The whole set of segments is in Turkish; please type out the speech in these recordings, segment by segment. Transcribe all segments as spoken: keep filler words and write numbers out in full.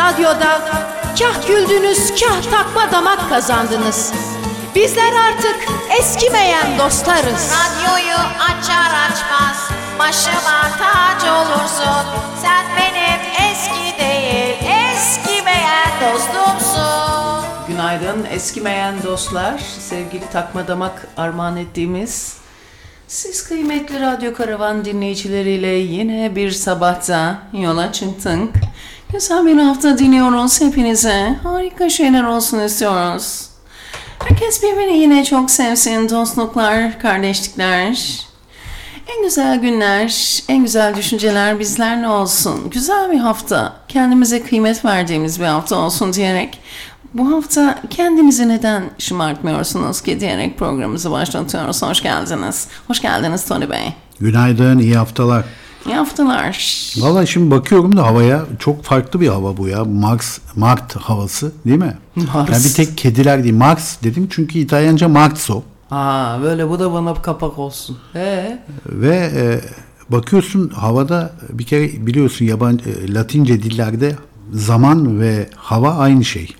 radyoda kah güldünüz, kah takma damak kazandınız. Bizler artık eskimeyen dostlarız. Radyoyu açar açmaz başıma tac olursun. Sen benim eski değil, eskimeyen dostumsun. Günaydın eskimeyen dostlar, sevgili takma damak armağan ettiğimiz siz kıymetli Radyo Karavan dinleyicileriyle yine bir sabahta yola çıktık. Güzel bir hafta diliyoruz hepinize. Harika şeyler olsun istiyoruz. Herkes birbirini yine çok sevsin. Dostluklar, kardeşlikler, en güzel günler, en güzel düşünceler bizlerle olsun. Güzel bir hafta, kendimize kıymet verdiğimiz bir hafta olsun diyerek bu hafta kendinizi neden şımartmıyorsunuz ki diyerek programımızı başlatıyoruz. Hoş geldiniz. Hoş geldiniz Tony Bey. Günaydın, iyi haftalar. İyi haftalar. Vallahi şimdi bakıyorum da havaya çok farklı bir hava bu ya. Mars, Mart havası değil mi? Mars. Yani bir tek kediler değil. Mars dedim çünkü İtalyanca Marzo. Aa, böyle bu da bana kapak olsun. Ee? Ve e, bakıyorsun havada bir kere biliyorsun yabancı e, Latince dillerde zaman ve hava aynı şey.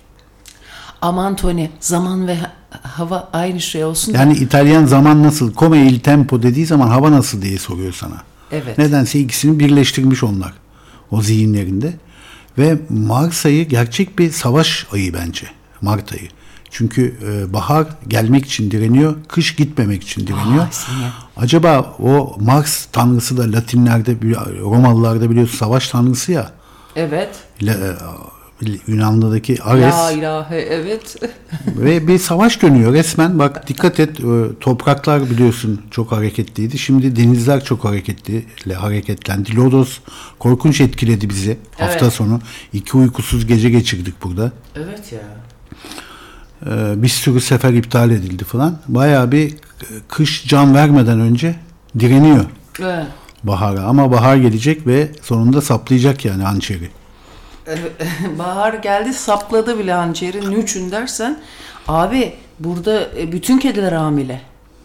Aman Tony, zaman ve hava aynı şey olsun. Yani da. İtalyan zaman nasıl, come il tempo dediği zaman hava nasıl diye soruyor sana. Evet. Nedense ikisini birleştirmiş onlar o zihinlerinde. Ve Mart ayı gerçek bir savaş ayı bence. Mart ayı. Çünkü e, bahar gelmek için direniyor, kış gitmemek için direniyor. Aa, Acaba o Mars tanrısı da Latinlerde, Romalılarda biliyorsun savaş tanrısı ya. Evet. La, Yunanlı'daki Ares. La ilahe, evet. Ve bir savaş dönüyor resmen. Bak dikkat et, topraklar biliyorsun çok hareketliydi. Şimdi denizler çok hareketli, hareketlendi. Lodos korkunç etkiledi bizi hafta Evet. sonu. İki uykusuz gece geçirdik burada. Evet ya. Ee, bir sürü sefer iptal edildi falan. Bayağı bir kış can vermeden önce direniyor Evet. bahara. Ama bahar gelecek ve sonunda saplayacak yani hançeri. Bahar geldi, sapladı bile hançeri. Niçin dersen, abi burada bütün kediler hamile.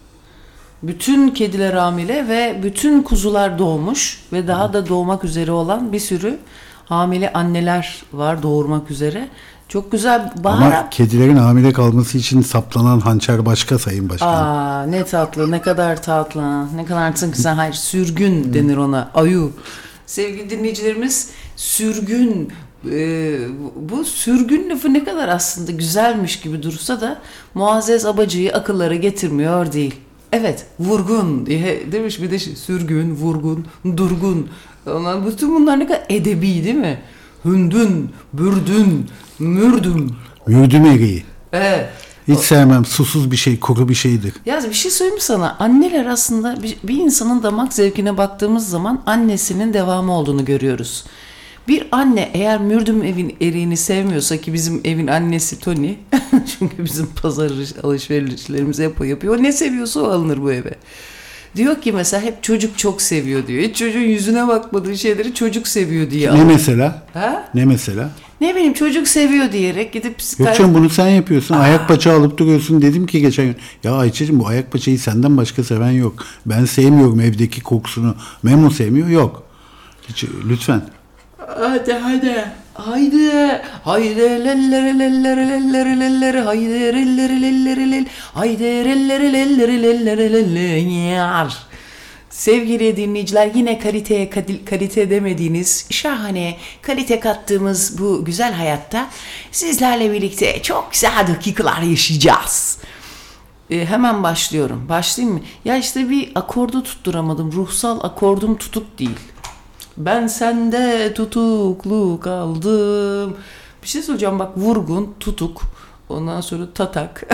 Bütün kediler hamile ve bütün kuzular doğmuş ve daha da doğmak üzere olan bir sürü hamile anneler var doğurmak üzere. Çok güzel bahar. Ama kedilerin hamile kalması için saplanan hançer başka sayın başkan. Aa, ne tatlı, ne kadar tatlı, ne kadar güzel. Hayır, sürgün denir ona, ayu. Sevgili dinleyicilerimiz, sürgün, e, bu sürgün lafı ne kadar aslında güzelmiş gibi dursa da Muazzez Abacı'yı akıllara getirmiyor değil. Evet, vurgun diye demiş bir de şey, sürgün, vurgun, durgun. Ondan, bütün bunlar ne kadar edebi değil mi? Hündün, bürdün, mürdüm. Mürdüm eriği. Evet. Hiç sevmem. Susuz bir şey, kuru bir şeydir. Ya bir şey söyleyeyim mi sana? Anneler aslında bir, bir insanın damak zevkine baktığımız zaman annesinin devamı olduğunu görüyoruz. Bir anne eğer mürdüm evin eriğini sevmiyorsa, ki bizim evin annesi Tony çünkü bizim pazar alışverişlerimizi yapıyor, yapıyor. O ne seviyorsa o alınır bu eve. Diyor ki mesela hep çocuk çok seviyor diyor. Hiç çocuğun yüzüne bakmadığı şeyleri çocuk seviyor diye. Ne alır. mesela? Ha? Ne mesela? Ne bileyim, çocuk seviyor diyerek gidip... Yok canım, bunu sen yapıyorsun. Aa. Ayak paça alıp duruyorsun. Dedim ki geçen gün, ya Ayça'cığım bu ayak paçayı senden başka seven yok. Ben sevmiyorum evdeki kokusunu. Memo sevmiyor. Yok. Hiç, lütfen. Hadi hadi. Haydi. Haydi lellere lellere lellere lellere haydi lellere lellere lellere haydi lellere lellere lellere lellere. Sevgili dinleyiciler, yine kaliteye kalite demediğiniz şahane kalite kattığımız bu güzel hayatta sizlerle birlikte çok güzel dakikalar yaşayacağız. Ee, hemen başlıyorum. Başlayayım mı? Ya işte bir akordu tutturamadım. Ruhsal akordum tutuk değil. Ben sende tutuklu kaldım. Bir şey söyleyeceğim bak, vurgun, tutuk, ondan sonra tatak,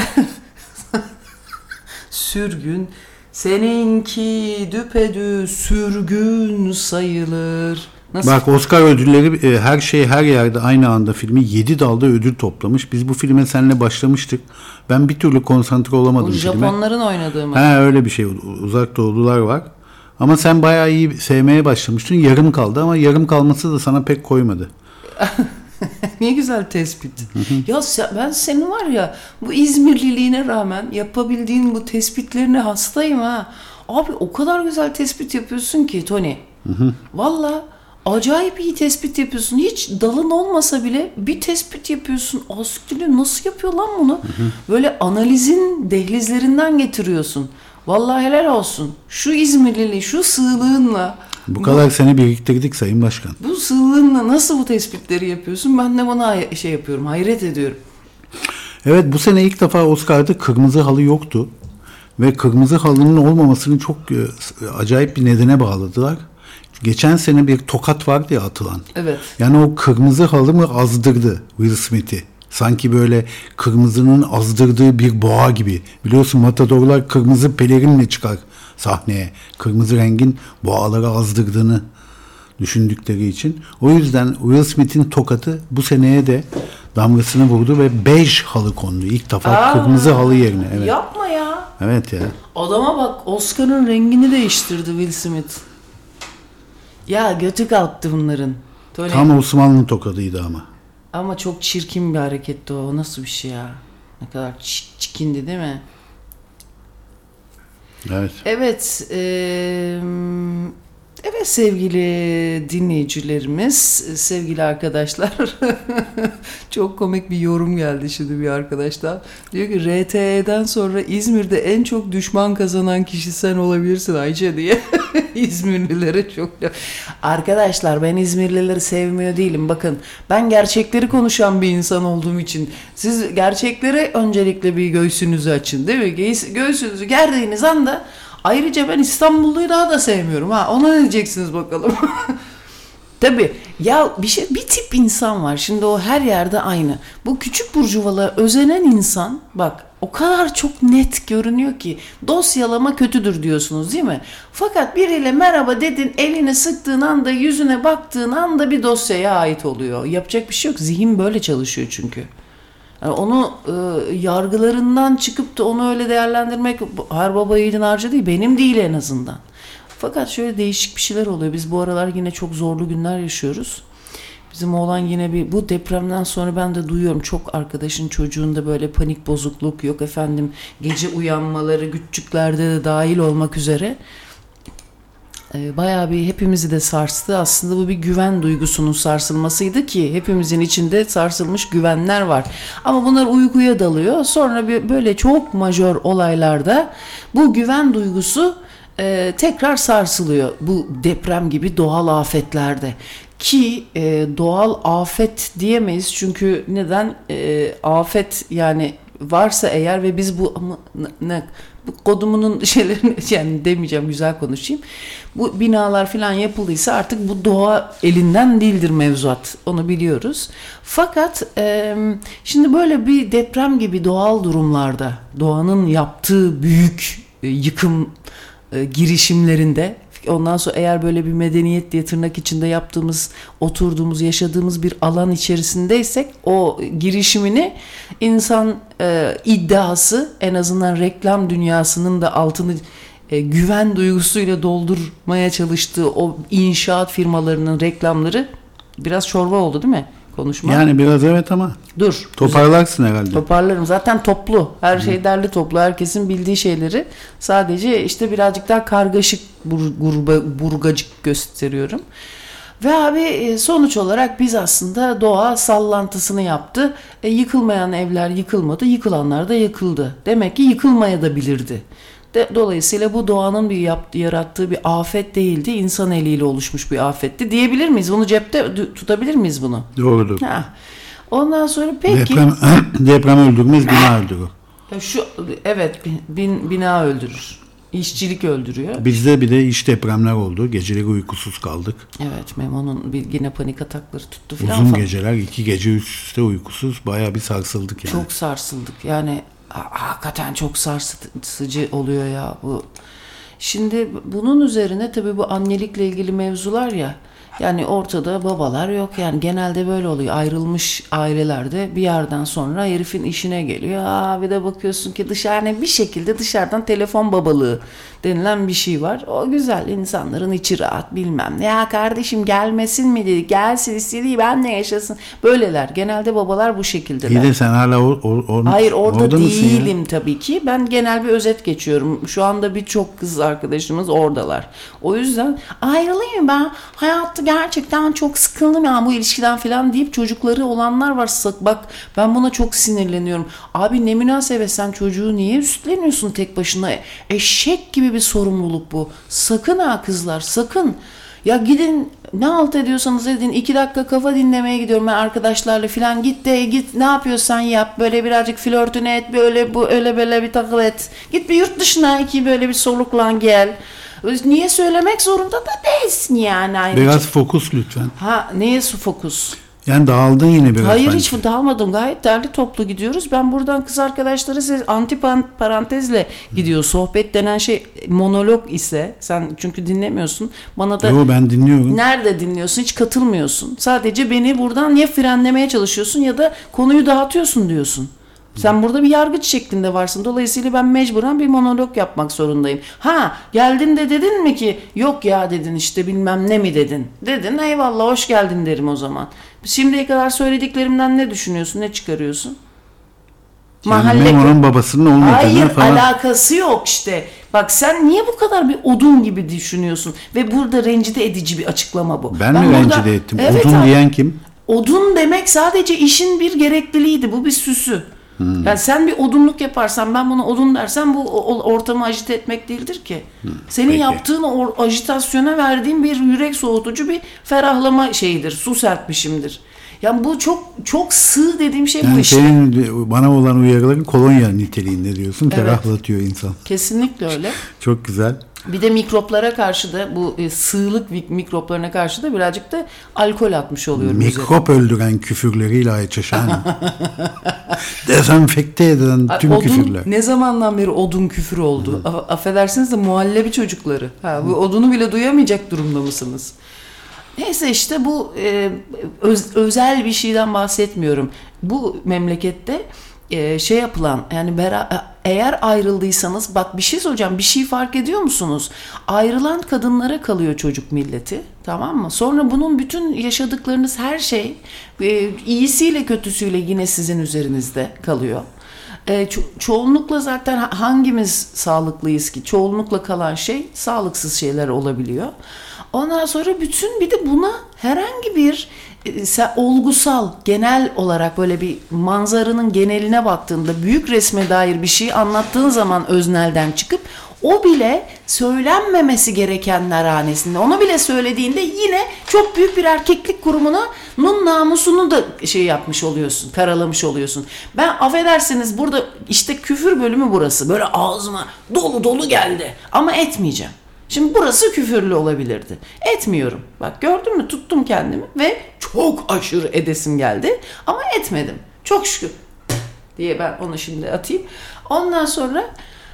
sürgün, seninki düpedüz sürgün sayılır. Nasıl? Bak, Oscar ödülleri e, her şey her yerde aynı anda filmi yedi dalda ödül toplamış. Biz bu filme seninle başlamıştık. Ben bir türlü konsantre olamadım Bu filme. Japonların oynadığı mı? He, öyle bir şey. Uzak Doğulular var. Ama sen bayağı iyi sevmeye başlamıştın. Yarım kaldı ama yarım kalması da sana pek koymadı. Ne güzel tespit. Ya sen, ben senin var ya bu İzmirliliğine rağmen yapabildiğin bu tespitlerine hastayım ha. Abi o kadar güzel tespit yapıyorsun ki Tony. Valla Acayip iyi tespit yapıyorsun. Hiç dalın olmasa bile bir tespit yapıyorsun. Asiktir, nasıl yapıyor lan bunu? Hı hı. Böyle analizin dehlizlerinden getiriyorsun. Vallahi helal olsun. Şu İzmirliliği, şu sığlığınla. Bu kadar bu, sene biriktirdik Sayın Başkan. Bu sığlığınla nasıl bu tespitleri yapıyorsun? Ben de bana şey yapıyorum, hayret ediyorum. Evet, bu sene ilk defa Oscar'da kırmızı halı yoktu. Ve kırmızı halının olmamasını çok e, acayip bir nedene bağladılar. Geçen sene bir tokat vardı ya atılan. Evet. Yani o kırmızı halı mı azdırdı Will Smith'i. Sanki böyle kırmızının azdırdığı bir boğa gibi. Biliyorsun matadorlar kırmızı pelerinle çıkar sahneye. Kırmızı rengin boğaları azdırdığını düşündükleri için. O yüzden Will Smith'in tokatı bu seneye de damgasını vurdu ve bej halı kondu. İlk defa Aa, kırmızı halı yerine. Evet. Yapma ya. Evet ya. Adama bak, Oscar'ın rengini değiştirdi Will Smith. Ya götü kalktı bunların. Böyle... Tam Osmanlı tokadıydı ama. Ama çok çirkin bir hareketti o. O nasıl bir şey ya? Ne kadar ç- çikindi değil mi? Evet. Evet. Ee, evet sevgili dinleyicilerimiz, sevgili arkadaşlar. Çok komik bir yorum geldi şimdi bir arkadaştan. Diyor ki R T E'den sonra İzmir'de en çok düşman kazanan kişi sen olabilirsin Ayça diye. İzmirlilere çok... Arkadaşlar ben İzmirlileri sevmiyor değilim. Bakın ben gerçekleri konuşan bir insan olduğum için siz gerçeklere öncelikle bir göğsünüzü açın değil mi? Göğsünüzü gerdiğiniz anda, ayrıca ben İstanbulluyu daha da sevmiyorum ha. Ona ne diyeceksiniz bakalım. Tabii ya bir şey, bir tip insan var. Şimdi o her yerde aynı. Bu küçük burjuvalara özenen insan bak o kadar çok net görünüyor ki dosyalama kötüdür diyorsunuz değil mi? Fakat biriyle merhaba dedin, elini sıktığın anda, yüzüne baktığın anda bir dosyaya ait oluyor. Yapacak bir şey yok. Zihin böyle çalışıyor çünkü. Yani onu e, yargılarından çıkıp da onu öyle değerlendirmek her baba yiğidin harcı değil. Benim değil en azından. Fakat şöyle değişik bir şeyler oluyor. Biz bu aralar yine çok zorlu günler yaşıyoruz. Bizim oğlan yine bir, bu depremden sonra ben de duyuyorum çok arkadaşın çocuğunda böyle panik bozukluk, yok efendim gece uyanmaları, küçüklerde de dahil olmak üzere. Ee, bayağı bir hepimizi de sarstı. Aslında bu bir güven duygusunun sarsılmasıydı ki hepimizin içinde sarsılmış güvenler var. Ama bunlar uykuya dalıyor. Sonra bir, böyle çok majör olaylarda bu güven duygusu e, tekrar sarsılıyor. Bu deprem gibi doğal afetlerde. Ki e, doğal afet diyemeyiz çünkü neden? E, afet yani varsa eğer ve biz bu ama, ne, bu kodumunun şeylerini yani demeyeceğim, güzel konuşayım. Bu binalar falan yapıldıysa artık bu doğa elinden değildir mevzuat. Onu biliyoruz. Fakat e, şimdi böyle bir deprem gibi doğal durumlarda doğanın yaptığı büyük e, yıkım e, girişimlerinde, ondan sonra eğer böyle bir medeniyet diye tırnak içinde yaptığımız, oturduğumuz, yaşadığımız bir alan içerisindeysek o girişimini insan e, iddiası, en azından reklam dünyasının da altını e, güven duygusuyla doldurmaya çalıştığı o inşaat firmalarının reklamları biraz çorba oldu değil mi? Konuşma. Yani biraz evet ama dur. Toparlarsın herhalde. Toparlarım. Zaten toplu. Her Hı. şey derli toplu. Herkesin bildiği şeyleri. Sadece işte birazcık daha kargaşık bur- burba- burgacık gösteriyorum. Ve abi sonuç olarak biz aslında doğa sallantısını yaptı. E, yıkılmayan evler yıkılmadı. Yıkılanlar da yıkıldı. Demek ki yıkılmaya da bilirdi. De, dolayısıyla bu doğanın bir yaptığı, yarattığı bir afet değildi. İnsan eliyle oluşmuş bir afetti. Diyebilir miyiz? Bunu cepte tutabilir miyiz bunu? Doğrudur. Ha. Ondan sonra peki. Deprem, deprem öldürmez, bina öldürür. Şu, evet bin, bina öldürür. İşçilik öldürüyor. Bizde bir de iş depremler oldu. Geceleri uykusuz kaldık. Evet, Memo'nun bir, yine panik atakları tuttu falan. Uzun falan. geceler, iki gece üst üste uykusuz. Bayağı bir sarsıldık yani. Çok sarsıldık. Yani hakikaten çok sarsıcı oluyor ya bu. Şimdi bunun üzerine tabii bu annelikle ilgili mevzular ya. Yani ortada babalar yok. Yani genelde böyle oluyor. Ayrılmış ailelerde bir yerden sonra herifin işine geliyor. Aa, bir de bakıyorsun ki dışarı bir şekilde dışarıdan telefon babalığı denilen bir şey var. O güzel, insanların içi rahat, bilmem ne. Ya kardeşim gelmesin mi dedi. Gelsin, istediği ben ne yaşasın. Böyleler. Genelde babalar bu şekildeler. İyi de sen hala or, or, or, Hayır orada, orada mısın değilim ya? tabii ki. Ben genel bir özet geçiyorum. Şu anda birçok kız arkadaşımız oradalar. O yüzden ayrılayım ben. Hayatta gerçekten çok sıkıldım ya bu ilişkiden falan deyip çocukları olanlar var. Bak ben buna çok sinirleniyorum. Abi ne münasebet, sen çocuğu niye üstleniyorsun tek başına? Eşek gibi bir sorumluluk bu. Sakın ha kızlar, sakın. Ya gidin ne halt ediyorsanız edin, iki dakika kafa dinlemeye gidiyorum ben arkadaşlarla falan, git de git ne yapıyorsan yap, böyle birazcık flörtünü et, böyle bu öyle böyle bir takıl et, git bir yurt dışına iki böyle bir soluklan gel. Niye söylemek zorunda da değilsin yani ayrıca. Biraz fokus lütfen. Ha neye su fokus? Yani dağıldın yine biraz. Hayır sanki. hiç dağılmadım, gayet derli toplu gidiyoruz. Ben buradan kız arkadaşları size anti parantezle gidiyor. Sohbet denen şey monolog ise sen çünkü dinlemiyorsun. Bana da Yo, ben dinliyorum. nerede dinliyorsun, hiç katılmıyorsun. Sadece beni buradan ya frenlemeye çalışıyorsun ya da konuyu dağıtıyorsun diyorsun. Sen burada bir yargıç şeklinde varsın. Dolayısıyla ben mecburen bir monolog yapmak zorundayım. Ha geldin de dedin mi ki yok ya dedin işte bilmem ne mi dedin. Dedin eyvallah hoş geldin derim o zaman. Şimdiye kadar söylediklerimden ne düşünüyorsun, ne çıkarıyorsun? Yani Memo'nun babasının olmadığını Hayır, falan. alakası yok işte. Bak sen niye bu kadar bir odun gibi düşünüyorsun? Ve burada rencide edici bir açıklama bu. Ben, ben mi burada, rencide ettim? Evet odun abi, diyen kim? Odun demek sadece işin bir gerekliliğiydi. Bu bir süsü. Hmm. Yani sen bir odunluk yaparsan, ben buna odun dersem bu ortamı ajite etmek değildir ki. Hmm. Senin Peki. yaptığın o ajitasyona verdiğin bir yürek soğutucu bir ferahlama şeyidir. Su serpmişimdir. Yani bu çok çok sığ dediğim şey yani bu işte. Senin bana olan uyarıların kolonya niteliğinde diyorsun. Evet. Ferahlatıyor insan. Kesinlikle öyle. Çok güzel. Bir de mikroplara karşı da bu e, sığlık mikroplarına karşı da birazcık da alkol atmış oluyorum. Mikrop üzerine. Öldüren küfürleriyle Ayça Şahan. Dezenfekte eden tüm odun, küfürler. Ne zamandan beri odun küfür oldu? Hı. Affedersiniz de muhallebi çocukları. Ha, bu odunu bile duyamayacak durumda mısınız? Neyse işte bu e, öz, özel bir şeyden bahsetmiyorum. Bu memlekette e, şey yapılan yani bera, eğer ayrıldıysanız bak bir şey soracağım, bir şey fark ediyor musunuz? Ayrılan kadınlara kalıyor çocuk milleti, tamam mı? Sonra bunun bütün yaşadıklarınız her şey e, iyisiyle kötüsüyle yine sizin üzerinizde kalıyor. E, ço- çoğunlukla zaten hangimiz sağlıklıyız ki? Çoğunlukla kalan şey sağlıksız şeyler olabiliyor. Ondan sonra bütün bir de buna herhangi bir e, olgusal, genel olarak böyle bir manzaranın geneline baktığında büyük resme dair bir şey anlattığın zaman öznelden çıkıp o bile söylenmemesi gerekenler hanesinde. Onu bile söylediğinde yine çok büyük bir erkeklik kurumunun namusunu da şey yapmış oluyorsun, karalamış oluyorsun. Ben affedersiniz burada işte küfür bölümü burası. Böyle ağzıma dolu dolu geldi ama etmeyeceğim. Şimdi burası küfürlü olabilirdi. Etmiyorum. Bak gördün mü, tuttum kendimi ve çok aşırı edesim geldi ama etmedim. Çok şükür diye ben onu şimdi atayım. Ondan sonra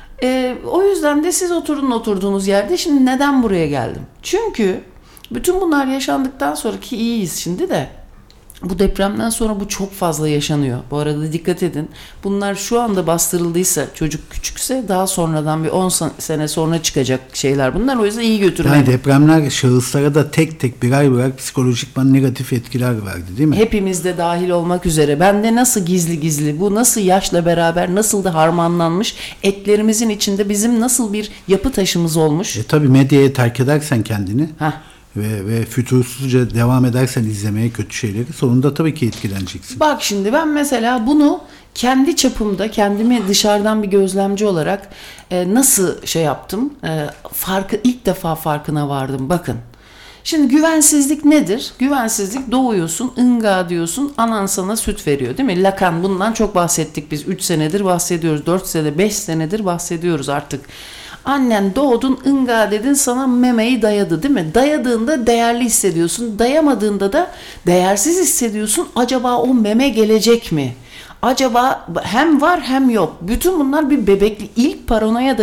e, o yüzden de siz oturun oturduğunuz yerde. Şimdi neden buraya geldim? Çünkü bütün bunlar yaşandıktan sonra ki iyiyiz şimdi de. Bu depremden sonra bu çok fazla yaşanıyor. Bu arada dikkat edin. Bunlar şu anda bastırıldıysa, çocuk küçükse daha sonradan bir on sene sonra çıkacak şeyler bunlar. O yüzden iyi götürmeyin. Yani depremler şahıslara da tek tek birer birer psikolojikman negatif etkiler verdi değil mi? Hepimiz de dahil olmak üzere. Bende nasıl gizli gizli, bu nasıl yaşla beraber nasıl da harmanlanmış, etlerimizin içinde bizim nasıl bir yapı taşımız olmuş. E tabii medyaya terk edersen kendini. Heh. Ve, ve fütursuzca devam edersen izlemeye kötü şeyleri sonunda tabii ki etkileneceksin. Bak şimdi ben mesela bunu kendi çapımda kendimi dışarıdan bir gözlemci olarak e, nasıl şey yaptım? E, farkı ilk defa farkına vardım. Bakın. Şimdi güvensizlik nedir? Güvensizlik doğuyorsun, ınga diyorsun, anan sana süt veriyor değil mi? Lakan bundan çok bahsettik biz. üç senedir bahsediyoruz, dört sene, beş senedir bahsediyoruz artık. Annen doğdun, ınga dedin, sana memeyi dayadı değil mi? Dayadığında değerli hissediyorsun. Dayamadığında da değersiz hissediyorsun. Acaba o meme gelecek mi? Acaba hem var hem yok. Bütün bunlar bir bebekli ilk paranoya da de,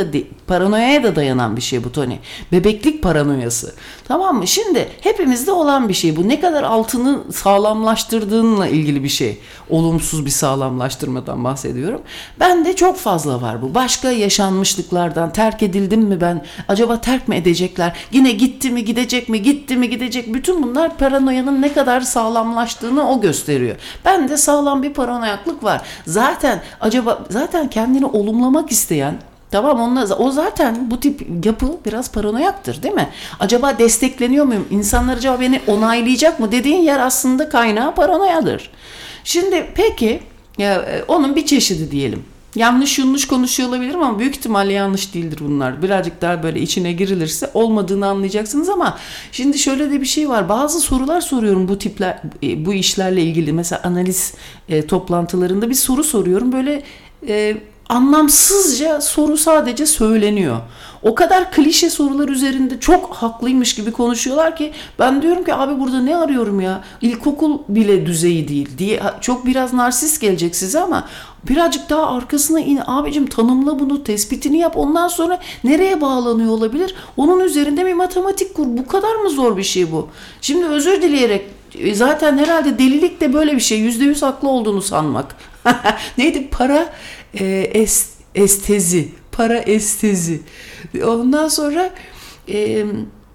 Paranoyaya da dayanan bir şey bu Tony. Bebeklik paranoyası. Tamam mı? Şimdi hepimizde olan bir şey bu. Ne kadar altını sağlamlaştırdığınla ilgili bir şey. Olumsuz bir sağlamlaştırmadan bahsediyorum. Bende çok fazla var bu. Başka yaşanmışlıklardan terk edildim mi ben? Acaba terk mi edecekler? Yine gitti mi gidecek mi? Gitti mi gidecek? Bütün bunlar paranoyanın ne kadar sağlamlaştığını o gösteriyor. Bende sağlam bir paranoyaklık var. Zaten acaba zaten kendini olumlamak isteyen, tamam, onunla, o zaten bu tip yapı biraz paranoyaktır değil mi? Acaba destekleniyor muyum? İnsanlar acaba beni onaylayacak mı dediğin yer aslında kaynağı paranoyadır. Şimdi peki ya, onun bir çeşidi diyelim. Yanlış yanlış konuşuyor olabilirim ama büyük ihtimalle yanlış değildir bunlar. Birazcık daha böyle içine girilirse olmadığını anlayacaksınız ama şimdi şöyle de bir şey var. Bazı sorular soruyorum bu tipler, bu işlerle ilgili. Mesela analiz e, toplantılarında bir soru soruyorum. Böyle e, anlamsızca soru sadece söyleniyor. O kadar klişe sorular üzerinde çok haklıymış gibi konuşuyorlar ki ben diyorum ki abi burada ne arıyorum ya? İlkokul bile düzeyi değil diye, çok biraz narsist gelecek size ama birazcık daha arkasına in abicim, tanımla bunu, tespitini yap, ondan sonra nereye bağlanıyor olabilir? Onun üzerinde bir matematik kur. Bu kadar mı zor bir şey bu? Şimdi özür dileyerek, zaten herhalde delilik de böyle bir şey. Yüzde yüz haklı olduğunu sanmak. Neydi? Para e, es, estezi. Para estezi. Ondan sonra e,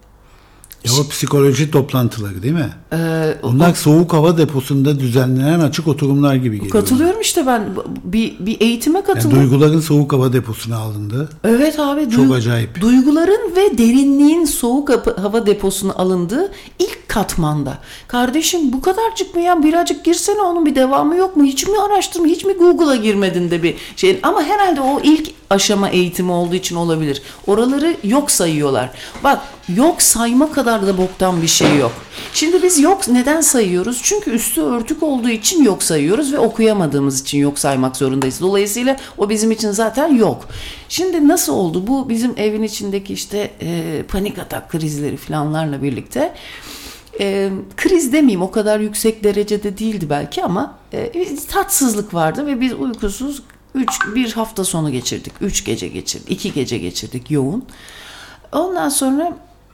Ya o psikoloji toplantıları değil mi? Ee, Onlar o, soğuk hava deposunda düzenlenen açık oturumlar gibi geliyor. Katılıyorum işte ben. Bir, bir eğitime katıldım. Yani duyguların soğuk hava deposuna alındı. Evet abi. Çok Duygu, acayip. Duyguların ve derinliğin soğuk hava deposuna alındığı ilk katmanda. Kardeşim bu kadarcık mı ya? Birazcık girsene, onun bir devamı yok mu? Hiç mi araştırma, hiç mi Google'a girmedin de bir şey? Ama herhalde o ilk aşama eğitimi olduğu için olabilir. Oraları yok sayıyorlar. Bak, yok sayma kadar da boktan bir şey yok. Şimdi biz yok neden sayıyoruz? Çünkü üstü örtük olduğu için yok sayıyoruz ve okuyamadığımız için yok saymak zorundayız. Dolayısıyla o bizim için zaten yok. Şimdi nasıl oldu? Bu bizim evin içindeki işte e, panik atak krizleri falanlarla birlikte e, kriz demeyeyim, o kadar yüksek derecede değildi belki ama e, tatsızlık vardı ve biz uykusuz üç, bir hafta sonu geçirdik. Üç gece geçirdik. iki gece geçirdik yoğun. Ondan sonra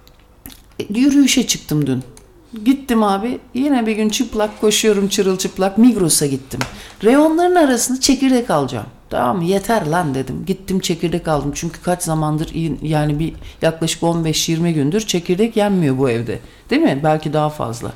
yürüyüşe çıktım dün. Gittim abi. Yine bir gün çıplak koşuyorum, çırılçıplak. Migros'a gittim. Reyonların arasında çekirdek alacağım. Tamam mı? Yeter lan dedim. Gittim çekirdek aldım. Çünkü kaç zamandır, yani bir yaklaşık on beş yirmi gündür çekirdek yenmiyor bu evde. Değil mi? Belki daha fazla.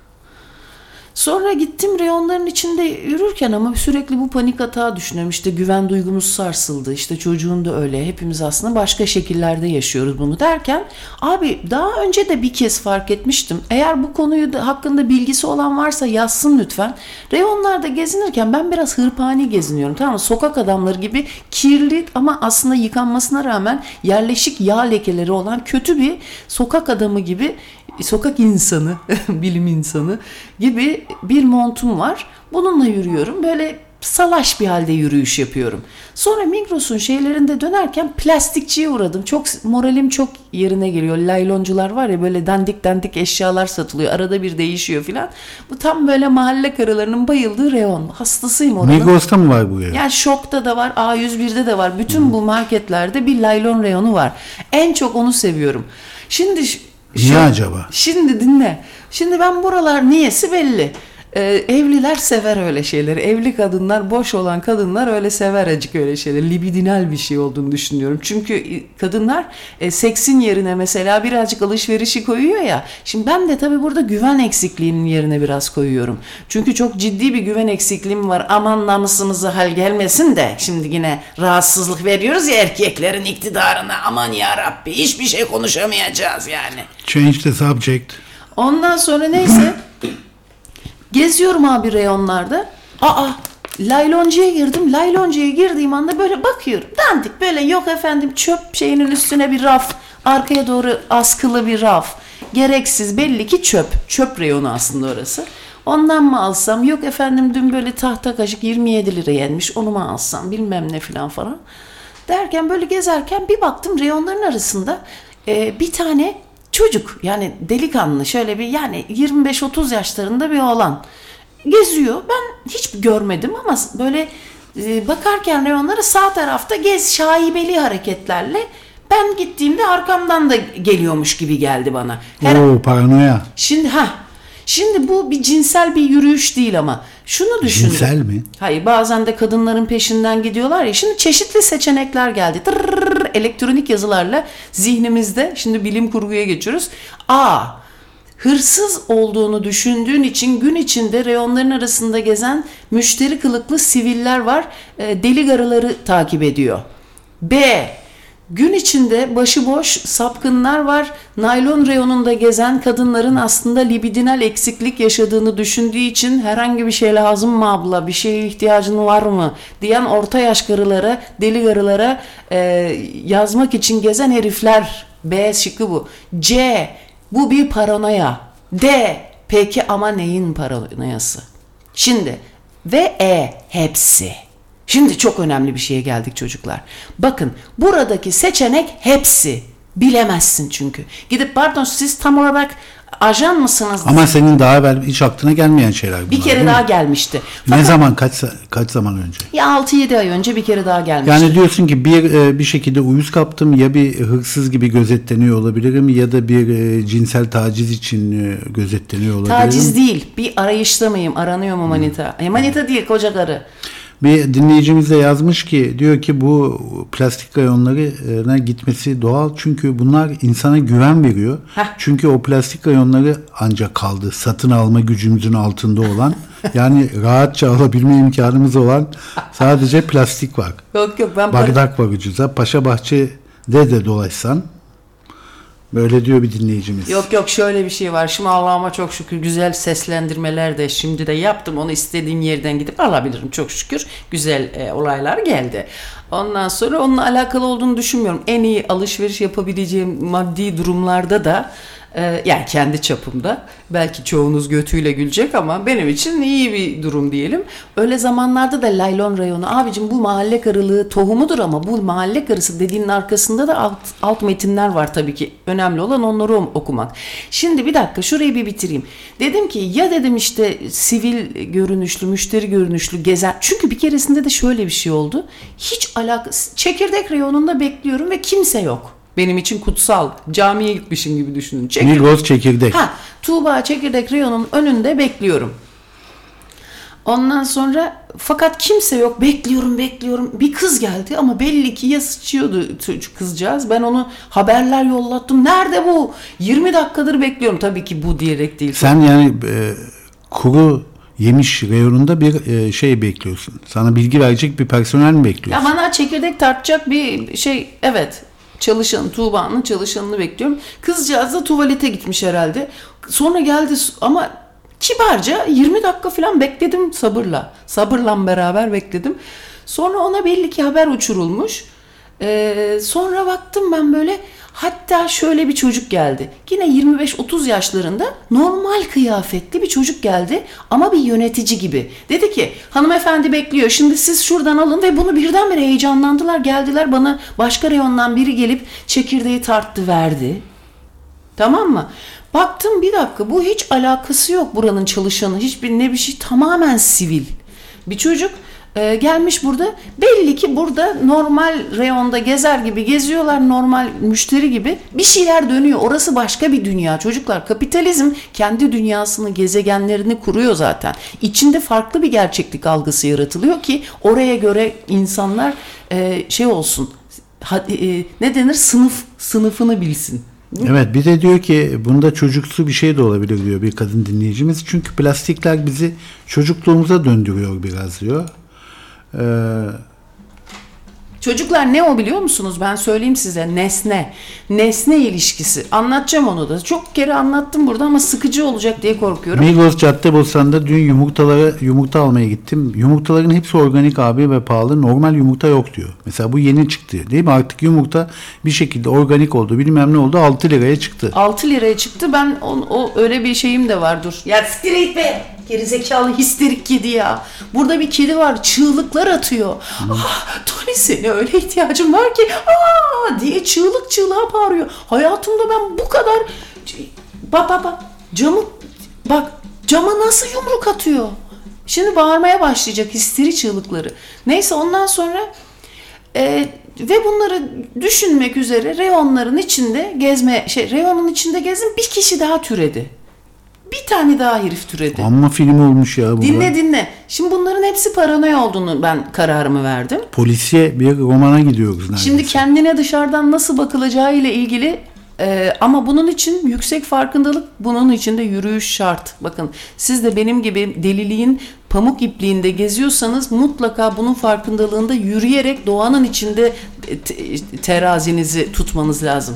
Sonra gittim reyonların içinde yürürken ama sürekli bu panik atağı düşünüyorum. İşte güven duygumuz sarsıldı. İşte çocuğun da öyle. Hepimiz aslında başka şekillerde yaşıyoruz bunu derken. Abi daha önce de bir kez fark etmiştim. Eğer bu konuyu da, hakkında bilgisi olan varsa yazsın lütfen. Reyonlarda gezinirken ben biraz hırpani geziniyorum. Tamam mı? Sokak adamları gibi kirli ama aslında yıkanmasına rağmen yerleşik yağ lekeleri olan kötü bir sokak adamı gibi, sokak insanı, bilim insanı gibi bir montum var. Bununla yürüyorum. Böyle salaş bir halde yürüyüş yapıyorum. Sonra Migros'un şeylerinde dönerken plastikçiye uğradım. Çok moralim çok yerine geliyor. Layloncular var ya, böyle dandik dandik eşyalar satılıyor. Arada bir değişiyor filan. Bu tam böyle mahalle karılarının bayıldığı reyon. Hastasıyım oranın. Migros'ta mı var bu ya? Yani Şok'ta da var, A yüz bir'de de var. Bütün hmm. bu marketlerde bir laylon reyonu var. En çok onu seviyorum. Şimdi Niye Şu, acaba? Şimdi dinle. Şimdi ben buralar niyesi belli. Ee, evliler sever öyle şeyleri. Evli kadınlar, boş olan kadınlar öyle sever acık öyle şeyleri. Libidinal bir şey olduğunu düşünüyorum. Çünkü kadınlar e, seksin yerine mesela birazcık alışverişi koyuyor ya. Şimdi ben de tabii burada güven eksikliğinin yerine biraz koyuyorum. Çünkü çok ciddi bir güven eksikliğim var. Aman namusumuza hal gelmesin de. Şimdi yine rahatsızlık veriyoruz ya erkeklerin iktidarına. Aman ya Rabbi, hiçbir şey konuşamayacağız yani. Change the subject. Ondan sonra neyse... Geziyorum abi reyonlarda. Aa, layloncuya girdim. Layloncuya girdiğim anda böyle bakıyorum. Dandik böyle, yok efendim çöp şeyinin üstüne bir raf. Arkaya doğru askılı bir raf. Gereksiz, belli ki çöp. Çöp reyonu aslında orası. Ondan mı alsam? Yok efendim dün böyle tahta kaşık yirmi yedi lira yenmiş. Onu mu alsam? Bilmem ne falan falan. Derken böyle gezerken bir baktım reyonların arasında e, bir tane... Çocuk, yani delikanlı, şöyle bir yani yirmi beş otuz yaşlarında bir oğlan geziyor. Ben hiç görmedim ama böyle e, bakarken reyonlara sağ tarafta gez şaibeli hareketlerle Ben gittiğimde arkamdan da geliyormuş gibi geldi bana. Her, Oo, paranoya. Şimdi ha. Şimdi bu bir cinsel bir yürüyüş değil ama. Şunu düşündüm. Cinsel mi? Hayır, bazen de kadınların peşinden gidiyorlar ya. Şimdi çeşitli seçenekler geldi. Tırrrr, elektronik yazılarla zihnimizde. Şimdi bilim kurguya geçiyoruz. A. Hırsız olduğunu düşündüğün için gün içinde reyonların arasında gezen müşteri kılıklı siviller var. E, deli garıları takip ediyor. B. Gün içinde başıboş sapkınlar var. Naylon reyonunda gezen kadınların aslında libidinal eksiklik yaşadığını düşündüğü için herhangi bir şey lazım mı abla, bir şeye ihtiyacın var mı diyen orta yaş karılara, deli karılara e, yazmak için gezen herifler. B şıkkı bu. C. Bu bir paranoya. D. Peki ama neyin paranoyası? Şimdi ve E. Hepsi. Şimdi çok önemli bir şeye geldik çocuklar. Bakın buradaki seçenek hepsi. Bilemezsin çünkü. Gidip pardon siz tam olarak ajan mısınız? Ama senin daha evvel hiç aklına gelmeyen şeyler bunlar. Bir kere değil daha mi? gelmişti. Ne Fakat zaman, kaç kaç zaman önce? ya altı yedi ay önce bir kere daha gelmişti. Yani diyorsun ki bir e, bir şekilde uyuz kaptım, ya bir hırsız gibi gözetleniyor olabilirim ya da bir e, cinsel taciz için e, gözetleniyor olabilirim. Taciz değil. Bir arayışta mıyım? Aranıyor mu manita? E, manita değil, koca karı. Bir dinleyicimiz de yazmış ki, diyor ki bu plastik rayonlarına gitmesi doğal çünkü bunlar insana güven veriyor. Heh. Çünkü o plastik rayonları ancak kaldı satın alma gücümüzün altında olan, yani rahatça alabilme imkanımız olan sadece plastik var. Yok yok ben Bardak var ucuza. Paşa Bahçe'de de dolaşsan böyle diyor bir dinleyicimiz. Yok yok şöyle bir şey var. Şimdi Allah'ıma çok şükür güzel seslendirmeler de şimdi de yaptım. Onu istediğim yerden gidip alabilirim çok şükür. Güzel e, olaylar geldi. Ondan sonra onunla alakalı olduğunu düşünmüyorum. En iyi alışveriş yapabileceğim maddi durumlarda da e, yani kendi çapımda belki çoğunuz götüyle gülecek ama benim için iyi bir durum diyelim. Öyle zamanlarda da laylon rayonu abicim bu mahalle karılığı tohumudur ama bu mahalle karısı dediğinin arkasında da alt, alt metinler var tabii ki. Önemli olan onları okumak. Şimdi bir dakika şurayı bir bitireyim. Dedim ki ya dedim işte sivil görünüşlü, müşteri görünüşlü gezen. Çünkü bir keresinde de şöyle bir şey oldu. Hiç alakası. Çekirdek reyonunda bekliyorum ve kimse yok. Benim için kutsal. Camiye gitmişim gibi düşünün. Çekir- Migros çekirdek. Ha, Tuğba çekirdek reyonun önünde bekliyorum. Ondan sonra fakat kimse yok. Bekliyorum bekliyorum. Bir kız geldi ama belli ki ya sıçıyordu kızcağız. Ben onu haberler yollattım. Nerede bu? yirmi dakikadır bekliyorum. Tabii ki bu diyerek değil. Sen yani e, kuru yemiş reyonunda bir e, şey bekliyorsun. Sana bilgi verecek bir personel mi bekliyorsun? Ya bana çekirdek tartacak bir şey, evet. Çalışan, Tuğba'nın çalışanını bekliyorum. Kızcağız da tuvalete gitmiş herhalde. Sonra geldi ama kibarca yirmi dakika falan bekledim sabırla. Sabırla beraber bekledim. Sonra ona belli ki haber uçurulmuş. Ee, sonra baktım ben böyle, hatta şöyle bir çocuk geldi. Yine yirmi beş otuz yaşlarında normal kıyafetli bir çocuk geldi ama bir yönetici gibi. Dedi ki hanımefendi bekliyor, şimdi siz şuradan alın ve bunu birdenbire heyecanlandılar. Geldiler bana, başka reyondan biri gelip çekirdeği tarttı verdi. Tamam mı? Baktım bir dakika bu hiç alakası yok buranın çalışanı. Hiçbir ne bir şey, tamamen sivil. Bir çocuk e, gelmiş burada. Belli ki burada normal reyonda gezer gibi geziyorlar. Normal müşteri gibi. Bir şeyler dönüyor. Orası başka bir dünya. Çocuklar, kapitalizm kendi dünyasını, gezegenlerini kuruyor zaten. İçinde farklı bir gerçeklik algısı yaratılıyor ki oraya göre insanlar e, şey olsun. Ha, e, ne denir? Sınıf sınıfını bilsin. Evet, bir de diyor ki bunda çocuksu bir şey de olabilir diyor bir kadın dinleyicimiz. Çünkü plastikler bizi çocukluğumuza döndürüyor biraz diyor. Ee, Çocuklar ne o biliyor musunuz? Ben söyleyeyim size. Nesne. Nesne ilişkisi. Anlatacağım onu da. Çok kere anlattım burada ama sıkıcı olacak diye korkuyorum. Migros Caddebostan'da dün yumurtalara yumurta almaya gittim. Yumurtaların hepsi organik abi ve pahalı. Normal yumurta yok diyor. Mesela bu yeni çıktı değil mi? Artık yumurta bir şekilde organik oldu. Bilmem ne oldu. altı liraya çıktı. altı liraya çıktı. Ben o, o öyle bir şeyim de var. Dur. Ya siktir git be. Gerizekalı histerik kedi ya. Burada bir kedi var. Çığlıklar atıyor. Hmm. Ah, Tony seni öyle ihtiyacım var ki aa diye çığlık çığlığa bağırıyor. Hayatımda ben bu kadar bak bak bak camı bak cama nasıl yumruk atıyor. Şimdi bağırmaya başlayacak histeri çığlıkları. Neyse ondan sonra e, Ve bunları düşünmek üzere reyonların içinde gezme, şey reyonun içinde gezdim, bir kişi daha türedi. Bir tane daha herif türedi. Amma film olmuş ya bu. Dinle dinle. Şimdi bunların hepsi paranoya olduğunu ben kararımı verdim. Polisiye bir romana gidiyoruz neredeyse. Şimdi kendine dışarıdan nasıl bakılacağı ile ilgili e, ama bunun için yüksek farkındalık, bunun için de yürüyüş şart. Bakın siz de benim gibi deliliğin pamuk ipliğinde geziyorsanız mutlaka bunun farkındalığında yürüyerek doğanın içinde te- terazinizi tutmanız lazım.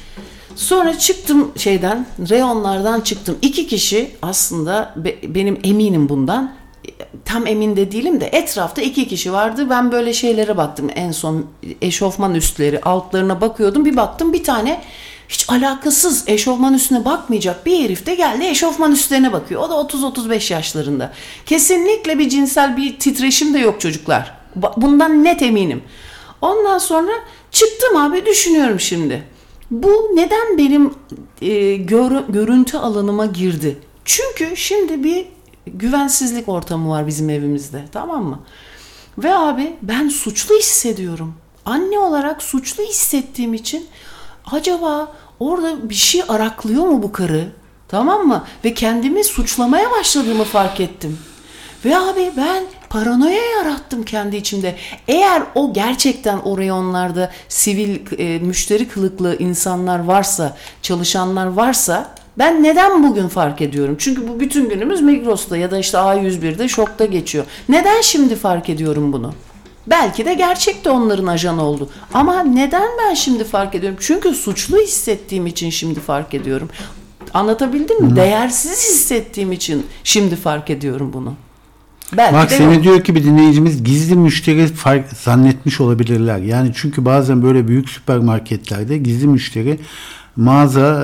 Sonra çıktım şeyden, reyonlardan çıktım. İki kişi aslında be, benim eminim bundan. Tam emin de değilim de etrafta iki kişi vardı. Ben böyle şeylere baktım. En son eşofman üstleri, altlarına bakıyordum. Bir baktım bir tane hiç alakasız eşofman üstüne bakmayacak bir herif de geldi eşofman üstlerine bakıyor. O da otuz otuz beş yaşlarında. Kesinlikle bir cinsel bir titreşim de yok çocuklar. Bundan net eminim. Ondan sonra çıktım abi, düşünüyorum şimdi. Bu neden benim e, gör, görüntü alanıma girdi? Çünkü şimdi bir güvensizlik ortamı var bizim evimizde, tamam mı? Ve abi ben suçlu hissediyorum. Anne olarak suçlu hissettiğim için acaba orada bir şey araklıyor mu bu karı? Tamam mı? Ve kendimi suçlamaya başladığımı fark ettim. Ve abi ben paranoya yarattım kendi içimde. Eğer o gerçekten o reyonlarda sivil e, müşteri kılıklı insanlar varsa, çalışanlar varsa ben neden bugün fark ediyorum? Çünkü bu bütün günümüz Migros'ta ya da işte A yüz birde şokta geçiyor. Neden şimdi fark ediyorum bunu? Belki de gerçekte onların ajanı oldu. Ama neden ben şimdi fark ediyorum? Çünkü suçlu hissettiğim için şimdi fark ediyorum. Anlatabildim mi? Hı. Değersiz hissettiğim için şimdi fark ediyorum bunu. Belki Bak seni diyor ki bir dinleyicimiz, gizli müşteri fark zannetmiş olabilirler. Yani çünkü bazen böyle büyük süpermarketlerde gizli müşteri mağaza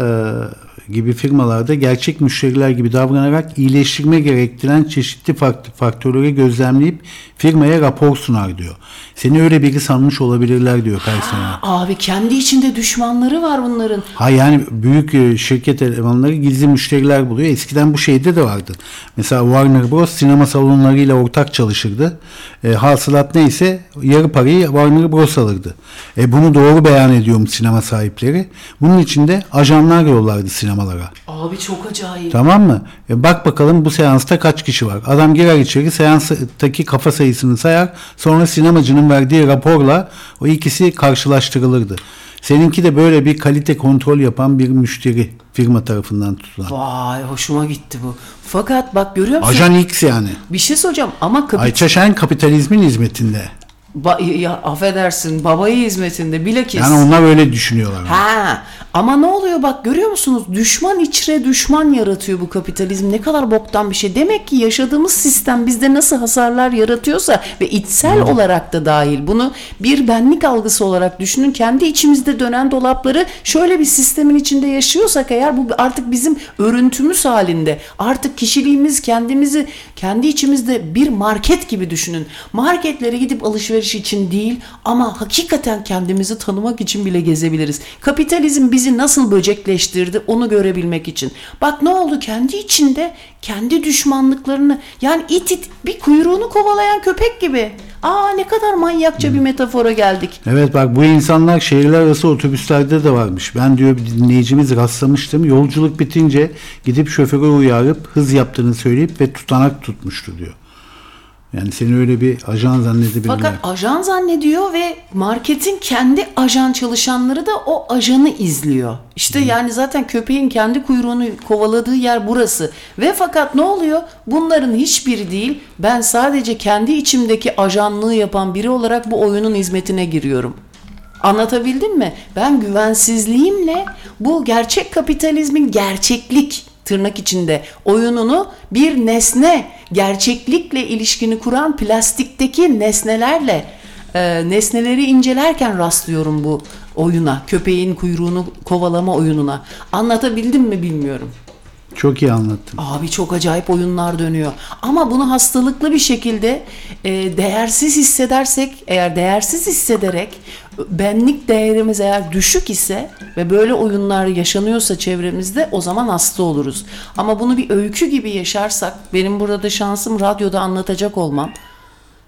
e, gibi firmalarda gerçek müşteriler gibi davranarak iyileştirme gerektiren çeşitli faktörleri gözlemleyip firmaya rapor sunar diyor. Seni öyle biri sanmış olabilirler diyor personel. Abi kendi içinde düşmanları var bunların. Ha yani büyük şirket elemanları gizli müşteriler buluyor. Eskiden bu şeyde de vardı. Mesela Warner Bros. Sinema salonlarıyla ortak çalışırdı. E, hasılat neyse yarı parayı Warner Bros. Alırdı. E, bunu doğru beyan ediyormuş sinema sahipleri. Bunun için de ajanlar yollardı sinemalara. Abi çok acayip. Tamam mı? E, bak bakalım bu seansta kaç kişi var? Adam girer içeri, seanstaki kafa sayısını sayar. Sonra sinemacının verdiği raporla o ikisi karşılaştırılırdı. Seninki de böyle bir kalite kontrol yapan bir müşteri firma tarafından tutulan. Vay, hoşuma gitti bu. Fakat bak görüyor musun? Ajan X yani. Bir şey soracağım ama kapit- Ayça Şen kapitalizmin hizmetinde. Ba- ya affedersin, babayı hizmetinde bilakis. Yani onlar öyle düşünüyorlar. Ha, ama ne oluyor bak görüyor musunuz? Düşman içre düşman yaratıyor bu kapitalizm. Ne kadar boktan bir şey. Demek ki yaşadığımız sistem bizde nasıl hasarlar yaratıyorsa ve içsel hmm. olarak da dahil. Bunu bir benlik algısı olarak düşünün. Kendi içimizde dönen dolapları şöyle bir sistemin içinde yaşıyorsak eğer, bu artık bizim örüntümüz halinde. Artık kişiliğimiz, kendimizi kendi içimizde bir market gibi düşünün. Marketlere gidip alışveriş için değil ama hakikaten kendimizi tanımak için bile gezebiliriz. Kapitalizm bizi nasıl böcekleştirdi onu görebilmek için. Bak ne oldu, kendi içinde kendi düşmanlıklarını, yani it it bir kuyruğunu kovalayan köpek gibi. Aa ne kadar manyakça hmm. bir metafora geldik. Evet bak bu insanlar şehirler arası otobüslerde de varmış. Ben diyor bir dinleyicimiz rastlamıştım. Yolculuk bitince gidip şoförü uyarıp hız yaptığını söyleyip ve tutanak tutmuştu diyor. Yani seni öyle bir ajan zannedebilirler. Fakat ajan zannediyor ve marketin kendi ajan çalışanları da o ajanı izliyor. İşte hmm. yani zaten köpeğin kendi kuyruğunu kovaladığı yer burası. Ve fakat ne oluyor? Bunların hiçbiri değil. Ben sadece kendi içimdeki ajanlığı yapan biri olarak bu oyunun hizmetine giriyorum. Anlatabildim mi? Ben güvensizliğimle bu gerçek kapitalizmin gerçeklik tırnak içinde oyununu bir nesne, gerçeklikle ilişkini kuran plastikteki nesnelerle e, nesneleri incelerken rastlıyorum bu oyuna. Köpeğin kuyruğunu kovalama oyununa. Anlatabildim mi bilmiyorum. Çok iyi anlattın. Abi çok acayip oyunlar dönüyor. Ama bunu hastalıklı bir şekilde e, değersiz hissedersek, eğer değersiz hissederek benlik değerimiz eğer düşük ise ve böyle oyunlar yaşanıyorsa çevremizde, o zaman hasta oluruz. Ama bunu bir öykü gibi yaşarsak, benim burada şansım radyoda anlatacak olmam.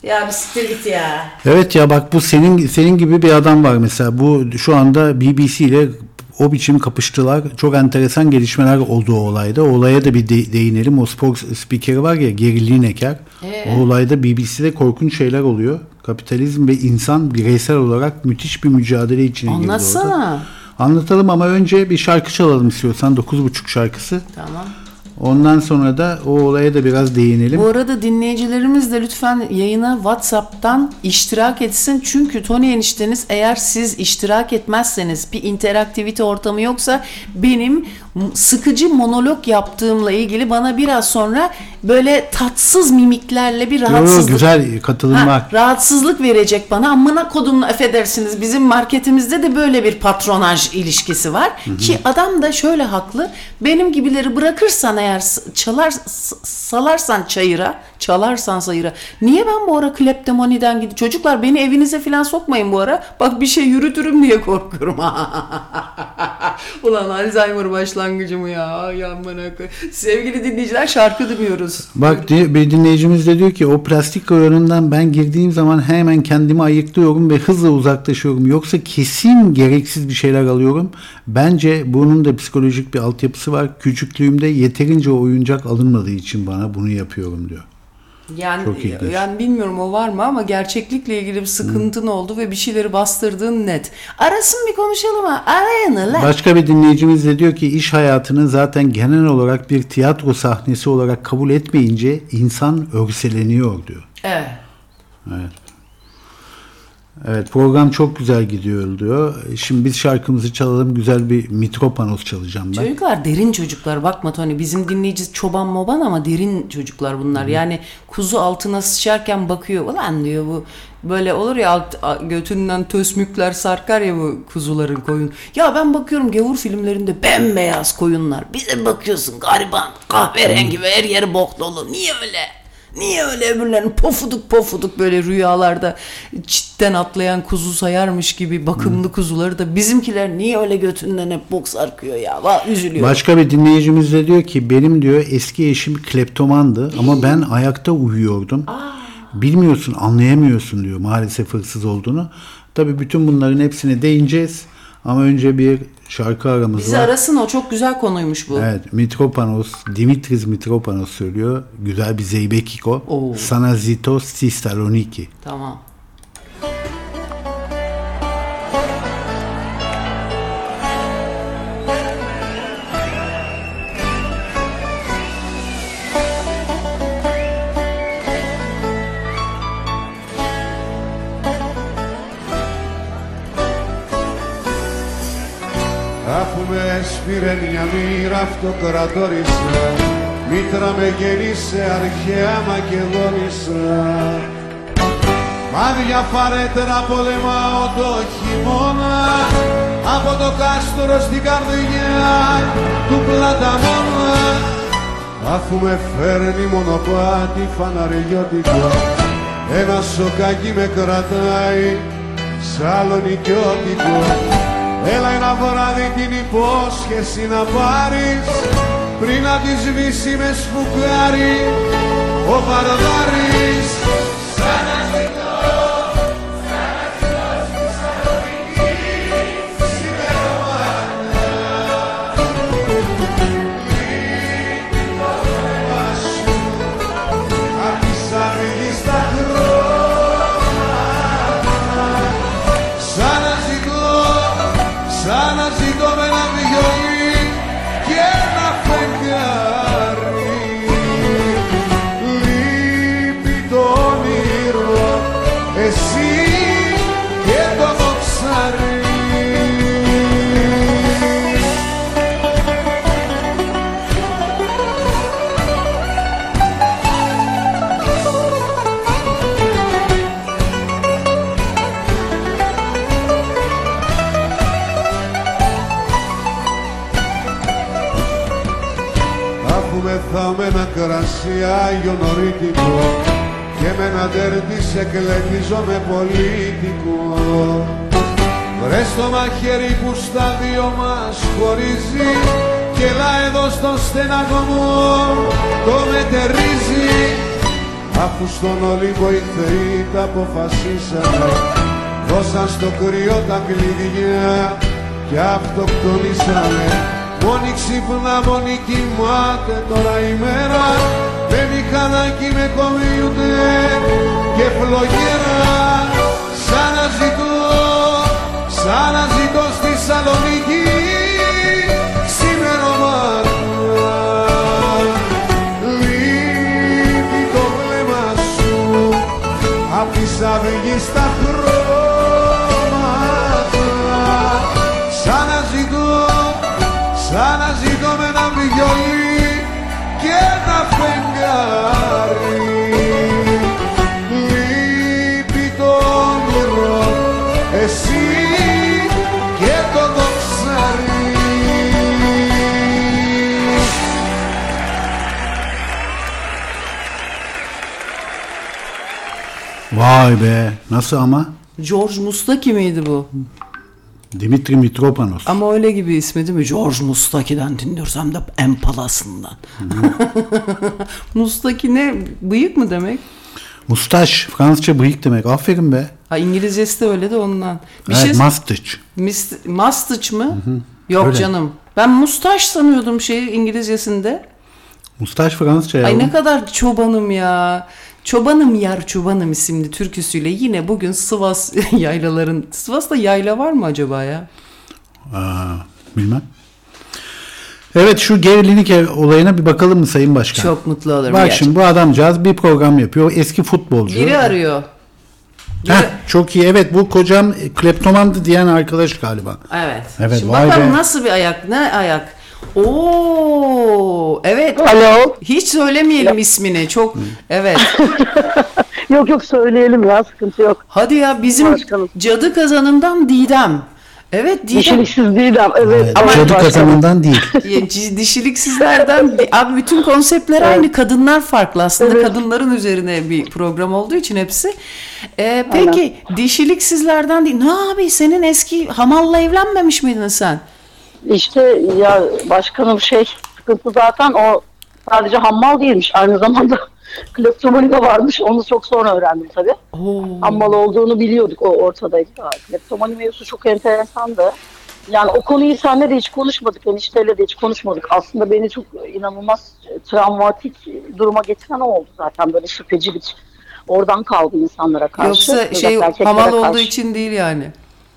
Ya bir siktir git ya. Evet ya bak bu senin senin gibi bir adam var mesela. Bu şu anda B B C ile o biçim kapıştılar. Çok enteresan gelişmeler oldu o olayda. O olaya da bir de, değinelim. O spor spikeri var ya Gary Lineker. Ee? O olayda B B C'de korkunç şeyler oluyor. Kapitalizm ve insan bireysel olarak müthiş bir mücadele içine girdi orada. Anlatsana. Anlatalım ama önce bir şarkı çalalım istiyorsan. dokuz buçuk şarkısı. Tamam. Ondan sonra da o olaya da biraz değinelim. Bu arada dinleyicilerimiz de lütfen yayına WhatsApp'tan iştirak etsin. Çünkü Tony enişteniz eğer siz iştirak etmezseniz, bir interaktivite ortamı yoksa benim sıkıcı monolog yaptığımla ilgili bana biraz sonra böyle tatsız mimiklerle bir rahatsızlık. Yo, güzel katılım ha, var. Rahatsızlık verecek bana. Amına kodumla affedersiniz. Bizim marketimizde de böyle bir patronaj ilişkisi var. Hı-hı. Ki adam da şöyle haklı. Benim gibileri bırakırsan eğer çalar salarsan çayıra, çalarsan sayıra. Niye ben bu ara kleptomaniden gidiyorum? Çocuklar beni evinize falan sokmayın bu ara. Bak bir şey yürütürüm diye korkuyorum. Ulan Alzheimer başlangıcı mı ya? Ay amına koyayım. Sevgili dinleyiciler şarkı dinliyoruz. Bak bir dinleyicimiz de diyor ki o plastik rayonundan ben girdiğim zaman hemen kendimi ayıklıyorum ve hızla uzaklaşıyorum. Yoksa kesin gereksiz bir şeyler alıyorum. Bence bunun da psikolojik bir altyapısı var. Küçüklüğümde yeterince oyuncak alınmadığı için bana bunu yapıyorum diyor. Yani, yani bilmiyorum o var mı ama gerçeklikle ilgili bir sıkıntın hmm. oldu ve bir şeyleri bastırdığın net. Arasın bir konuşalım ha. Arayın lan. Başka bir dinleyicimiz de diyor ki iş hayatını zaten genel olarak bir tiyatro sahnesi olarak kabul etmeyince insan örseleniyor diyor. Evet. Evet. Evet program çok güzel gidiyor diyor. Şimdi biz şarkımızı çalalım. Güzel bir Mitropanos çalacağım ben. Çocuklar derin çocuklar. Bakma Tony bizim dinleyici çoban moban ama derin çocuklar bunlar. Hı. Yani kuzu altına sıçarken bakıyor. Ulan diyor bu böyle olur ya alt, götünden tösmükler sarkar ya bu kuzuların koyun. Ya ben bakıyorum gavur filmlerinde bembeyaz koyunlar. Bize bakıyorsun gariban kahverengi ve her yeri bok dolu. Niye öyle? Niye öyle öbürlerin pofuduk pofuduk böyle rüyalarda çitten atlayan kuzu sayarmış gibi bakımlı hmm. kuzuları da bizimkiler niye öyle götünden hep bok sarkıyor ya? Vah, üzülüyor. Başka bir dinleyicimiz de diyor ki benim diyor eski eşim kleptomandı ama ben ayakta uyuyordum. Aa. Bilmiyorsun anlayamıyorsun diyor maalesef hırsız olduğunu. Tabii bütün bunların hepsine değineceğiz. Ama önce bir şarkı aramız Bizi var. Bizi arasın o çok güzel konuymuş bu. Evet Mitropanos, Dimitris Mitropanos söylüyor. Güzel bir Zeybekiko. Oo. Sanazitos Thessaloniki. Tamam. Αφού με έσπηρε μια μοίρα αυτοκρατόρισα, μήτρα με γέννησε αρχαία Μακεδόνισσα. Μάδια φαρέτερα πολεμάω το χειμώνα, από το κάστρο στην καρδιά του Πλαταμόνα. Αφού με φέρνει μονοπάτι φαναριώτικο, ένα σοκάκι με κρατάει σαλονικιώτικο. Έλα ένα βράδυ την υπόσχεση να πάρεις, πριν να τη σβήσει με σφουγγάρι ο Βαρδάρης. Σαν να ζητώ, σαν να ζητώ στη Θεσσαλονίκη σημερώματα. Λείπει το όνομά σου απ' της αυγής τα χρώματα. Σαν να ζητώ, σαν να ζητώ με ένα βιολί και ένα φεγγάρι. Λείπει το όνειρο, εσύ και το δοξάρι. Μεθάω με ένα κρασί αγιονορίτικο και με ένα τέρτι σε κλετίζω με πολίτικο. Βρες το μαχαίρι που στα δυο μας χωρίζει και έλα εδώ στον στεναγωμό το μετερίζει. αφού στον Ολύμπο οι θεοί τα αποφασίσανε, δώσαν στο κρύο τα κλειδιά και αυτοκτονήσανε. Μόνοι ξύπνα, μόνοι κοιμάται τώρα η μέρα, με μηχανάκι, με κομπιούτερ και φλογέρα. Σαν να ζητώ, σαν να ζητώ στη Σαλονίκη ξημερώματα. Λείπει το βλέμμα σου απ' της αυγής τα χρώματα. Σαν να ζητώ, σαν να ζητώ με ένα βιολί και ένα φεγγάρι. Λείπει το όνειρο, εσύ και το δοξάρι. Vay be, nasıl ama? George Mustaki miydi bu? Dimitri Mitropanos. Ama öyle gibi ismi değil mi? George Mustaki'den dinliyoruz, hem de en palasından. Mustaki ne? Bıyık mı demek? Mustaş, Fransızca bıyık demek. Aferin be. Ha, İngilizcesi de öyle de ondan. Bir Evet, şey mustache. Mist- Mustache mı? Yok Öyle. canım. Ben mustaş sanıyordum şeyi İngilizcesinde. Mustaş Fransızca ya. Ay ne kadar çobanım ya. Çobanım Yar Çobanım isimli türküsüyle yine bugün Sivas yaylaların... Sivas'ta yayla var mı acaba ya? Aa, bilmem. Evet, şu gerilimlik olayına bir bakalım mı Sayın Başkan? Çok mutlu olurum. Bak gerçekten. şimdi bu adamcağız bir program yapıyor. Eski futbolcu. Biri arıyor. Heh, çok iyi. Evet, bu kocam kleptomandı diyen arkadaş galiba. Evet. Evet, Şimdi vay bakalım be. nasıl bir ayak, ne ayak? Oo, evet. Alo. Hiç söylemeyelim ismini. Çok evet. Yok yok söyleyelim ya, sıkıntı yok. Hadi ya, bizim Başkanım. cadı kazanından Didem. Evet, Didem. Dişiliksiz değilim. Evet. Evet, ama cadı başkanım. kazanından değil. Ya, c- dişiliksizlerden abi bütün konseptler aynı, kadınlar farklı aslında. Evet. Kadınların üzerine bir program olduğu için hepsi. Ee, peki dişiliksizlerden değil. Ne abi, senin eski hamalla evlenmemiş miydin sen? İşte ya başkanım, şey sıkıntı zaten o sadece hammal değilmiş. Aynı zamanda kleptomani de varmış. Onu çok sonra öğrendim tabii. Oo. Hammal olduğunu biliyorduk, o ortadaydı. Ha, kleptomani mevzusu çok enteresandı. Yani o konuyu seninle de hiç konuşmadık. Enişteyle de hiç konuşmadık. Aslında beni çok inanılmaz travmatik duruma getiren o oldu zaten. Böyle şüphecilik oradan kaldı insanlara karşı. Yoksa özellikle şey erkeklere hamal olduğu karşı. için değil yani.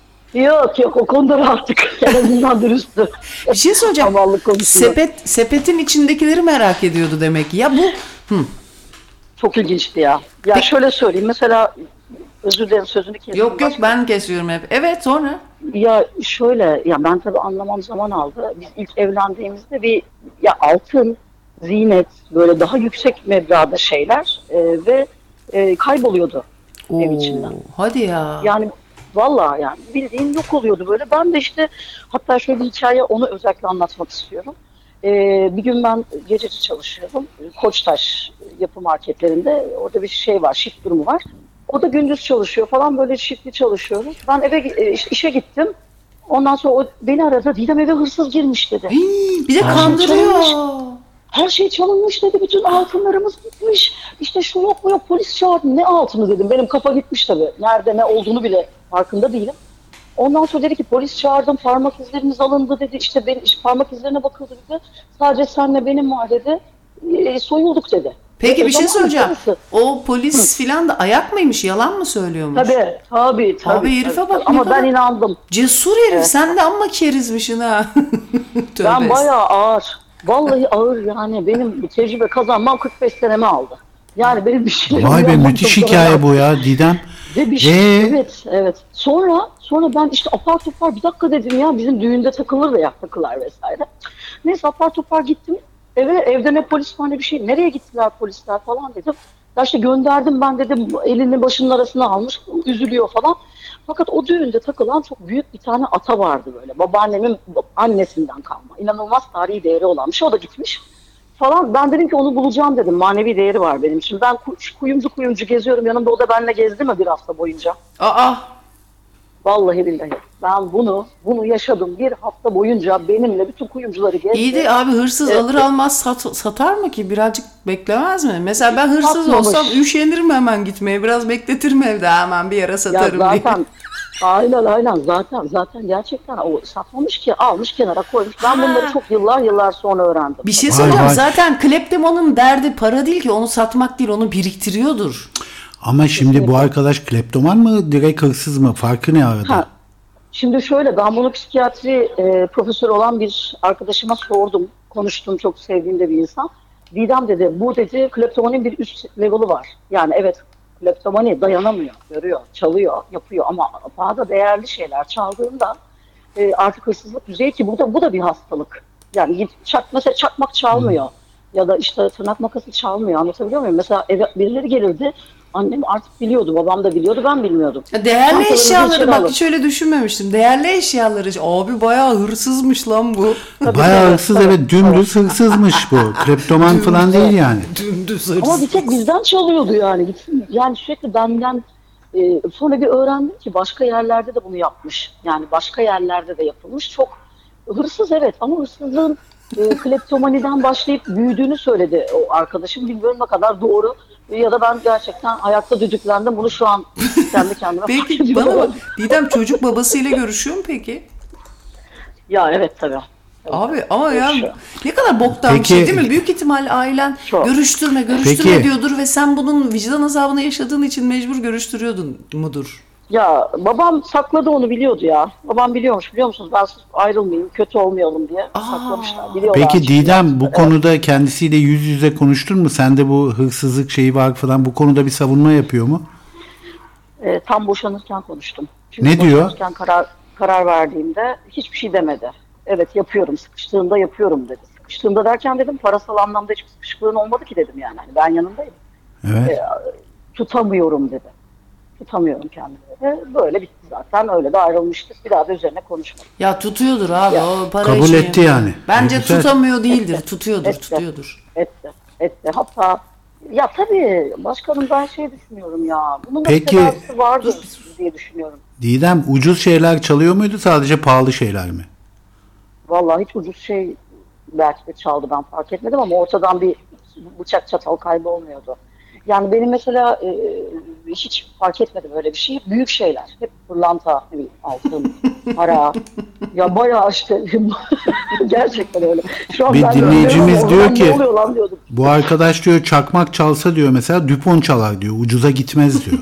Yok yok, o konuda rahattık. En azından dürüsttü. Bir şey söyleyeceğim. Hamallık konusunda. Sepet, sepetin içindekileri merak ediyordu demek ki. Ya bu hı. Çok ilginçti ya. Ya Peki. şöyle söyleyeyim, mesela özür dilerim sözünü kestim. Yok yok, ben kesiyorum hep. Evet, sonra? Ya şöyle, ya ben tabii anlamam zaman aldı. Biz ilk evlendiğimizde bir ya altın, ziynet, böyle daha yüksek meblağda şeyler e, ve e, kayboluyordu ev içinden. Hadi ya. Yani vallahi yani bildiğin yok oluyordu böyle. Ben de işte hatta şöyle bir hikaye, onu özellikle anlatmak istiyorum. Ee, bir gün ben gececi çalışıyordum. Koçtaş yapı marketlerinde. Orada bir şey var, shift durumu var. O da gündüz çalışıyor falan, böyle shiftli çalışıyoruz. Ben eve e, işte işe gittim. Ondan sonra o beni aradı. Didem eve hırsız girmiş dedi. Hii, bir de Her şey kandırıyor. çalınmış. Her şey çalınmış dedi. Bütün altınlarımız gitmiş. İşte şu yok bu yok, polis çağırdı. Ne altını dedim. Benim kafa gitmiş tabii. Nerede ne olduğunu bile farkında değilim. Ondan sonra dedi ki polis çağırdım, parmak izleriniz alındı dedi. İşte benim işte parmak izlerine bakıldı dedi. Sadece senle benim var dedi. E, soyulduk dedi. Peki E, bir şey o zaman soracağım. parası. O polis filan da ayak mıymış? Yalan mı söylüyormuş? Tabii, tabii, tabii. Abi herife tabii. bak, ne Ama kadar- ben inandım. Cesur herif, sen de amma kerizmişsin ha. Tövbe Ben bayağı ağır. Vallahi ağır yani. Benim bu tecrübe kazanmam kırk beş senemi aldı. Yani benim bir şey. Vay be, müthiş hikaye bu ya Didem. Ve bir şey, Ee? evet, evet. Sonra, sonra ben işte apar topar bir dakika dedim ya, bizim düğünde takılır da ya, takılar vesaire. Neyse apar topar gittim eve, evde ne polis var ne bir şey, nereye gittiler polisler falan dedim. Ya işte gönderdim ben dedim, elini başının arasına almış, üzülüyor falan. Fakat o düğünde takılan çok büyük bir tane ata vardı böyle, babaannemin annesinden kalma, inanılmaz tarihi değeri olan bir şey, o da gitmiş. Falan. Ben dedim ki onu bulacağım dedim. Manevi değeri var benim için. Ben kuyumcu kuyumcu geziyorum. Yanımda o da benimle gezdi mi bir hafta boyunca? Aa. Vallahi billahi. Ben bunu bunu yaşadım. Bir hafta boyunca benimle bütün kuyumcuları gezdi. İyi de abi hırsız Evet. alır almaz sat- satar mı ki? Birazcık beklemez mi? Mesela ben hırsız Satmamış. olsam üşenirim hemen gitmeye. Biraz bekletirim evde, hemen bir yere Ya satarım diye. zaten aynen aynen zaten zaten gerçekten o satmamış ki, almış kenara koymuş. Ben bunları çok yıllar yıllar sonra öğrendim. Bir şey Vay söyleyeceğim. vay. Zaten kleptomanın derdi para değil ki. Onu satmak değil, onu biriktiriyordur. Ama şimdi bu arkadaş kleptoman mı, direkt hırsız mı? Farkı ne arada? Ha, şimdi şöyle, ben bunu psikiyatri e, profesörü olan bir arkadaşıma sordum. Konuştum, çok sevdiğim de bir insan. Didem dedi, bu dedi kleptomanın bir üst level'ı var. Yani evet, kleptomani dayanamıyor, görüyor, çalıyor, yapıyor ama daha da değerli şeyler çaldığında e, artık hırsızlık düzeyi, ki bu da, bu da bir hastalık. Yani git, çak, mesela çakmak çalmıyor ya da işte tırnak makası çalmıyor, anlatabiliyor muyum? Mesela eve birileri gelirdi, annem artık biliyordu, babam da biliyordu, ben bilmiyordum. Ya değerli Çantalarını eşyaları içeri bak alın. hiç öyle düşünmemiştim. Değerli eşyaları. Abi bayağı hırsızmış lan bu. Bayağı tabii, hırsız, tabii. evet, dümdüz hırsızmış bu. Kleptoman falan değil yani. Dümdüz Ama hırsız. bir tek bizden çalıyordu yani. Gitsin, yani sürekli benden e, sonra bir öğrendim ki başka yerlerde de bunu yapmış. Yani başka yerlerde de yapılmış. Çok hırsız, evet, ama hırsızlığın e, kleptomaniden başlayıp büyüdüğünü söyledi o arkadaşım. Bilmiyorum ne kadar doğru ya da ben gerçekten ayakta düdüklendim. Bunu şu an kendi kendime fark Peki ediyorum. bana bak. Didem çocuk babasıyla görüşüyor mu peki? Ya evet tabii. Evet. Abi ama ya Görüşüyor. ne kadar boktan Peki- bir şey değil mi? Büyük ihtimal ailen Çok. görüştürme görüştürme Peki- diyordur ve sen bunun vicdan azabını yaşadığın için mecbur görüştürüyordun mudur? Ya babam sakladı, onu biliyordu ya. Babam biliyormuş, biliyor musunuz? Ben sırf ayrılmayayım, kötü olmayalım diye saklamışlar. Biliyorlar. Peki Didem, bu konuda kendisiyle yüz yüze konuştun mu? Sende bu hırsızlık şeyi var falan, bu konuda bir savunma yapıyor mu? E, tam boşanırken konuştum. Çünkü Ne diyor? boşanırken karar karar verdiğimde hiçbir şey demedi. Evet yapıyorum, sıkıştığımda yapıyorum dedi. Sıkıştığımda derken dedim, parasal anlamda hiçbir sıkışıklığın olmadı ki dedim yani. Hani ben yanındayım. Evet. Tutamıyorum dedi. Tutamıyorum kendimi dedi. Böyle bitti zaten, öyle de ayrılmıştık. Bir daha da üzerine konuşmadık. Ya tutuyordur abi Ya. o para Kabul işi. etti yani. Bence Ne güzel. tutamıyor değildir. Tutuyordur, Etti. tutuyordur. Etti, etti. Hatta ya tabii başkanım, ben şey düşünüyorum ya. Bunun da Peki- tedavisi vardır diye düşünüyorum. Didem, ucuz şeyler çalıyor muydu, sadece pahalı şeyler mi? Vallahi hiç ucuz şey belki de çaldı, ben fark etmedim ama ortadan bir bıçak çatal kaybı olmuyordu. Yani benim mesela e, hiç fark etmedim öyle bir şey. Büyük şeyler. Hep pırlanta, ne bileyim, altın, para. Ya bayağı işte gerçekten öyle. Şu an Bir ben de dinleyicimiz öyle, diyor "Ulan ki- ne oluyor lan" diyordum. Bu arkadaş diyor, çakmak çalsa diyor mesela Dupont çalar diyor. Ucuza gitmez diyor.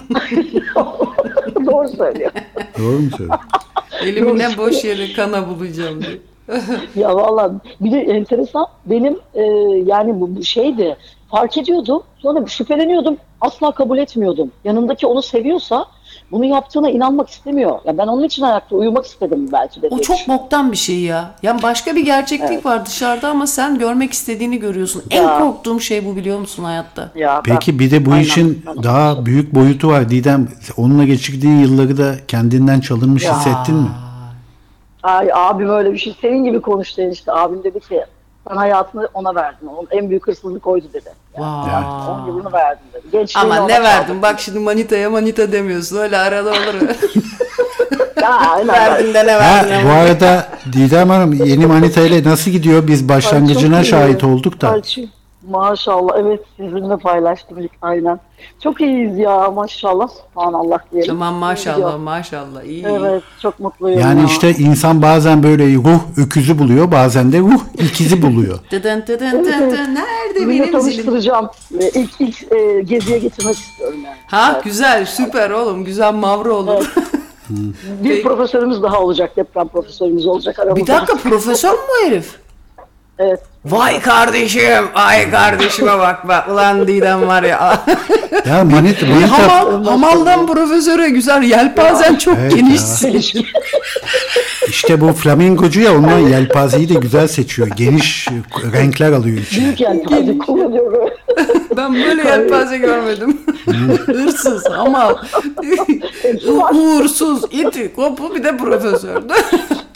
Doğru söylüyor. Doğru mu söylüyor? Elimin ne boş yere kana bulacağım diye. Ya vallahi bir de enteresan, benim e, yani bu, bu şeydi, fark ediyordum, sonra şüpheleniyordum, asla kabul etmiyordum. Yanındaki onu seviyorsa bunu yaptığına inanmak istemiyor. Ya ben onun için ayakta uyumak istedim belki de. O diye çok düşünüyorum. boktan bir şey ya. Yani başka bir gerçeklik var dışarıda ama sen görmek istediğini görüyorsun. En Ya. korktuğum şey bu, biliyor musun hayatta? Ya ben- Peki bir de bu Aynen, işin ben- daha büyük boyutu var Didem. Onunla geçirdiğin yılları da kendinden çalınmış Ya. hissettin mi? Ay abim öyle bir şey, senin gibi konuştu işte. Abim dedi ki, ben hayatını ona verdim. Onun en büyük hırsızlık oydu dedi. Yani, Vay. on yılını verdim dedi. Gençliğini Ama ona ne çaldım. verdin? Bak şimdi manitaya manita demiyorsun. Öyle arada olur. Ya, aynen. Verdin de ne Ha, verdin bu ama. arada Didem Hanım, yeni manita ile nasıl gidiyor? Biz başlangıcına Ay, çok iyi. şahit olduk da. Ay, çok- maşallah, evet, sizinle paylaştım ilk, aynen. Çok iyiyiz ya, maşallah. Subhanallah diyelim. Tamam İyi maşallah gidiyor. maşallah. İyi. Evet, çok mutluyum Yani ya. işte insan bazen böyle ruh öküzü buluyor, bazen de ruh ikizi buluyor. Dıdın dıdın dıdın. Nerede Sizinle benim zilim? tanıştıracağım. Ee, İlk, ilk e, geziye getirmek istiyorum yani. Ha Evet. güzel, süper oğlum. Güzel mavra olur. Bir Peki. profesörümüz daha olacak, deprem profesörümüz olacak aramızda. Bir dakika, profesör mü bu herif? Evet. Vay kardeşim, ay kardeşime bak bak. Ulan Didem var ya. Ya manita, manita Hamal, hamaldan profesöre güzel. Yelpazen çok Evet genişsin. işte bu flamingocu ya, ondan yelpazeyi de güzel seçiyor. Geniş renkler alıyor içine. Büyük yelpaze kullanıyorum. Ben böyle yelpaze görmedim. Hırsız, hamal, uğursuz, iti, kopu, bir de profesör.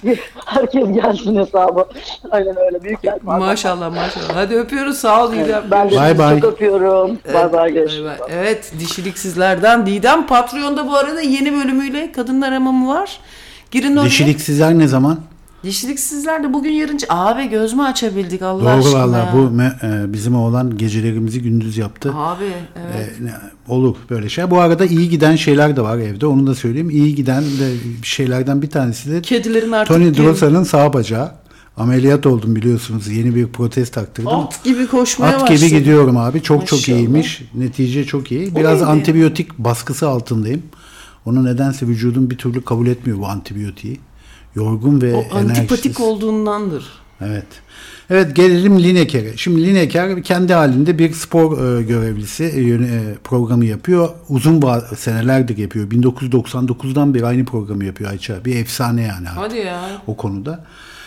Herkes gelsin hesabı. Aynen öyle. Büyük yer. Maşallah maşallah. Hadi öpüyoruz. Sağ ol Didem. Ben de Bye sizi bye. çok öpüyorum. Bay bay. Bay Görüşürüz. bay. Evet, dişiliksizlerden Didem. Patreon'da bu arada yeni bölümüyle kadınlar hamamı var. Girin oraya. Dişiliksizler ne zaman? Dişiliksizler de bugün yarın... Abi göz mü açabildik Allah Doğru aşkına valla ya. bu me- e, bizim oğlan gecelerimizi gündüz yaptı. Abi evet. E, ne- olur böyle şey. Bu arada iyi giden şeyler de var evde. Onu da söyleyeyim. İyi giden de şeylerden bir tanesi de Kedilerin artık... Tony Drossa'nın sağ bacağı. Ameliyat oldum biliyorsunuz. Yeni bir protez taktırdım. At gibi koşmaya At başladı. gibi gidiyorum abi. Çok çok Maşallah. iyiymiş. Netice çok iyi. Biraz neydi? antibiyotik baskısı altındayım. Onu nedense vücudum bir türlü kabul etmiyor bu antibiyotiği. Yorgun ve O antipatik enerjisiz. olduğundandır. Evet. Evet gelelim Lineker'e. Şimdi Lineker kendi halinde bir spor e, görevlisi e, yöne- e, programı yapıyor. Uzun va- senelerdir yapıyor. bin dokuz yüz doksan dokuzdan beri aynı programı yapıyor Ayça. Bir efsane yani artık Hadi ya. o konuda.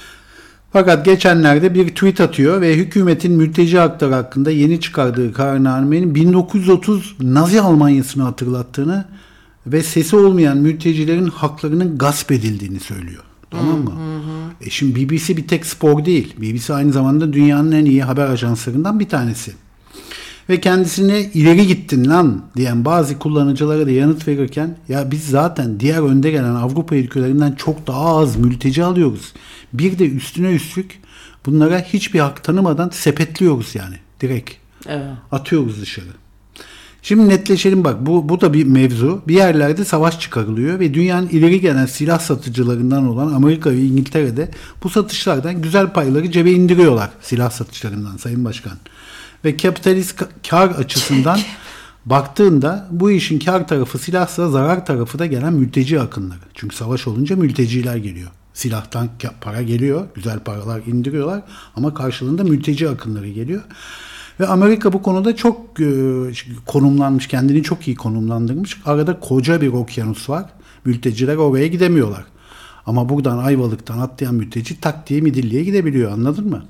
Fakat geçenlerde bir tweet atıyor ve hükümetin mülteci hakları hakkında yeni çıkardığı kararnamenin bin dokuz yüz otuz Nazi Almanyası'nı hatırlattığını ve sesi olmayan mültecilerin haklarının gasp edildiğini söylüyor. Tamam mı? E şimdi B B C bir tek spor değil. B B C aynı zamanda dünyanın en iyi haber ajanslarından bir tanesi. Ve kendisine ileri gittin lan diyen bazı kullanıcılara da yanıt verirken ya biz zaten diğer önde gelen Avrupa ülkelerinden çok daha az mülteci alıyoruz. Bir de üstüne üstlük bunlara hiçbir hak tanımadan sepetliyoruz yani direkt. Evet. Atıyoruz dışarı. Şimdi netleşelim bak bu, bu da bir mevzu. Bir yerlerde savaş çıkarılıyor ve dünyanın ileri gelen silah satıcılarından olan Amerika ve İngiltere'de bu satışlardan güzel payları cebe indiriyorlar silah satışlarından Sayın Başkan. Ve kapitalist ka- kar açısından baktığında bu işin kar tarafı silahsa zarar tarafı da gelen mülteci akınları. Çünkü savaş olunca mülteciler geliyor. Silahtan ka- para geliyor, güzel paralar indiriyorlar ama karşılığında mülteci akınları geliyor. Ve Amerika bu konuda çok e, konumlanmış, kendini çok iyi konumlandırmış. Arada koca bir okyanus var. Mülteciler oraya gidemiyorlar. Ama buradan Ayvalık'tan atlayan mülteci tak diye Midilli'ye gidebiliyor. Anladın mı?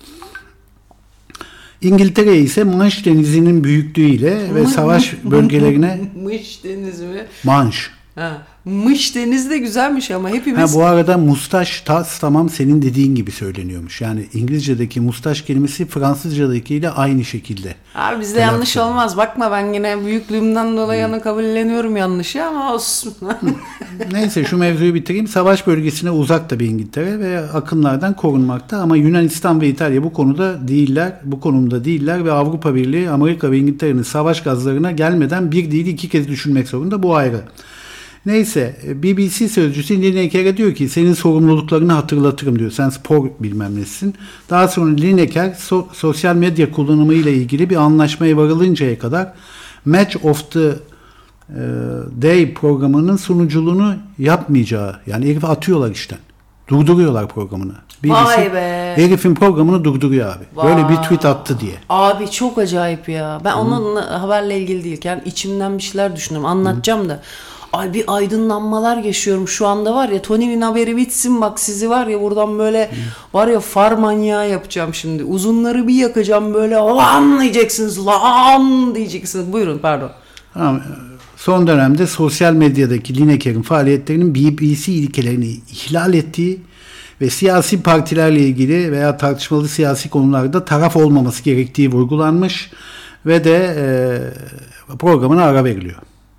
İngiltere ise Manş Denizi'nin büyüklüğüyle ve savaş bölgelerine Mış deniz mi? Manş. Ha. Mış deniz de güzelmiş ama Ha, hepimiz... bu arada mustaş tas tamam senin dediğin gibi söyleniyormuş. Yani İngilizce'deki mustaş kelimesi Fransızca'dakiyle aynı şekilde. Abi bizde Telaffuz yanlış ediyor. olmaz. Bakma ben yine büyüklüğümden dolayı onu kabulleniyorum yanlışı ama olsun. Neyse şu mevzuyu bitireyim. Savaş bölgesine uzak tabii İngiltere ve akınlardan korunmakta ama Yunanistan ve İtalya bu konuda değiller. Bu konumda değiller ve Avrupa Birliği, Amerika ve İngiltere'nin savaş gazlarına gelmeden bir değil iki kez düşünmek zorunda. Bu ayrı. Neyse B B C sözcüsü Lineker'e diyor ki senin sorumluluklarını hatırlatırım diyor. Sen spor bilmem nesin. Daha sonra Lineker so- sosyal medya kullanımı ile ilgili bir anlaşmaya varılıncaya kadar Match of the e, Day programının sunuculuğunu yapmayacağı yani herifi atıyorlar işten. Durduruyorlar programını. B B C Vay be. herifin programını durduruyor abi. Böyle Vay. bir tweet attı diye. Abi çok acayip ya. Ben onunla haberle ilgili değilken içimden bir şeyler düşünüyorum. Anlatacağım da. Ay bir aydınlanmalar yaşıyorum şu anda var ya Tony'nin haberi bitsin bak sizi var ya buradan böyle var ya far manyağı yapacağım şimdi. Uzunları bir yakacağım böyle lan diyeceksiniz lan diyeceksiniz. Buyurun pardon. Tamam. Son dönemde sosyal medyadaki Lineker'in faaliyetlerinin B B C ilkelerini ihlal ettiği ve siyasi partilerle ilgili veya tartışmalı siyasi konularda taraf olmaması gerektiği vurgulanmış ve de e, programına ara veriliyor.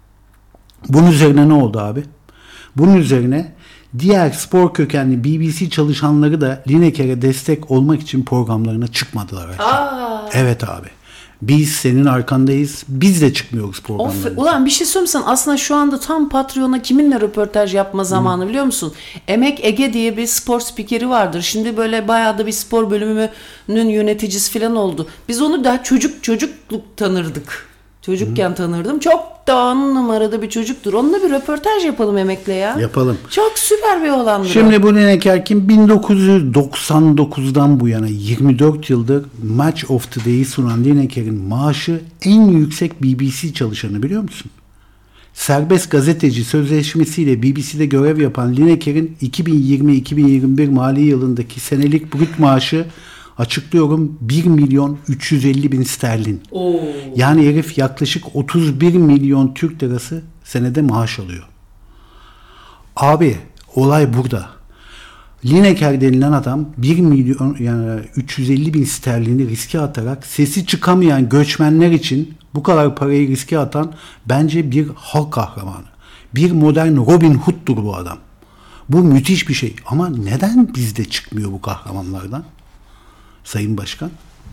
Bunun üzerine ne oldu abi? Bunun üzerine diğer spor kökenli B B C çalışanları da Lineker'e destek olmak için programlarına çıkmadılar. Aa. Evet abi. Biz senin arkandayız. Biz de çıkmıyoruz Of, programlarına. ulan bir şey söyleyeyim sana aslında şu anda tam Patreon'a kiminle röportaj yapma zamanı biliyor musun? Emek Ege diye bir spor spikeri vardır. Şimdi böyle bayağı da bir spor bölümünün yöneticisi falan oldu. Biz onu daha çocuk çocukluk tanırdık. Çocukken tanırdım. Çok da on numarada bir çocuktur. Onunla bir röportaj yapalım Emek'le ya. Yapalım. Çok süper bir oğlandır. Şimdi bu Lineker kim? bin dokuz yüz doksan dokuzdan bu yana yirmi dört yıldır Match of the Day'i sunan Lineker'in maaşı en yüksek B B C çalışanı biliyor musun? Serbest gazeteci sözleşmesiyle B B C'de görev yapan Lineker'in iki bin yirmi iki bin yirmi bir mali yılındaki senelik brüt maaşı açıklıyorum bir milyon üç yüz elli bin sterlin. Oo. Yani herif yaklaşık otuz bir milyon Türk lirası senede maaş alıyor. Abi olay burada. Lineker denilen adam bir milyon yani üç yüz elli bin sterlini riske atarak sesi çıkamayan göçmenler için bu kadar parayı riske atan bence bir halk kahramanı. Bir modern Robin Hood'dur bu adam. Bu müthiş bir şey. Ama neden bizde çıkmıyor bu kahramanlardan? Sayın Başkan.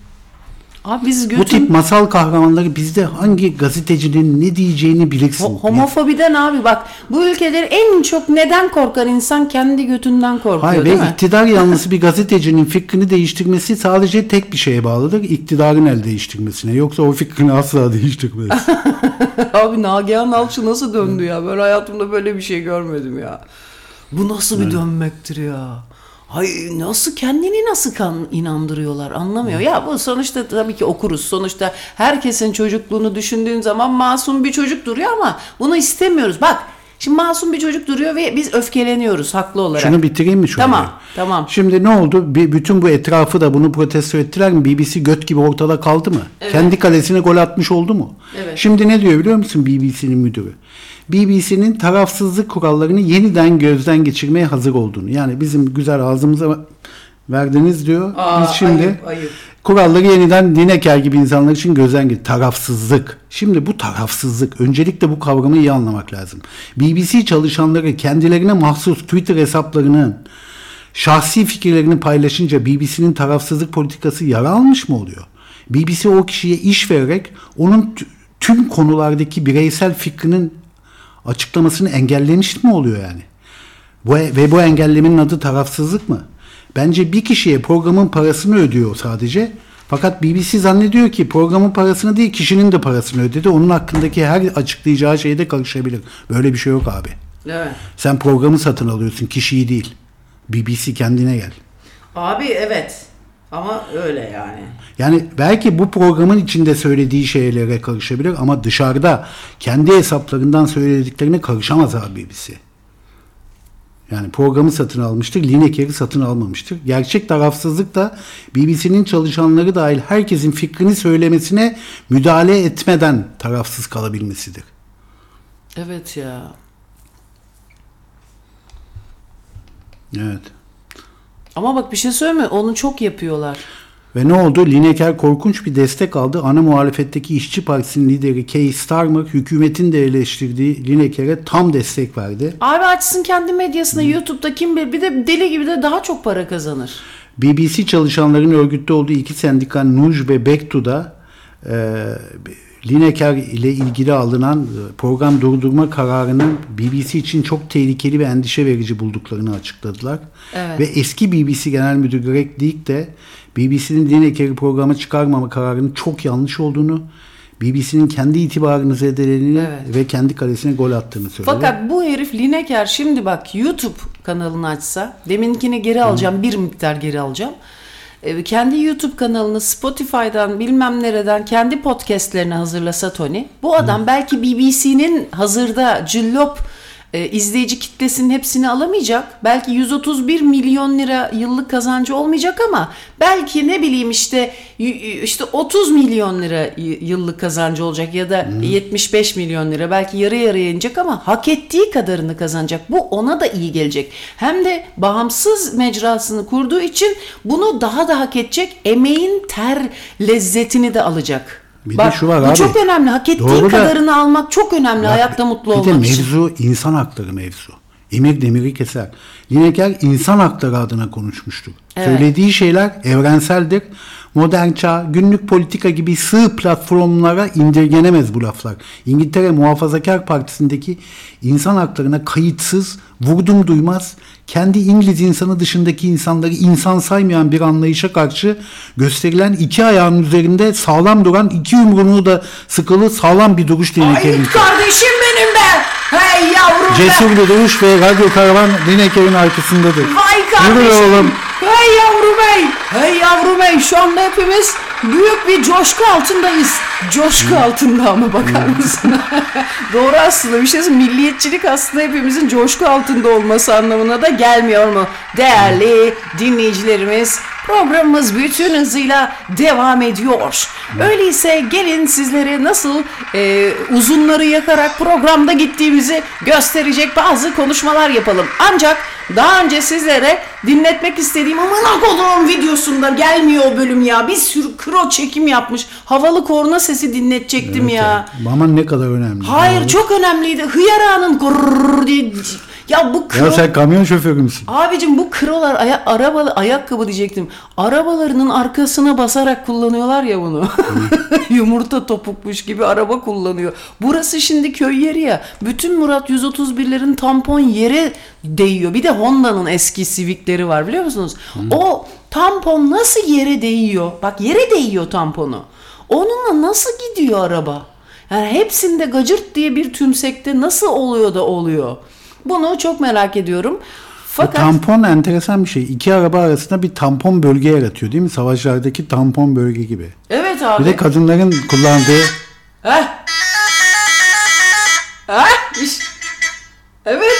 Abi biz götün... Bu tip masal kahramanları bizde hangi gazetecinin ne diyeceğini bilirsin. Ho- homofobiden abi bak. Bu ülkede en çok neden korkar insan? Kendi götünden korkuyor. Hayır, değil ve mi? iktidar yanlısı bir gazetecinin fikrini değiştirmesi sadece tek bir şeye bağlıdır. İktidarın el değiştirmesine. Yoksa o fikrini asla değiştirmez. Abi Nagihan Alçı nasıl döndü ya? Ben hayatımda böyle bir şey görmedim ya. Bu nasıl bir dönmektir ya? Hay nasıl kendini nasıl kan inandırıyorlar anlamıyor. Ya bu sonuçta tabii ki okuruz. Sonuçta herkesin çocukluğunu düşündüğün zaman masum bir çocuk duruyor ama bunu istemiyoruz. Bak şimdi masum bir çocuk duruyor ve biz öfkeleniyoruz haklı olarak. Şunu bitireyim mi şöyle? Tamam, tamam. Şimdi ne oldu? Bir, bütün bu etrafı da bunu protesto ettiler mi? B B C göt gibi ortada kaldı mı? Evet. Kendi kalesine gol atmış oldu mu? Evet. Şimdi ne diyor biliyor musun B B C'nin müdürü? B B C'nin tarafsızlık kurallarını yeniden gözden geçirmeye hazır olduğunu. Yani bizim güzel ağzımıza verdiniz diyor. Aa, Biz şimdi ayıp, ayıp. kuralları yeniden Lineker gibi insanlar için gözden geçir. Tarafsızlık. Şimdi bu tarafsızlık. Öncelikle bu kavramı iyi anlamak lazım. B B C çalışanları kendilerine mahsus Twitter hesaplarının şahsi fikirlerini paylaşınca B B C'nin tarafsızlık politikası yara almış mı oluyor? B B C o kişiye iş vererek onun t- tüm konulardaki bireysel fikrinin açıklamasını engellemiş mi oluyor yani? Bu, ve bu engellemenin adı tarafsızlık mı? Bence bir kişiye programın parasını ödüyor sadece. Fakat B B C zannediyor ki programın parasını değil kişinin de parasını ödedi. Onun hakkındaki her açıklayacağı şeyde karışabilir. Böyle bir şey yok abi. Evet. Sen programı satın alıyorsun, kişiyi değil. B B C kendine gel. Abi evet. Ama öyle yani. Yani belki bu programın içinde söylediği şeylere karışabilir ama dışarıda kendi hesaplarından söylediklerine karışamaz abi B B C. Yani programı satın almıştır, Lineker'i satın almamıştır. Gerçek tarafsızlık da B B C'nin çalışanları dahil herkesin fikrini söylemesine müdahale etmeden tarafsız kalabilmesidir. Evet ya. Evet. Ama bak bir şey söyleyeyim mi? Onu çok yapıyorlar. Ve ne oldu? Lineker korkunç bir destek aldı. Ana muhalefetteki İşçi Partisi'nin lideri Keir Starmer hükümetin de eleştirdiği Lineker'e tam destek verdi. Abi açsın kendi medyasına YouTube'da kim bilir bir de deli gibi de daha çok para kazanır. B B C çalışanların örgütte olduğu iki sendika Nuj ve Bektu'da e, Lineker ile ilgili alınan program durdurma kararının B B C için çok tehlikeli ve endişe verici bulduklarını açıkladılar. Evet. Ve eski B B C Genel Müdürü Greg Deek de B B C'nin Lineker'i programa çıkarmama kararının çok yanlış olduğunu, B B C'nin kendi itibarını zedelediğini Evet. ve kendi kalesine gol attığını söyledi. Fakat bu herif Lineker şimdi bak YouTube kanalını açsa, deminkini geri alacağım, bir miktar geri alacağım. Ee, kendi YouTube kanalını Spotify'dan bilmem nereden kendi podcastlerini hazırlasa Tony, bu adam Hı. belki B B C'nin hazırda cillop e, izleyici kitlesinin hepsini alamayacak. Belki yüz otuz bir milyon lira yıllık kazancı olmayacak ama belki ne bileyim işte işte otuz milyon lira yıllık kazancı olacak ya da hmm. yetmiş beş milyon lira belki yarı yarıya inecek ama hak ettiği kadarını kazanacak. Bu ona da iyi gelecek. Hem de bağımsız mecrasını kurduğu için bunu daha da hak edecek. Emeğin ter lezzetini de alacak. Bir Bak, de şu var bu abi. çok önemli. Hak ettiğin Doğru da, kadarını almak çok önemli. Ya, hayatta mutlu bir olmak de için. mevzu insan hakları mevzu. Emir demiri keser. Lineker insan hakları adına konuşmuştu. Evet. Söylediği şeyler evrenseldir. Modern çağ, günlük politika gibi sığ platformlara indirgenemez bu laflar. İngiltere Muhafazakar Partisi'ndeki insan haklarına kayıtsız, vurdum duymaz, kendi İngiliz insanı dışındaki insanları insan saymayan bir anlayışa karşı gösterilen iki ayağının üzerinde sağlam duran, iki yumruğunu da sıkılı sağlam bir duruş Lineker'in. Ay kardeşim benim be! Hey yavrum Cesur be! bir duruş ve radyo karavan Lineker'in arkasındadır. Vay kardeşim! Yürü oğlum. Hey yavrum hey! Hey yavrum hey! Şu anda hepimiz büyük bir coşku altındayız. Coşku altında ama bakar mısın? Doğru aslında bir şey söyleyeyim. Milliyetçilik aslında hepimizin coşku altında olması anlamına da gelmiyor mu? Değerli dinleyicilerimiz, programımız bütün hızıyla devam ediyor. Öyleyse gelin sizlere nasıl e, uzunları yakarak programda gittiğimizi gösterecek bazı konuşmalar yapalım. Ancak Daha önce sizlere dinletmek istediğim amına koduğum videosunda gelmiyor o bölüm ya. Bir sürü kro çekim yapmış. Havalı korna sesi dinletecektim Evet, ya. evet. Aman ne kadar önemli. Hayır Evet. çok önemliydi. Hıyar ağanın gururur diye. Ya bu kro... Ya sen kamyon şoförü müsün? Abicim bu krolar aya, arabalı ayakkabı diyecektim. Arabalarının arkasına basarak kullanıyorlar ya bunu. Yumurta topukmuş gibi araba kullanıyor. Burası şimdi köy yeri ya. Bütün Murat yüz otuz birlerin tampon yere değiyor. Bir de Honda'nın eski Civic'leri var biliyor musunuz? Hmm. O tampon nasıl yere değiyor? Bak yere değiyor tamponu. Onunla nasıl gidiyor araba? Yani hepsinde gacırt diye bir tümsekte nasıl oluyor da oluyor? Bunu çok merak ediyorum. Fakat o tampon enteresan bir şey. İki araba arasında bir tampon bölge yaratıyor değil mi? Savaşlardaki tampon bölge gibi. Evet abi. Bir de kadınların kullandığı... Heh. Heh. İşte. Evet.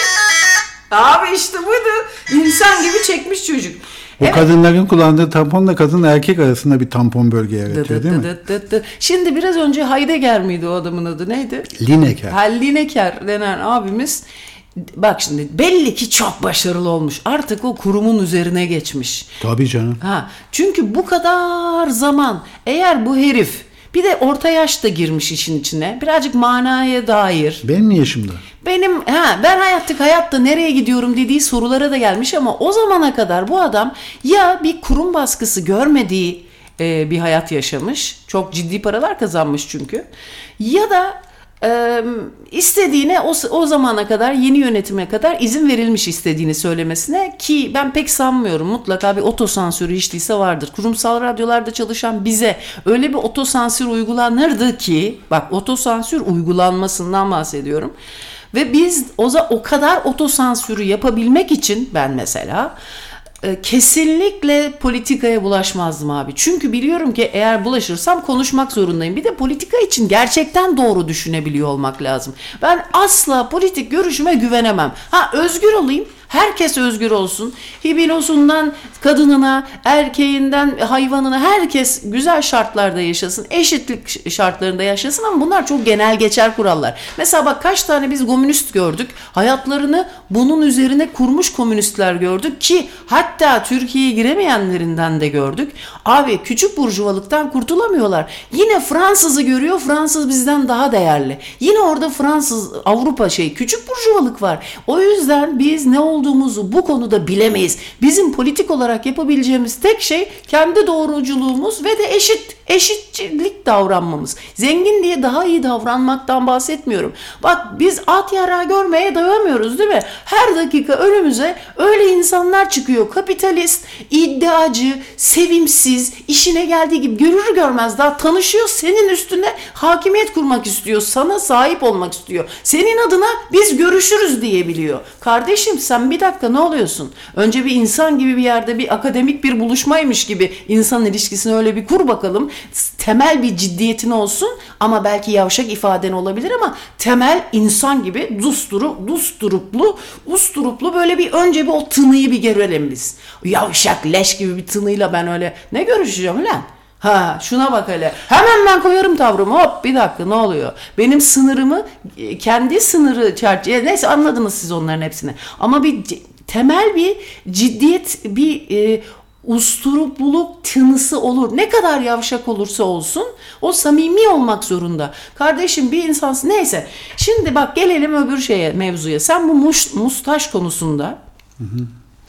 Abi işte buydu. İnsan gibi çekmiş çocuk. O evet. Kadınların kullandığı tamponla kadın erkek arasında bir tampon bölge yaratıyor dı dı değil dı mi? Dı dı dı. Şimdi biraz önce Heidegger miydi o adamın adı neydi? Lineker. Ha, Lineker denen abimiz bak şimdi belli ki çok başarılı olmuş. Artık o kurumun üzerine geçmiş. Tabii canım. Ha, çünkü bu kadar zaman eğer bu herif bir de orta yaş da girmiş işin içine. Birazcık manaya dair. Benim yaşımda. Benim ha ben hayattık hayatta nereye gidiyorum dediği sorulara da gelmiş ama o zamana kadar bu adam ya bir kurum baskısı görmediği e, bir hayat yaşamış. Çok ciddi paralar kazanmış çünkü. Ya da e, istediğine o, o zamana kadar yeni yönetime kadar izin verilmiş istediğini söylemesine ki ben pek sanmıyorum. Mutlaka bir otosansürü hiç değilse vardır. Kurumsal radyolarda çalışan bize öyle bir otosansür uygulanırdı ki bak otosansür uygulanmasından bahsediyorum. Ve biz o, o kadar otosansürü yapabilmek için ben mesela e, kesinlikle politikaya bulaşmazdım abi. Çünkü biliyorum ki eğer bulaşırsam konuşmak zorundayım. Bir de politika için gerçekten doğru düşünebiliyor olmak lazım. Ben asla politik görüşüme güvenemem. Ha özgür olayım. Herkes özgür olsun. Hibinosundan kadınına, erkeğinden hayvanına herkes güzel şartlarda yaşasın. Eşitlik şartlarında yaşasın ama bunlar çok genel geçer kurallar. Mesela bak kaç tane biz komünist gördük. Hayatlarını bunun üzerine kurmuş komünistler gördük ki hatta Türkiye'ye giremeyenlerinden de gördük. Abi küçük burjuvalıktan kurtulamıyorlar. Yine Fransız'ı görüyor. Fransız bizden daha değerli. Yine orada Fransız, Avrupa şey küçük burjuvalık var. O yüzden biz ne oldu olduğumuzu bu konuda bilemeyiz. Bizim politik olarak yapabileceğimiz tek şey kendi doğruculuğumuz ve de eşit eşitlik davranmamız. Zengin diye daha iyi davranmaktan bahsetmiyorum. Bak biz at yarağı görmeye doyamıyoruz değil mi? Her dakika önümüze öyle insanlar çıkıyor. Kapitalist, iddiacı, sevimsiz, işine geldiği gibi görür görmez daha tanışıyor. Senin üstüne hakimiyet kurmak istiyor. Sana sahip olmak istiyor. Senin adına biz görüşürüz diyebiliyor. Kardeşim sen bir dakika ne oluyorsun? Önce bir insan gibi bir yerde bir akademik bir buluşmaymış gibi insan ilişkisini öyle bir kur bakalım. Temel bir ciddiyetin olsun ama belki yavşak ifaden olabilir ama temel insan gibi dusturu, dusturuplu, usturuplu böyle bir önce bir o tınıyı bir görelim biz. Yavşak leş gibi bir tınıyla ben öyle ne görüşeceğim lan? Ha şuna bak hele. Hemen ben koyarım tavrımı. Hop bir dakika ne oluyor? Benim sınırımı kendi sınırı çerçeve neyse anladınız siz onların hepsini. Ama bir temel bir ciddiyet bir e, usturupluluk tınısı olur. Ne kadar yavşak olursa olsun o samimi olmak zorunda. Kardeşim bir insansın. Neyse. Şimdi bak gelelim öbür şeye mevzuya. Sen bu muş, mustaş konusunda hı hı.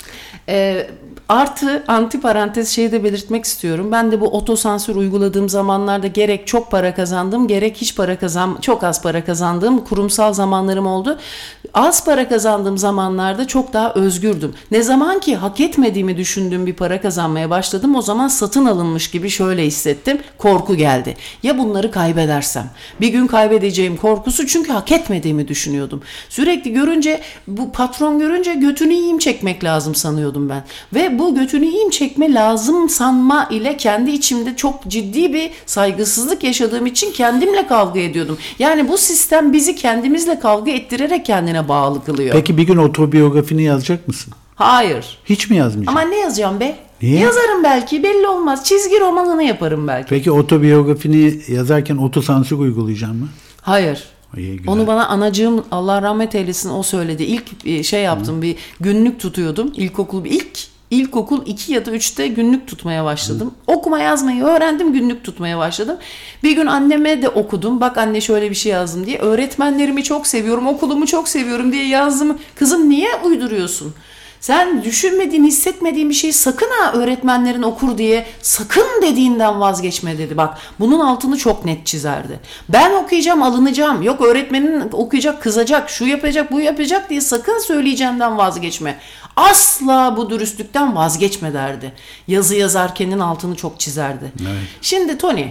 E, artı anti parantez şeyi de belirtmek istiyorum. Ben de bu otosansür uyguladığım zamanlarda gerek çok para kazandım gerek hiç para kazan çok az para kazandığım kurumsal zamanlarım oldu. Az para kazandığım zamanlarda çok daha özgürdüm. Ne zaman ki hak etmediğimi düşündüğüm bir para kazanmaya başladım o zaman satın alınmış gibi şöyle hissettim. Korku geldi. Ya bunları kaybedersem? Bir gün kaybedeceğim korkusu çünkü hak etmediğimi düşünüyordum. Sürekli görünce bu patron görünce götünü yiyeyim çekmek lazım sanıyordum ben. Ve bu götünü yiyeyim çekme lazım sanma ile kendi içimde çok ciddi bir saygısızlık yaşadığım için kendimle kavga ediyordum. Yani bu sistem bizi kendimizle kavga ettirerek kendine bağlı kılıyor. Peki bir gün otobiyografini yazacak mısın? Hayır. Hiç mi yazmayacaksın? Ama ne yazacağım be? Niye? Yazarım belki belli olmaz. Çizgi romanını yaparım belki. Peki otobiyografini yazarken otosansür uygulayacağım mı? Hayır. İyi, güzel. Onu bana anacığım Allah rahmet eylesin o söyledi. İlk e, şey yaptım, bir günlük tutuyordum. İlkokul ilk ilkokul iki ya da üçte günlük tutmaya başladım. Hı. Okuma yazmayı öğrendim, günlük tutmaya başladım. Bir gün anneme de okudum. Bak anne şöyle bir şey yazdım diye. Öğretmenlerimi çok seviyorum, okulumu çok seviyorum diye yazdım. Kızım niye uyduruyorsun? Sen düşünmediğin, hissetmediğin bir şeyi sakın ha öğretmenlerin okur diye sakın dediğinden vazgeçme dedi. Bak bunun altını çok net çizerdi. Ben okuyacağım, alınacağım. Yok öğretmenin okuyacak, kızacak, şu yapacak, bu yapacak diye sakın söyleyeceğinden vazgeçme. Asla bu dürüstlükten vazgeçme derdi. Yazı yazarkenin altını çok çizerdi. Evet. Şimdi Tony.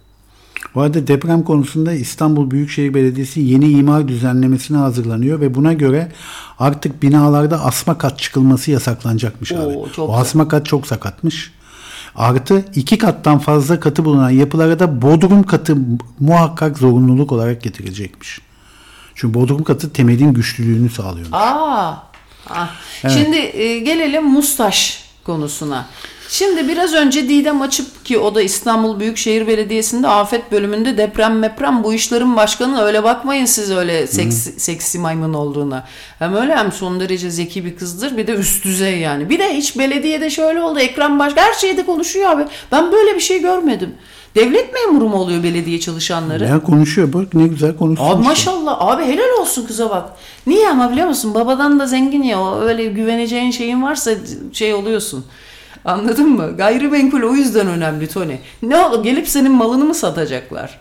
Bu arada deprem konusunda İstanbul Büyükşehir Belediyesi yeni imar düzenlemesine hazırlanıyor ve buna göre artık binalarda asma kat çıkılması yasaklanacakmış Oo, abi. çok o asma kat çok sakatmış. Artı iki kattan fazla katı bulunan yapılara da bodrum katı muhakkak zorunluluk olarak getirecekmiş. Çünkü bodrum katı temelin güçlülüğünü sağlıyormuş. Aa, ah. Evet. Şimdi e, gelelim Mustaş konusuna. Şimdi biraz önce Didem Açıp ki o da İstanbul Büyükşehir Belediyesi'nde afet bölümünde deprem meprem bu işlerin başkanı, öyle bakmayın siz öyle seksi, hmm. seksi maymun olduğuna. Hem öyle hem son derece zeki bir kızdır, bir de üst düzey yani. Bir de hiç belediyede şöyle oldu, ekran başka her şeyde konuşuyor abi. Ben böyle bir şey görmedim. Devlet memuru mu oluyor belediye çalışanları? Ya konuşuyor bak ne güzel konuşuyor. Abi maşallah abi helal olsun kıza bak. Niye ama biliyor musun? Babadan da zengin ya, öyle güveneceğin şeyin varsa şey oluyorsun. Anladın mı? Gayrimenkul o yüzden önemli Tony. Ne olur gelip senin malını mı satacaklar?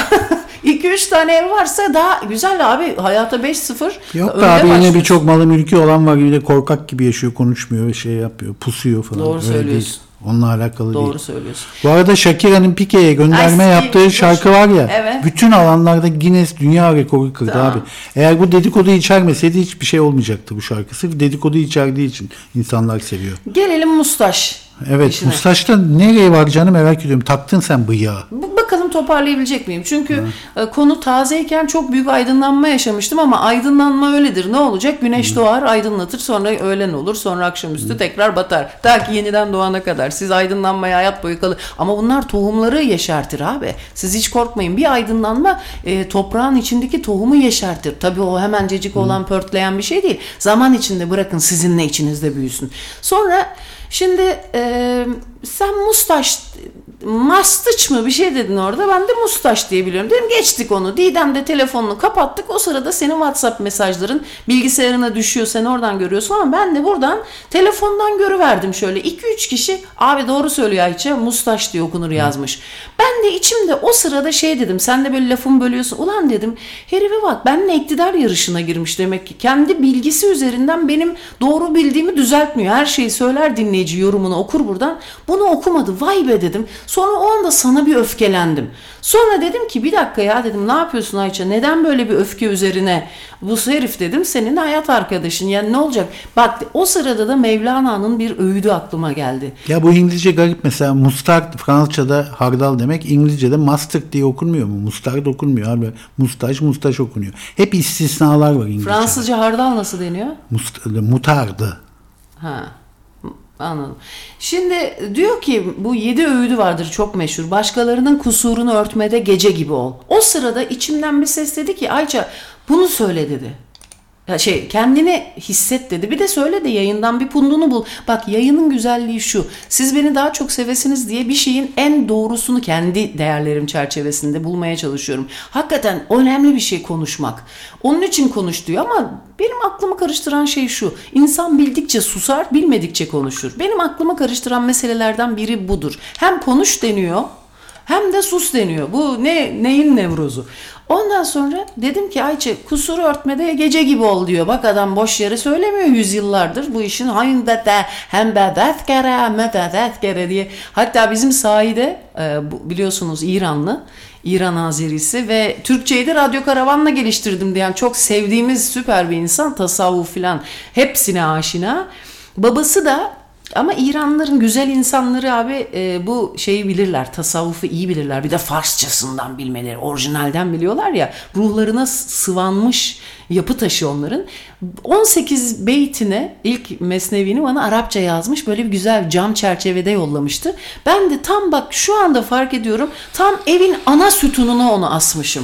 iki üç tane ev varsa daha güzel abi. Hayata beş sıfır. Yok da abi yine birçok malı mülkü olan var. Bir de korkak gibi yaşıyor, konuşmuyor, şey yapıyor, pusuyor falan. Doğru öyle söylüyorsun. Değil. Onunla alakalı Doğru değil. Doğru söylüyorsun. Bu arada Shakira'nın Pique'ye gönderme Ay, yaptığı şarkı var ya. Evet. Bütün alanlarda Guinness dünya rekoru kırdı tamam. abi. Eğer bu dedikodu içermeseydi hiçbir şey olmayacaktı bu şarkı. Sırf dedikodu içerdiği için insanlar seviyor. Gelelim Mustaş. Evet, işine. Mustaş'ta nereye varacağını merak ediyorum. Taktın sen bıyığa. Bakalım toparlayabilecek miyim? Çünkü Hı. konu tazeyken çok büyük aydınlanma yaşamıştım ama aydınlanma öyledir. Ne olacak? Güneş Hı. doğar, aydınlatır, sonra öğlen olur, sonra akşamüstü Hı. tekrar batar. Ta ki yeniden doğana kadar. Siz aydınlanmaya hayat boyu kalır. Ama bunlar tohumları yeşertir abi. Siz hiç korkmayın. Bir aydınlanma e, toprağın içindeki tohumu yeşertir. Tabii o hemencecik Hı. olan pörtleyen bir şey değil. Zaman içinde bırakın sizinle içinizde büyüsün. Sonra şimdi e, sen Mustaş, Mastıç mı bir şey dedin orada. Ben de Mustaş diye biliyorum. Dedim geçtik onu. Didem de telefonunu kapattık. O sırada senin WhatsApp mesajların bilgisayarına düşüyor. Sen oradan görüyorsun ama ben de buradan telefondan görüverdim şöyle. iki üç kişi abi doğru söylüyor Ayça. Mustaş diye okunur yazmış. Ben de içimde o sırada şey dedim. Sen de böyle lafımı bölüyorsun. Ulan dedim herife bak benimle iktidar yarışına girmiş demek ki. Kendi bilgisi üzerinden benim doğru bildiğimi düzeltmiyor. Her şeyi söyler dinleyici yorumunu okur buradan. Bunu okumadı. Vay be dedim. Sonra o anda sana bir öfkelendim. Sonra dedim ki bir dakika ya dedim ne yapıyorsun Ayça? Neden böyle bir öfke üzerine? Bu herif dedim senin hayat arkadaşın. Yani ne olacak? Bak o sırada da Mevlana'nın bir öğüdü aklıma geldi. Ya bu İngilizce garip mesela mustard Fransızca'da hardal demek, İngilizce'de mustard diye okunmuyor mu? Mustard okunmuyor abi. Mustaş mustaş okunuyor. Hep istisnalar var İngilizce'de. Fransızca hardal nasıl deniyor? Must- mutardı. Ha. Anladım. Şimdi diyor ki bu yedi öğüdü vardır çok meşhur. Başkalarının kusurunu örtmede gece gibi ol. O sırada içimden bir ses dedi ki Ayça bunu söyle dedi. Ya şey kendini hisset dedi. Bir de söyle de yayından bir pundunu bul. Bak yayının güzelliği şu. Siz beni daha çok sevesiniz diye bir şeyin en doğrusunu kendi değerlerim çerçevesinde bulmaya çalışıyorum. Hakikaten önemli bir şey konuşmak. Onun için konuş diyor ama benim aklımı karıştıran şey şu. İnsan bildikçe susar, bilmedikçe konuşur. Benim aklımı karıştıran meselelerden biri budur. Hem konuş deniyor hem de sus deniyor. Bu ne neyin nevrozu? Ondan sonra dedim ki Ayça kusuru örtmede gece gibi ol diyor. Bak adam boş yere söylemiyor yüzyıllardır bu işin hem de hem de hem de diye. Hatta bizim sahide biliyorsunuz İranlı, İran Azerisi ve Türkçeyi de Radyo Karavan'la geliştirdim diyen çok sevdiğimiz süper bir insan, tasavvuf filan hepsine aşina. Babası da ama İranlıların güzel insanları abi e, bu şeyi bilirler, tasavvufu iyi bilirler. Bir de Farsçasından bilmeleri, orijinalden biliyorlar ya, ruhlarına sıvanmış yapı taşı onların. on sekiz beytine ilk mesnevini bana Arapça yazmış, böyle bir güzel cam çerçevede yollamıştı. Ben de tam bak şu anda fark ediyorum, tam evin ana sütununa onu asmışım.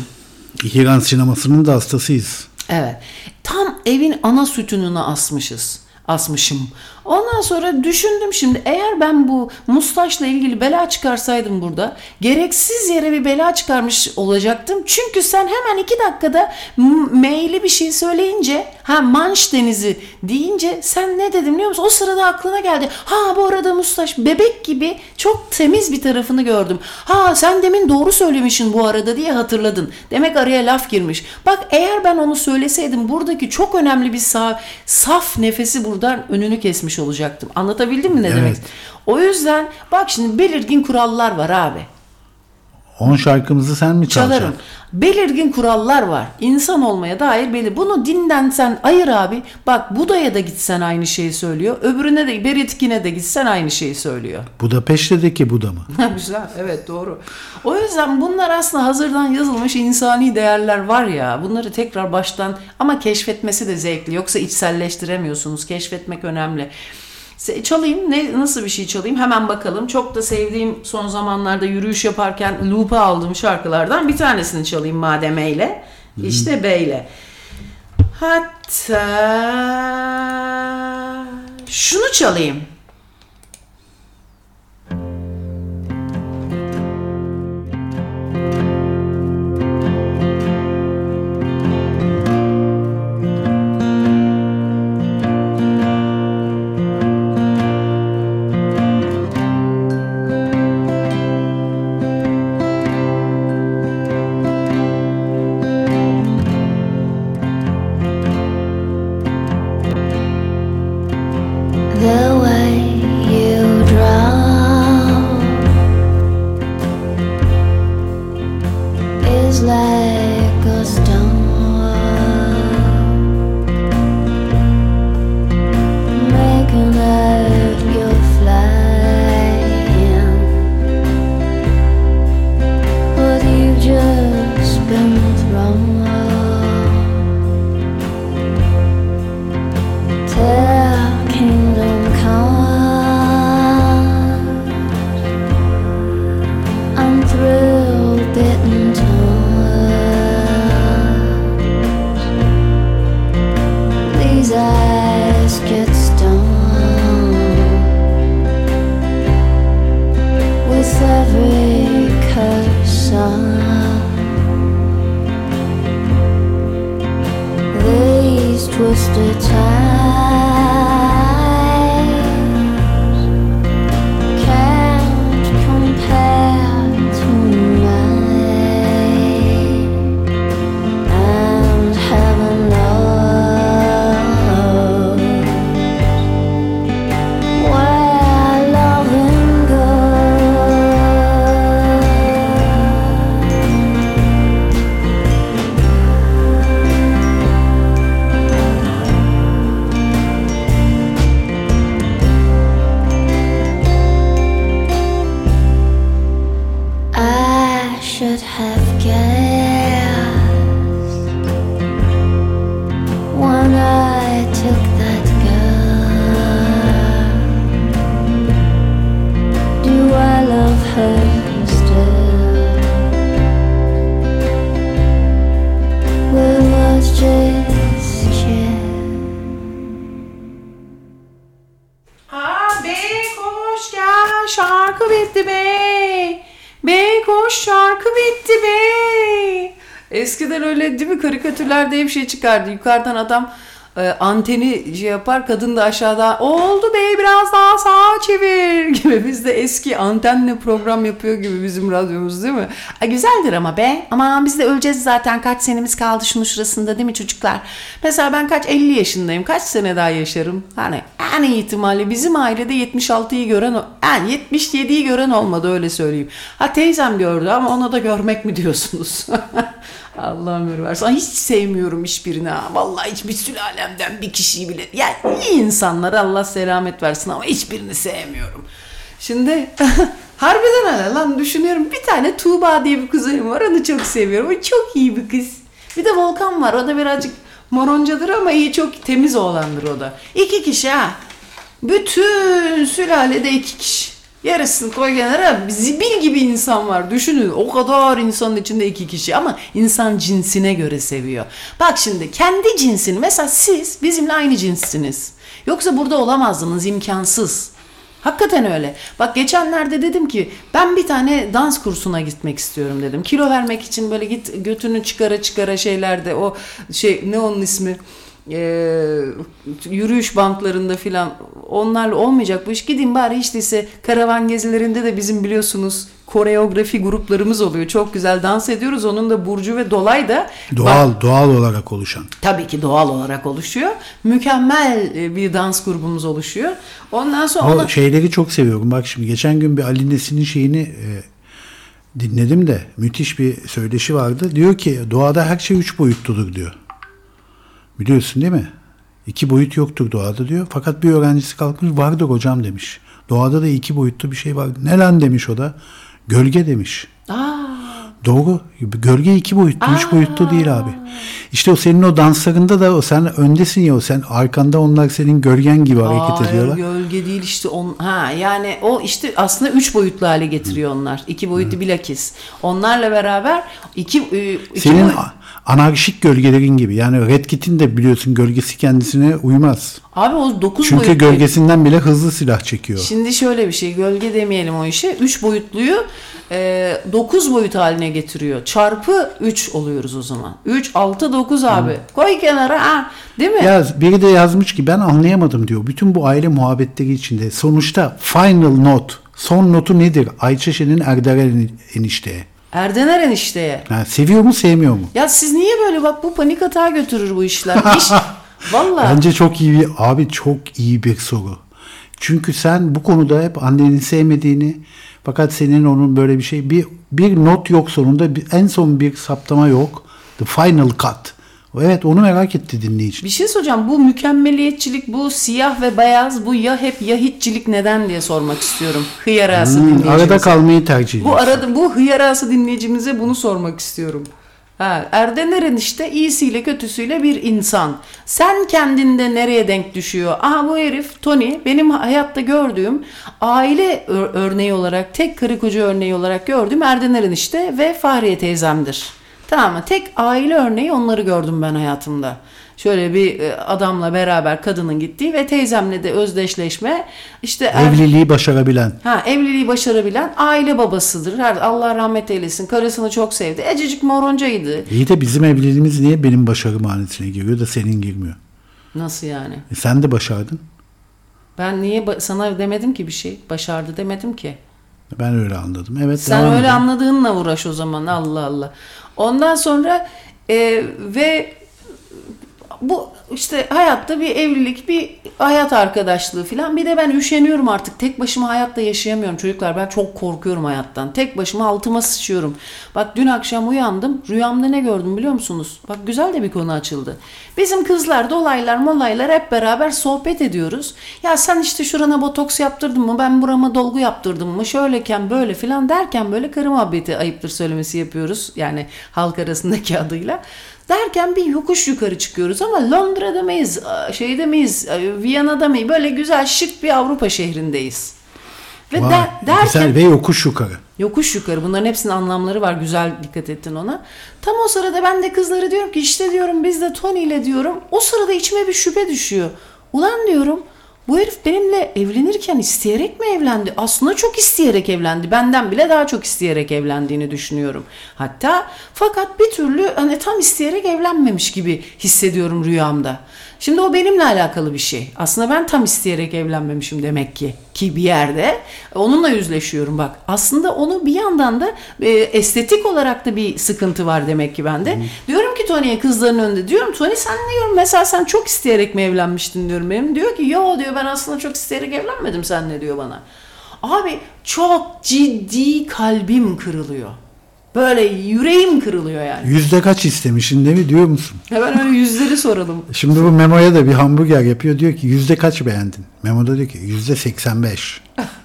İran sinemasının da hastasıyız. Evet. Tam evin ana sütununu asmışız. Asmışım. Ondan sonra düşündüm şimdi, eğer ben bu mustaşla ilgili bela çıkarsaydım burada, gereksiz yere bir bela çıkarmış olacaktım. Çünkü sen hemen iki dakikada meyli bir şey söyleyince, ha Manş Denizi deyince sen ne dedim biliyor musun? O sırada aklına geldi. Ha bu arada mustaş bebek gibi çok temiz bir tarafını gördüm. Ha sen demin doğru söylemişsin bu arada diye hatırladın. Demek araya laf girmiş. Bak eğer ben onu söyleseydim buradaki çok önemli bir sağ, saf nefesi buradan önünü kesmiş olacaktım. Anlatabildim mi ne Evet. demek? O yüzden bak şimdi belirgin kurallar var abi. on şarkımızı sen mi çalacaksın? Çalarım. Belirgin kurallar var. İnsan olmaya dair belli. Bunu dinden sen ayır abi. Bak Buda'ya da gitsen aynı şeyi söylüyor. Öbürüne de, Beretik'ine de gitsen aynı şeyi söylüyor. Budapeşte'deki Buda mı? Güzel. Evet doğru. O yüzden bunlar aslında hazırdan yazılmış insani değerler var ya. Bunları tekrar baştan, ama keşfetmesi de zevkli. Yoksa içselleştiremiyorsunuz. Keşfetmek önemli. Çalayım. Ne, nasıl bir şey çalayım? Hemen bakalım. Çok da sevdiğim, son zamanlarda yürüyüş yaparken loop'a aldığım şarkılardan bir tanesini çalayım madem eyle. İşte beyle. Hatta şunu çalayım. The way you draw is like a stone, making out you're flying, but you've just been thrown. Tell kingdom come, I'm thrilled, bitten tongues. These eyes get stung with every curse song. These twisted times can't compare to mine, and heaven knows where loving I should have guessed when I took that girl. Do I love her still? We was just kids. Abi koş gel, şarkı bitti be. Be koş, şarkı bitti be. Eskiden öyle değil mi, karikatürlerde hep şey çıkardı. Yukarıdan adam e, anteni şey yapar, kadın da aşağıda oldu be biraz daha sağa çevir gibi. Biz de eski antenle program yapıyor gibi bizim radyomuz değil mi? A, güzeldir ama be. Aman biz de öleceğiz zaten, kaç senemiz kaldı şunun şurasında değil mi çocuklar? Mesela ben kaç elli yaşındayım. Kaç sene daha yaşarım? Hani en iyi ihtimalle bizim ailede yetmiş altıyı gören, yani yetmiş yediyi gören olmadı, öyle söyleyeyim. Ha teyzem gördü ama ona da görmek mi diyorsunuz? Allah'ım ömür versin. Hiç sevmiyorum hiçbirini ha. Vallahi hiçbir sülalemden bir kişiyi bile. Yani iyi insanlar, Allah selamet versin, ama hiçbirini sevmiyorum. Şimdi harbiden öyle lan, düşünüyorum. Bir tane Tuğba diye bir kuzenim var. Onu çok seviyorum. O çok iyi bir kız. Bir de Volkan var. O da birazcık moroncadır ama iyi, çok temiz oğlandır o da. İki kişi ha. Bütün sülalede iki kişi. Yarısını koy kenara, zibil gibi insan var. Düşünün, o kadar insanın içinde iki kişi ama insan cinsine göre seviyor. Bak şimdi kendi cinsini, mesela siz bizimle aynı cinssiniz. Yoksa burada olamazdınız, imkansız. Hakikaten öyle. Bak geçenlerde dedim ki ben bir tane dans kursuna gitmek istiyorum dedim. Kilo vermek için böyle git götünü çıkara çıkara şeylerde, o şey ne onun ismi? Ee, yürüyüş banklarında filan, onlarla olmayacak bu iş. Gideyim bari hiç değilse karavan gezilerinde de bizim biliyorsunuz koreografi gruplarımız oluyor. Çok güzel dans ediyoruz. Onun da Burcu ve Dolay da Doğal bak, doğal olarak oluşan. tabii ki doğal olarak oluşuyor. Mükemmel bir dans grubumuz oluşuyor. Ondan sonra O ona... şeyleri çok seviyorum. Bak şimdi geçen gün bir Ali Nesin'in şeyini e, dinledim de müthiş bir söyleşi vardı. Diyor ki doğada her şey üç boyutludur diyor. Biliyorsun değil mi? İki boyut yoktur doğada diyor. Fakat bir öğrencisi kalkmış, vardır hocam demiş. Doğada da iki boyutlu bir şey var. Ne lan demiş o da. Gölge demiş. Aa, Doğru. Gölge iki boyutlu, Aa. üç boyutlu değil abi. İşte o senin o danslarında da o sen öndesin ya, o sen arkanda, onlar senin gölgen gibi hareket hayır, ediyorlar. gölge değil işte on, ha yani o işte aslında üç boyutlu hale getiriyor onlar. İki boyutlu bilakis. Onlarla beraber iki, e, iki Senin boy- a- anarşik gölgelerin gibi. Yani Red Kit'in de biliyorsun gölgesi kendisine uymaz. abi o dokuz Çünkü boyutlu. gölgesinden bile hızlı silah çekiyor. Şimdi şöyle bir şey, gölge demeyelim o işe. Üç boyutluyu e, dokuz boyut haline getiriyor. Çarpı üç oluyoruz o zaman. Üç, altı, dokuz abi. Koy kenara ha. Değil mi? Ya biri de yazmış ki ben anlayamadım diyor. Bütün bu aile muhabbetleri içinde sonuçta final note, son notu nedir? Ayça Şen'in Erderen enişteye. Erdener enişteye. Yani seviyor mu sevmiyor mu? Ya siz niye böyle, bak bu panik atağa götürür bu işler. İş, vallahi. Bence çok iyi bir abi, çok iyi bir soru. Çünkü sen bu konuda hep annenin sevmediğini, fakat senin onun böyle bir şey, bir bir not yok sonunda, bir, en son bir saptama yok. The final cut. Evet, onu merak etti dinleyici. Bir şey soracağım. Bu mükemmeliyetçilik, bu siyah ve beyaz, bu ya hep ya hiççilik neden diye sormak istiyorum. Hıyarası Hmm, dinleyicimize. arada kalmayı tercih Bu ediyorsun. arada bu hıyarası dinleyicimize bunu sormak istiyorum. Ha, Erdener'in işte iyisiyle kötüsüyle bir insan. Sen kendinde nereye denk düşüyor? Aha bu herif Tony benim hayatta gördüğüm aile ör- örneği olarak, tek karı koca örneği olarak gördüğüm Erdener'in işte ve Fahriye teyzemdir. Tamam mı? Tek aile örneği onları gördüm ben hayatımda. Şöyle bir e, adamla beraber kadının gittiği ve teyzemle de özdeşleşme. İşte er- Evliliği başarabilen. Ha, evliliği başarabilen aile babasıdır. Her, Allah rahmet eylesin. Karısını çok sevdi. Ececik moroncaydı. İyi de bizim evliliğimiz niye benim başarım hanesine giriyor da senin girmiyor? Nasıl yani? E sen de başardın. Ben niye ba- sana demedim ki bir şey? Başardı demedim ki. Ben öyle anladım. Evet. Sen devam öyle edelim. anladığınla uğraş o zaman. Allah Allah. Ondan sonra e, ve bu işte hayatta bir evlilik, bir hayat arkadaşlığı falan. Bir de ben üşeniyorum artık. Tek başıma hayatta yaşayamıyorum çocuklar. Ben çok korkuyorum hayattan. Tek başıma altıma sıçıyorum. Bak dün akşam uyandım. Rüyamda ne gördüm biliyor musunuz? Bak güzel de bir konu açıldı. Bizim kızlar, dolaylar, molaylar hep beraber sohbet ediyoruz. Ya sen işte şurana botoks yaptırdın mı? Ben burama dolgu yaptırdım mı? Şöyleken böyle falan derken böyle karı muhabbeti, ayıptır söylemesi yapıyoruz. Yani halk arasındaki adıyla. Derken bir yokuş yukarı çıkıyoruz ama Londra'da mıyız, şeyde miyiz, Viyana'da mıyız? Böyle güzel şık bir Avrupa şehrindeyiz. Ve Vay, der, derken güzel ve yokuş yukarı. yokuş yukarı, bunların hepsinin anlamları var. Güzel, dikkat ettin ona. Tam o sırada ben de kızlara diyorum ki işte diyorum biz de Tony ile diyorum. O sırada içime bir şüphe düşüyor. Ulan diyorum bu herif benimle evlenirken isteyerek mi evlendi? Aslında çok isteyerek evlendi. Benden bile daha çok isteyerek evlendiğini düşünüyorum. Hatta fakat bir türlü hani tam isteyerek evlenmemiş gibi hissediyorum rüyamda. Şimdi o benimle alakalı bir şey. Aslında ben tam isteyerek evlenmemişim demek ki. Ki bir yerde onunla yüzleşiyorum bak. Aslında onu bir yandan da e, estetik olarak da bir sıkıntı var demek ki bende. Hmm. Diyorum ki Tony'ye kızların önünde. Diyorum Tony sen ne diyorum mesela sen çok isteyerek mi evlenmiştin diyorum benim. Diyor ki yo diyor ben aslında çok isteyerek evlenmedim senle diyor bana. Abi çok ciddi kalbim kırılıyor. Böyle yüreğim kırılıyor yani. Yüzde kaç istemişsin değil mi diyor musun? Hemen öyle yüzleri soralım. Şimdi bu Memo'ya da bir hamburger yapıyor. Diyor ki yüzde kaç beğendin? Memo da diyor ki yüzde seksen beş.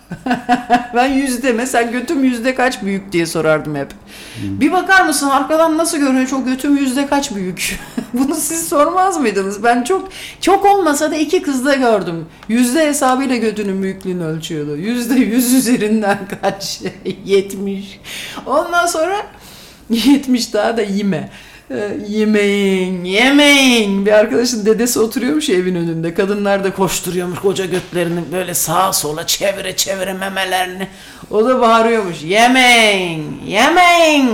Ben yüzde mesela götüm yüzde kaç büyük diye sorardım hep. Hmm. Bir bakar mısın arkadan nasıl görünüyor, çok götüm yüzde kaç büyük? Bunu siz sormaz mıydınız? Ben çok çok olmasa da iki kızda gördüm. Yüzde hesabıyla götünün büyüklüğünü ölçüyordu. Yüzde yüz üzerinden kaç? yetmiş. Ondan sonra yetmiş daha da yeme. Yemeyin, yemeyin. Bir arkadaşın dedesi oturuyormuş evin önünde. Kadınlar da koşturuyormuş koca götlerini böyle sağa sola çevire çevire memelerini. O da bağırıyormuş. Yemeyin, yemeyin.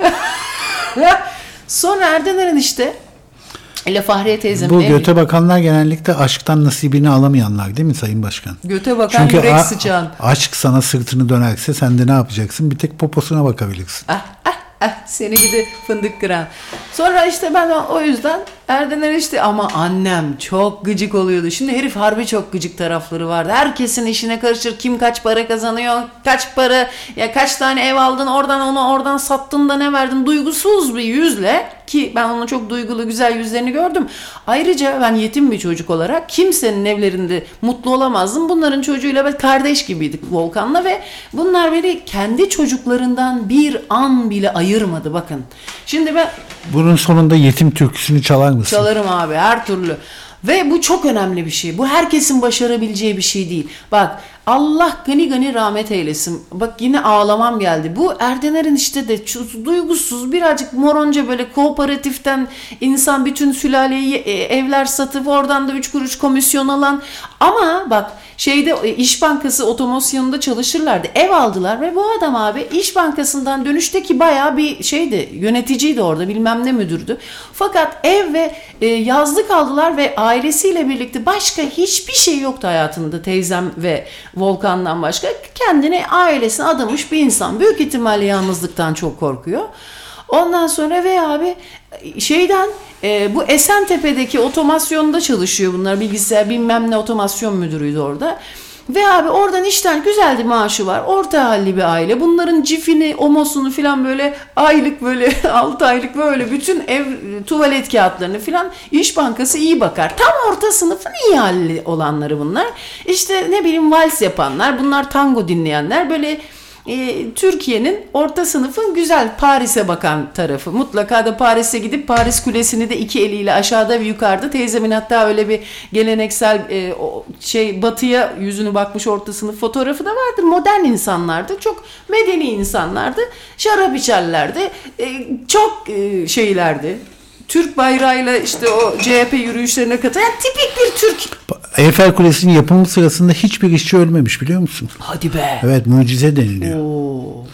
Sonra Erdener'in işte ile Fahriye teyzem. Bu göte bakanlar genellikle aşktan nasibini alamayanlar değil mi Sayın Başkan? Göte bakan Çünkü yürek a- sıçan. Aşk sana sırtını dönerse sen de ne yapacaksın? Bir tek poposuna bakabilirsin. Ah, ah, ah, seni gidi fındık kıran. Sonra işte ben o yüzden Erdener işte ama annem çok gıcık oluyordu. Şimdi herif harbi çok gıcık tarafları vardı. Herkesin işine karışır. Kim kaç para kazanıyor, kaç para, ya kaç tane ev aldın, oradan onu oradan sattın da ne verdin. Duygusuz bir yüzle, ki ben onun çok duygulu güzel yüzlerini gördüm. Ayrıca ben yetim bir çocuk olarak kimsenin evlerinde mutlu olamazdım. Bunların çocuğuyla ben kardeş gibiydik Volkan'la ve bunlar beni kendi çocuklarından bir an bile ayırmadı bakın. Şimdi ben bunun sonunda yetim türküsünü çalar mısın? Çalarım abi her türlü. Ve bu çok önemli bir şey. Bu herkesin başarabileceği bir şey değil. Bak Allah gani gani rahmet eylesin. Bak yine ağlamam geldi. Bu Erdener'in işte de duygusuz birazcık moronca böyle kooperatiften insan bütün sülaleyi evler satıp oradan da üç kuruş komisyon alan. Ama bak şeyde İş Bankası otomosyonunda çalışırlardı. Ev aldılar ve bu adam abi İş Bankası'ndan dönüşteki bayağı bir şeydi. Yöneticiydi orada bilmem ne müdürdü. Fakat ev ve e, yazlık aldılar ve ailesiyle birlikte başka hiçbir şey yoktu hayatında teyzem ve Volkan'dan başka. Kendini ailesine adamış bir insan. Büyük ihtimalle yalnızlıktan çok korkuyor. Ondan sonra ve abi şeyden e, bu Esentepe'deki otomasyonda çalışıyor bunlar. Bilgisayar bilmem ne otomasyon müdürüydü orada. Ve abi oradan işten güzel bir maaşı var. Orta halli bir aile. Bunların cifini, omosunu filan böyle aylık böyle altı aylık böyle bütün ev tuvalet kağıtlarını filan İş Bankası iyi bakar. Tam orta sınıfın iyi halli olanları bunlar. İşte ne bileyim vals yapanlar, bunlar tango dinleyenler böyle e, Türkiye'nin orta sınıfın güzel Paris'e bakan tarafı. Mutlaka da Paris'e gidip Paris Kulesi'ni de iki eliyle aşağıda ve yukarıda, teyzemin hatta öyle bir geleneksel e, o şey batıya yüzünü bakmış orta sınıf fotoğrafı da vardır. Modern insanlardı. Çok medeni insanlardı. Şarap içerlerdi. E, çok e, şeylerdi. Türk bayrağıyla işte o C H P yürüyüşlerine katılan yani tipik bir Türk. Eyfel Kulesi'nin yapımı sırasında hiçbir işçi ölmemiş biliyor musun? Hadi be. Evet, mucize deniliyor. Oo.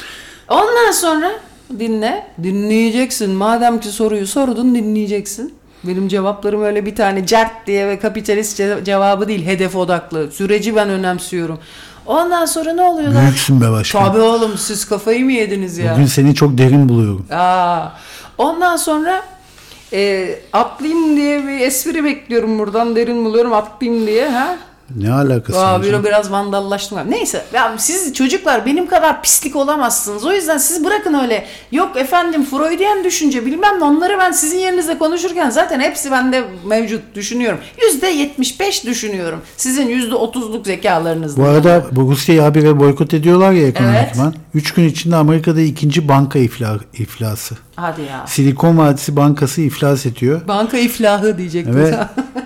Ondan sonra dinle. Dinleyeceksin. Madem ki soruyu sordun dinleyeceksin. Benim cevaplarım öyle bir tane cert diye ve kapitalist cevabı değil. Hedef odaklı. Süreci ben önemsiyorum. Ondan sonra ne oluyor? Büyüksün be başkan. Tabii oğlum, siz kafayı mı yediniz ya? Bugün seni çok derin buluyorum. Aa. Ondan sonra e, atlayayım diye bir espri bekliyorum buradan, derin buluyorum atlayayım diye. Ha? Ne alakası Aa, var? bir, biraz vandallaştım. Neyse ya, siz çocuklar benim kadar pislik olamazsınız. O yüzden siz bırakın öyle. Yok efendim Freudian düşünce bilmem ne, onları ben sizin yerinizde konuşurken zaten hepsi bende mevcut düşünüyorum. yüzde yetmiş beş düşünüyorum. Sizin yüzde otuzluk zekalarınızda. Bu arada bu Rusya'yı habire boykot ediyorlar ya ekonomikman. Evet. Üç gün içinde Amerika'da ikinci banka ifla, iflası. Hadi ya. Silikon Vadisi Bankası iflas ediyor. Banka iflahı diyecektim. Evet.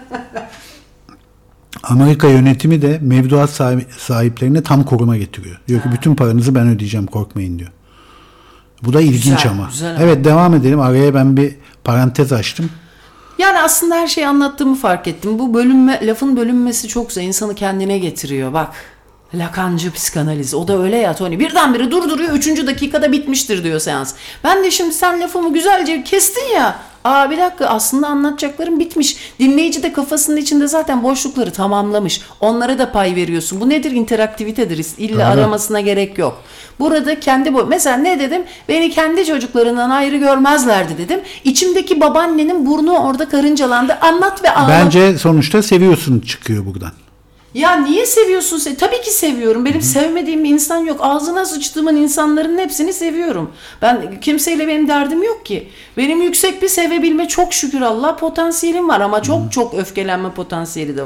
Amerika yönetimi de mevduat sahiplerine tam koruma getiriyor. Diyor ki bütün paranızı ben ödeyeceğim, korkmayın diyor. Bu da ilginç güzel, ama. Güzel evet ama. devam edelim. Araya ben bir parantez açtım. Yani aslında her şeyi anlattığımı fark ettim. Bu bölünme, lafın bölünmesi çok güzel. İnsanı kendine getiriyor. Bak. Lakancı psikanaliz. O da öyle ya Tony. Birdenbire durduruyor. Üçüncü dakikada bitmiştir diyor seans. Ben de şimdi sen lafımı güzelce kestin ya. Aa bir dakika, aslında anlatacaklarım bitmiş. Dinleyici de kafasının içinde zaten boşlukları tamamlamış. Onlara da pay veriyorsun. Bu nedir? İnteraktivitedir. İlla evet. Aramasına gerek yok. Burada kendi boy. Mesela ne dedim? Beni kendi çocuklarından ayrı görmezlerdi dedim. İçimdeki babaannenin burnu orada karıncalandı. Anlat ve ağla. Bence sonuçta seviyorsun çıkıyor buradan. Ya niye seviyorsun sen? Tabii ki seviyorum. Benim Hı. sevmediğim bir insan yok. Ağzına sıçtığımın insanların hepsini seviyorum. Ben kimseyle benim derdim yok ki. Benim yüksek bir sevebilme, çok şükür Allah, potansiyelim var ama çok Hı. çok öfkelenme potansiyeli de var.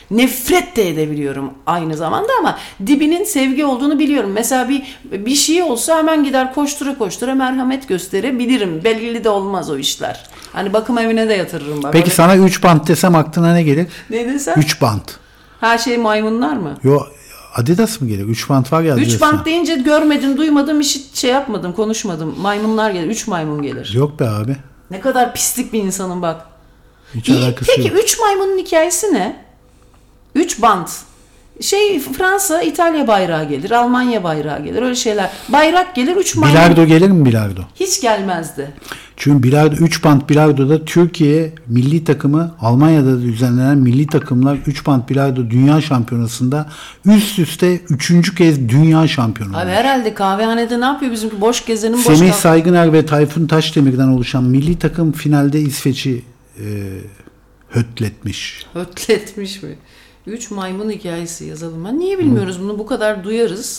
Nefret de edebiliyorum aynı zamanda ama dibinin sevgi olduğunu biliyorum. Mesela bir bir şey olsa hemen gider koştura koştura merhamet gösterebilirim. Belli de olmaz o işler. Hani bakım evine de yatırırım. Bak. Peki Öyle... sana üç bant desem aklına ne gelir? Ne desen? üç bant. Her şey maymunlar mı? Yo, Adidas mı gelir? üç bant var ya Adidas'ta. üç bant deyince görmedim, duymadım, işit şey yapmadım, konuşmadım. Maymunlar gelir. üç maymun gelir. Yok be abi. Ne kadar pislik bir insanım bak. Hiç İyi, alakası peki yok. üç maymunun hikayesi ne? üç bant. Şey Fransa, İtalya bayrağı gelir, Almanya bayrağı gelir, öyle şeyler. Bayrak gelir, üç maymun. Bilardo gelir mi bilardo? Hiç gelmezdi. Çünkü bilardo, üç bant bilardoda Türkiye milli takımı, Almanya'da da düzenlenen milli takımlar üç bant bilardo dünya şampiyonasında üst üste üçüncü kez dünya şampiyonu Abi olmuş. herhalde kahvehanede ne yapıyor bizimki boş gezenin boş Semih kal- Saygıner ve Tayfun Taşdemir'den oluşan milli takım finalde İsveç'i e, hötletmiş. Ötletmiş mi? Üç maymun hikayesi yazalım. Ben niye bilmiyoruz bunu, bu kadar duyarız.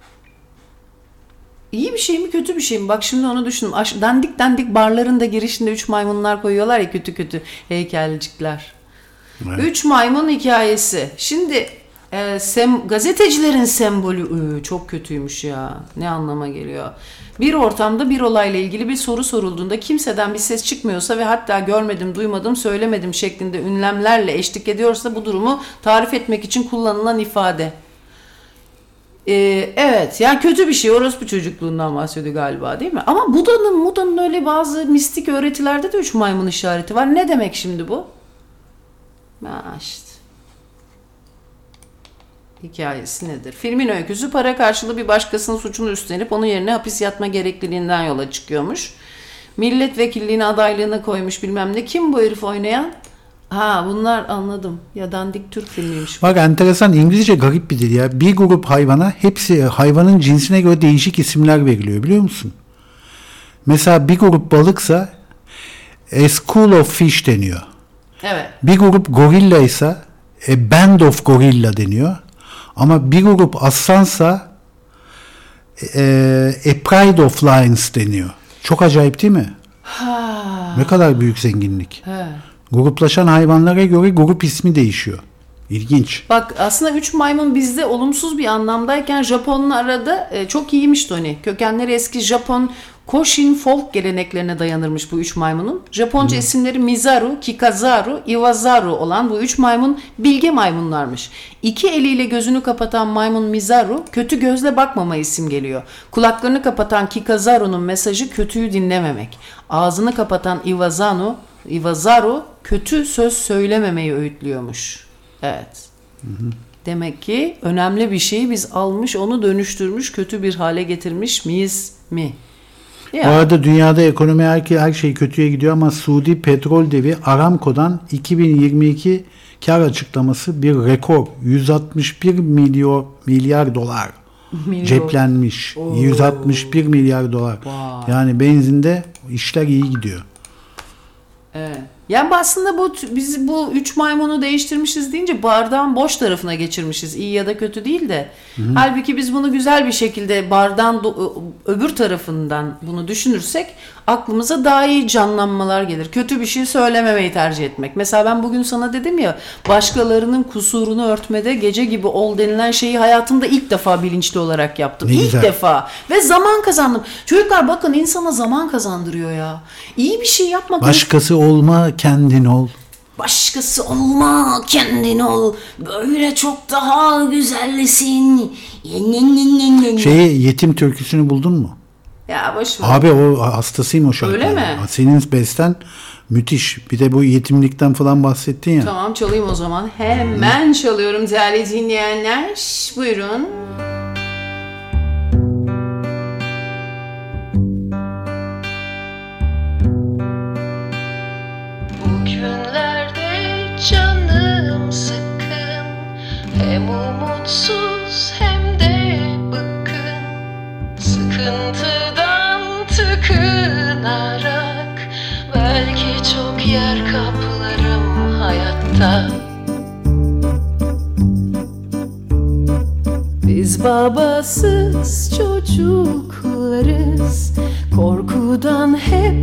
İyi bir şey mi kötü bir şey mi? Bak şimdi onu düşündüm. Aş- dandik dandik barların da girişinde üç maymunlar koyuyorlar ya, kötü kötü heykelcikler. Evet. Üç maymun hikayesi. Şimdi e, sem- gazetecilerin sembolü Iı, çok kötüymüş ya. Ne anlama geliyor? Bir ortamda bir olayla ilgili bir soru sorulduğunda kimseden bir ses çıkmıyorsa ve hatta görmedim, duymadım, söylemedim şeklinde ünlemlerle eşlik ediyorsa bu durumu tarif etmek için kullanılan ifade. Ee, evet, yani kötü bir şey, orospu çocukluğundan bahsediyor galiba, değil mi? Ama Buda'nın, Buda'nın öyle bazı mistik öğretilerde de üç maymun işareti var. Ne demek şimdi bu? Ha işte. Hikayesi nedir? Filmin öyküsü para karşılığı bir başkasının suçunu üstlenip onun yerine hapis yatma gerekliliğinden yola çıkıyormuş. Milletvekilliğine adaylığını koymuş bilmem ne. Kim bu herif oynayan? Ha bunlar, anladım. Ya dandik Türk filmiymiş. Bak enteresan, İngilizce garip bir dil ya. Bir grup hayvana hepsi hayvanın cinsine göre değişik isimler veriliyor, biliyor musun? Mesela bir grup balıksa a school of fish deniyor. Evet. Bir grup gorilla ise a band of gorilla deniyor. Ama bir grup aslansa e, a pride of lions deniyor. Çok acayip değil mi? Ha. Ne kadar büyük zenginlik. He. Gruplaşan hayvanlara göre grup ismi değişiyor. İlginç. Bak aslında üç maymun bizde olumsuz bir anlamdayken Japonlarda e, çok iyiymiş Tony. Kökenleri eski Japon Koshin folk geleneklerine dayanırmış bu üç maymunun. Japonca hmm. isimleri Mizaru, Kikazaru, Iwazaru olan bu üç maymun bilge maymunlarmış. İki eliyle gözünü kapatan maymun Mizaru kötü gözle bakmama isim geliyor. Kulaklarını kapatan Kikazaru'nun mesajı kötüyü dinlememek. Ağzını kapatan Iwazanu, Iwazaru kötü söz söylememeyi öğütlüyormuş. Evet. Hı hı. Demek ki önemli bir şeyi biz almış, onu dönüştürmüş, kötü bir hale getirmiş miyiz mi? Ya. Bu arada dünyada ekonomi her, her şey kötüye gidiyor ama Suudi petrol devi Aramco'dan iki bin yirmi iki kar açıklaması bir rekor. yüz altmış bir milyar, milyar dolar Milyon. ceplenmiş. Oo. yüz altmış bir milyar dolar. Wow. Yani benzinde işler iyi gidiyor. Evet. Yani aslında bu biz bu üç maymunu değiştirmişiz deyince bardağın boş tarafına geçirmişiz. İyi ya da kötü değil de. Hı-hı. Halbuki biz bunu güzel bir şekilde bardağın do- öbür tarafından bunu düşünürsek aklımıza daha iyi canlanmalar gelir. Kötü bir şey söylememeyi tercih etmek. Mesela ben bugün sana dedim ya, başkalarının kusurunu örtmede gece gibi ol denilen şeyi hayatımda ilk defa bilinçli olarak yaptım. Ne ilk güzel. defa. Ve zaman kazandım. Çocuklar bakın, insana zaman kazandırıyor ya. İyi bir şey yapmak. Başkası olma, kendin ol. Başkası olma, kendin ol. Böyle çok daha güzelsin. Şeyi, yetim türküsünü buldun mu? Ya boş ver. Abi o hastasıyım o şarkıya. Öyle mi? Senin besten müthiş. Bir de bu yetimlikten falan bahsettin ya. Tamam, çalayım o zaman. Hemen çalıyorum değerli dinleyenler. Buyurun. Bugünlerde canım sıkkın, hem umutsuz hem de bıkkın. Sıkıntıdan tıkınarak belki çok yer kaplarım hayatta. Biz babasız çocuklarız, korkudan hep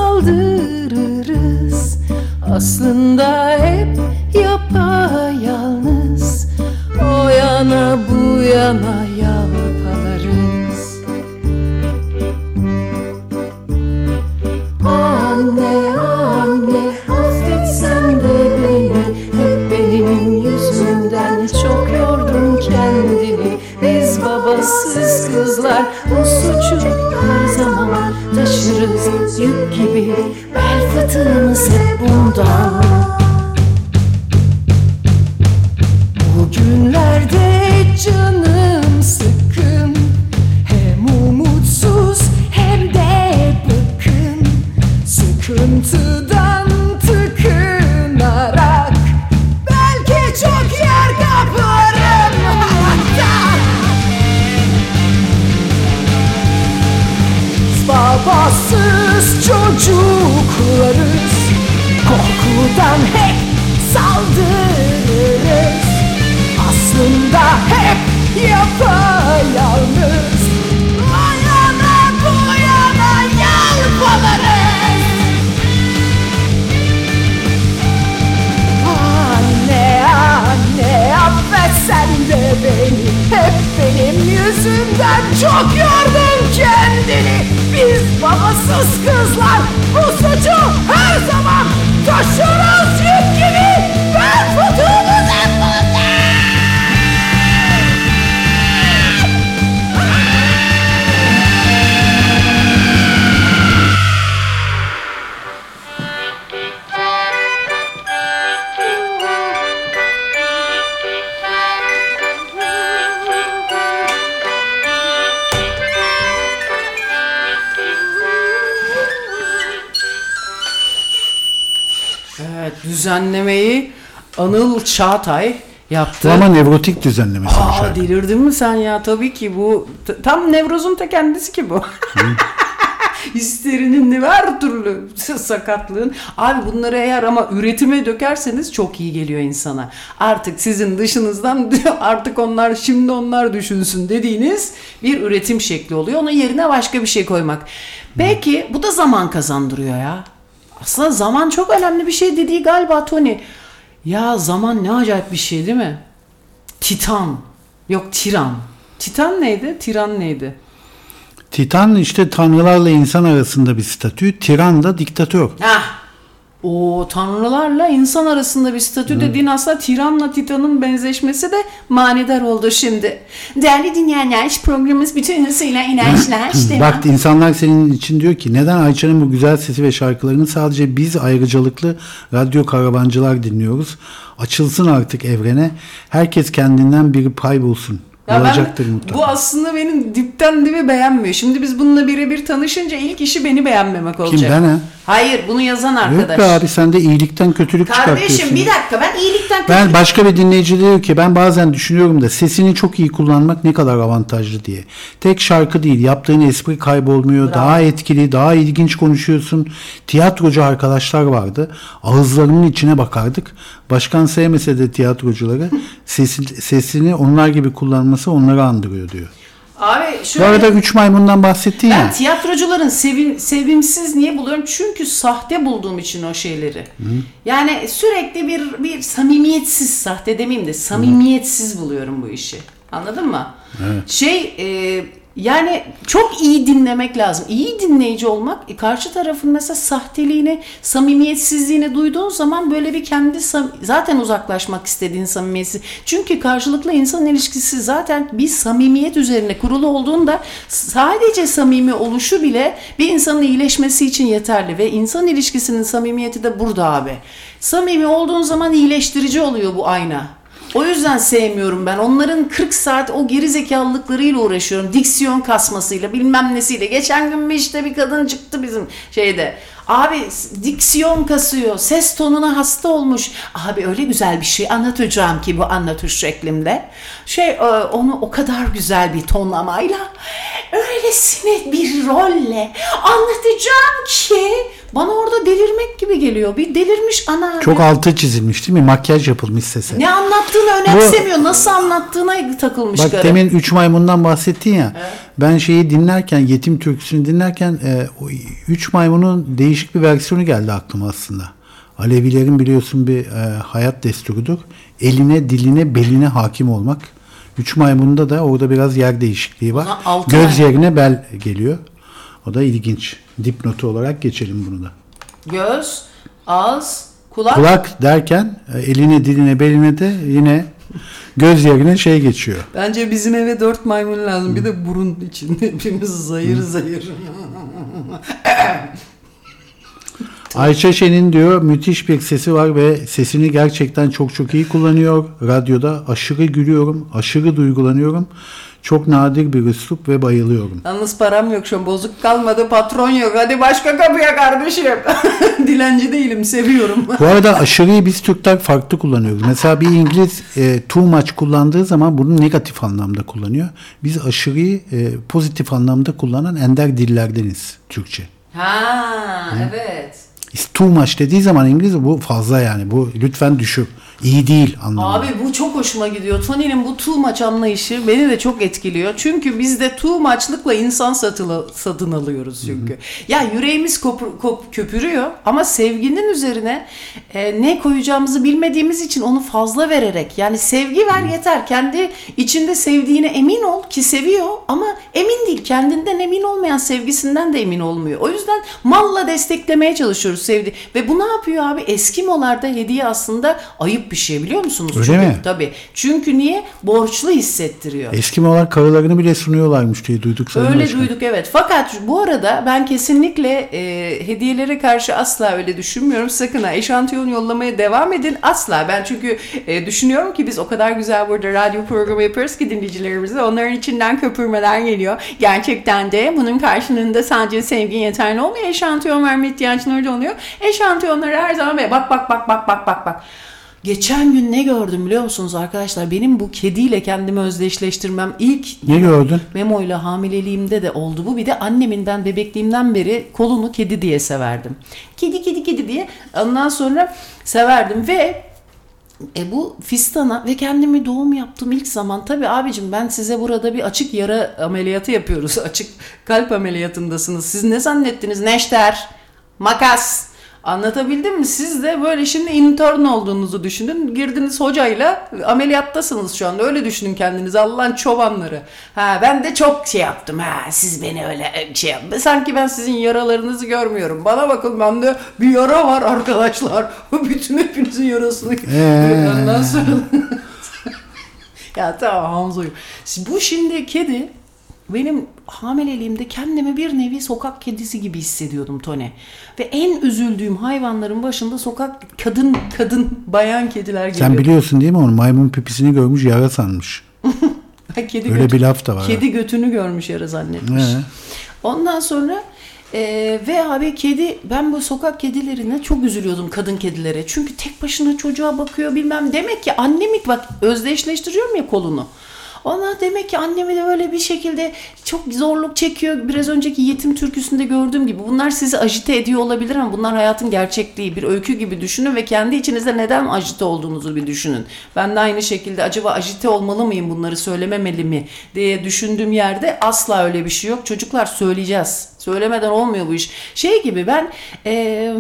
saldırırız. Aslında hep yapayalnız sana yalpalarız. Anne anne affetsen de beni, hep benim yüzümden çok yordun kendini. Biz babasız kızlar bu suçu her zaman taşırız yük gibi, bel fıtığımız hep bundan. Bugünlerde canım sıkkın, hem umutsuz hem de bıkkın, sıkıntıdan tıkınarak belki çok yer kaplarım hayatta. Babasız çocuklarız, korkudan hep saldırırız, aslında hep yapayalnız, o yana bu yana yalpalarız. Anne anne affetsen de beni, hep benim yüzümden çok yordun kendini. Biz babasız kızlar bu suçu her zaman taşırız yük gibi, ben fıtığımız hep bundan. Evet, düzenlemeyi Anıl Çağatay yaptı. Bu ama nevrotik düzenlemesi bir Aa, şarkı. delirdin mi sen ya? Tabii ki bu t- tam nevrozun ta kendisi ki bu. Histerinin her türlü sakatlığın. Abi bunları eğer ama üretime dökerseniz çok iyi geliyor insana. Artık sizin dışınızdan artık onlar şimdi onlar düşünsün dediğiniz bir üretim şekli oluyor. Onun yerine başka bir şey koymak. Belki bu da zaman kazandırıyor ya. Aslında zaman çok önemli bir şey dediği galiba Tony. Ya zaman ne acayip bir şey değil mi? Titan. Yok tiran. Titan neydi? Tiran neydi? Titan işte tanrılarla insan arasında bir statü. Tiran da diktatör. Hah. O tanrılarla insan arasında bir statü hmm. dediğin aslında tiranla titanın benzeşmesi de manidar oldu şimdi. Değerli dinleyenler, programımız bütün hızıyla inançlar. Bak insanlar senin için diyor ki neden Ayça'nın bu güzel sesi ve şarkılarını sadece biz ayrıcalıklı radyo karavancılar dinliyoruz? Açılsın artık evrene. Herkes kendinden bir pay bulsun. Ya ben, bu aslında benim dipten dibe beğenmiyor. Şimdi biz bununla birebir tanışınca ilk işi beni beğenmemek olacak. Kim ben ha? Hayır, bunu yazan arkadaş. Yok be abi, sen de iyilikten kötülük çıkartıyorsun. Kardeşim bir dakika, ben iyilikten kötülük... Ben başka bir dinleyici diyor ki ben bazen düşünüyorum da sesini çok iyi kullanmak ne kadar avantajlı diye. Tek şarkı değil, yaptığın espri kaybolmuyor. Bravo. Daha etkili, daha ilginç konuşuyorsun. Tiyatrocu arkadaşlar vardı. Ağızlarının içine bakardık. Başkan sevmese de tiyatrocuları sesi, sesini onlar gibi kullanması onları andırıyor diyor. Abi şöyle, bu arada Üç Maymun'dan bahsettin ben ya. Ben tiyatrocuların sevim, sevimsiz niye buluyorum? Çünkü sahte bulduğum için o şeyleri. Hı. Yani sürekli bir bir samimiyetsiz, sahte demeyeyim de samimiyetsiz Hı. buluyorum bu işi. Anladın mı? Evet. Şey e, yani çok iyi dinlemek lazım. İyi dinleyici olmak, karşı tarafın mesela sahteliğini, samimiyetsizliğini duyduğun zaman böyle bir kendi zaten uzaklaşmak istediğin samimiyetsiz. Çünkü karşılıklı insan ilişkisi zaten bir samimiyet üzerine kurulu olduğunda sadece samimi oluşu bile bir insanın iyileşmesi için yeterli ve insan ilişkisinin samimiyeti de burada abi. Samimi olduğun zaman iyileştirici oluyor bu ayna. O yüzden sevmiyorum ben. Onların kırk saat o geri zekalılıklarıyla uğraşıyorum. Diksiyon kasmasıyla, bilmem nesiyle. Geçen gün bir işte bir kadın çıktı bizim şeyde. Abi diksiyon kasıyor. Ses tonuna hasta olmuş. Abi öyle güzel bir şey anlatacağım ki bu anlatış şeklimde. Şey onu o kadar güzel bir tonlamayla, öylesine bir rolle anlatacağım ki bana orada delirmek gibi geliyor. Bir delirmiş ana. Çok altı çizilmiş değil mi? Makyaj yapılmış sese. Ne anlattığını önemsemiyor. Bu, nasıl anlattığına takılmış bak, karı. Demin Üç Maymun'dan bahsettin ya. Evet. Ben şeyi dinlerken, Yetim Türküsü'nü dinlerken e, Üç Maymun'un değişik bir versiyonu geldi aklıma aslında. Alevilerin biliyorsun bir e, hayat desturudur. Eline, diline, beline hakim olmak. Üç maymunda da orada biraz yer değişikliği var. Ulan altı Göz maymun. yerine bel geliyor. O da ilginç. Dipnotu olarak geçelim bunu da. Göz, ağız, kulak. Kulak derken eline, diline, beline de yine göz yerine şey geçiyor. Bence bizim eve dört maymun lazım. Bir de burun için. Hepimiz zayır zayır. Ayça Şen'in diyor müthiş bir sesi var ve sesini gerçekten çok çok iyi kullanıyor. Radyoda aşırı gülüyorum, aşırı duygulanıyorum. Çok nadir bir üslup ve bayılıyorum. Yalnız param yok şu an. Bozuk kalmadı. Patron yok. Hadi başka kapıya kardeşim. Dilenci değilim. Seviyorum. Bu arada aşırıyı biz Türkler farklı kullanıyoruz. Mesela bir İngiliz e, too much kullandığı zaman bunu negatif anlamda kullanıyor. Biz aşırıyı e, pozitif anlamda kullanan ender dillerdeniz Türkçe. Ha, evet. Too much dediği zaman İngilizce bu fazla yani. Bu lütfen düşür. İyi değil anlamında. Abi bu çok hoşuma gidiyor. Tony'nin bu too much anlayışı beni de çok etkiliyor. Çünkü biz de too much'lıkla insan satıla, satın alıyoruz çünkü. Hı hı. Ya yüreğimiz kop, kop, köpürüyor ama sevginin üzerine e, ne koyacağımızı bilmediğimiz için onu fazla vererek, yani sevgi ver yeter. Kendi içinde sevdiğine emin ol ki seviyor ama emin değil. Kendinden emin olmayan sevgisinden de emin olmuyor. O yüzden malla desteklemeye çalışıyoruz sevdi. Ve bu ne yapıyor abi? Eskimolarda hediye aslında ayıp bir şey, biliyor musunuz? Öyle Çünkü, mi? Tabii. Çünkü niye? Borçlu hissettiriyor. Eskimolar karılarını bile sunuyorlarmış diye duyduk. Öyle başkan. duyduk evet. Fakat bu arada ben kesinlikle e, hediyelere karşı asla öyle düşünmüyorum. Sakın ha eşantiyon yollamaya devam edin. Asla. Ben çünkü e, düşünüyorum ki biz o kadar güzel burada radyo programı yapıyoruz ki dinleyicilerimize. Onların içinden köpürmeler geliyor. Gerçekten de bunun karşılığında sadece sevgi yeterli olmuyor. Eşantiyon verme ihtiyacları oluyor. Eşantiyonları her zaman ve bak bak bak bak bak bak bak. Geçen gün ne gördüm biliyor musunuz arkadaşlar? Benim bu kediyle kendimi özdeşleştirmem ilk... Ne gördün? Memo'yla hamileliğimde de oldu bu. Bir de annemin ben bebekliğimden beri kolunu kedi diye severdim. Kedi kedi kedi diye ondan sonra severdim ve e bu Fistan'a ve kendimi doğum yaptığım ilk zaman tabii abicim ben size burada bir açık yara ameliyatı yapıyoruz. Açık kalp ameliyatındasınız. Siz ne zannettiniz? Neşter, makas... Anlatabildim mi? Siz de böyle şimdi intern olduğunuzu düşünün. Girdiniz hocayla ameliyattasınız şu anda. Öyle düşünün kendinizi. Allah'ın çobanları. Ha ben de çok şey yaptım. Ha siz beni öyle şey yaptın. Sanki ben sizin yaralarınızı görmüyorum. Bana bakın bende bir yara var arkadaşlar. Bütün hepinizin yarasını. Ee. Ondan sonra ya tamam Hamzo'yum. Bu şimdi kedi benim hamileliğimde kendimi bir nevi sokak kedisi gibi hissediyordum Tony. Ve en üzüldüğüm hayvanların başında sokak kadın kadın bayan kediler geliyor. Sen biliyorsun değil mi onu? Maymun pipisini görmüş yara sanmış. kedi Öyle götü, bir laf da var. Kedi ha. götünü görmüş yara zannetmiş. He. Ondan sonra e, ve abi kedi ben bu sokak kedilerine çok üzülüyordum, kadın kedilere. Çünkü tek başına çocuğa bakıyor bilmem. Demek ki annemi bak özdeşleştiriyorum ya kolunu. Ona demek ki annemi de böyle bir şekilde çok zorluk çekiyor. Biraz önceki yetim türküsünde gördüğüm gibi. Bunlar sizi ajite ediyor olabilir ama bunlar hayatın gerçekliği. Bir öykü gibi düşünün ve kendi içinizde neden ajite olduğunuzu bir düşünün. Ben de aynı şekilde acaba ajite olmalı mıyım, bunları söylememeli mi diye düşündüğüm yerde asla öyle bir şey yok. Çocuklar söyleyeceğiz. Söylemeden olmuyor bu iş. Şey gibi ben... Ee,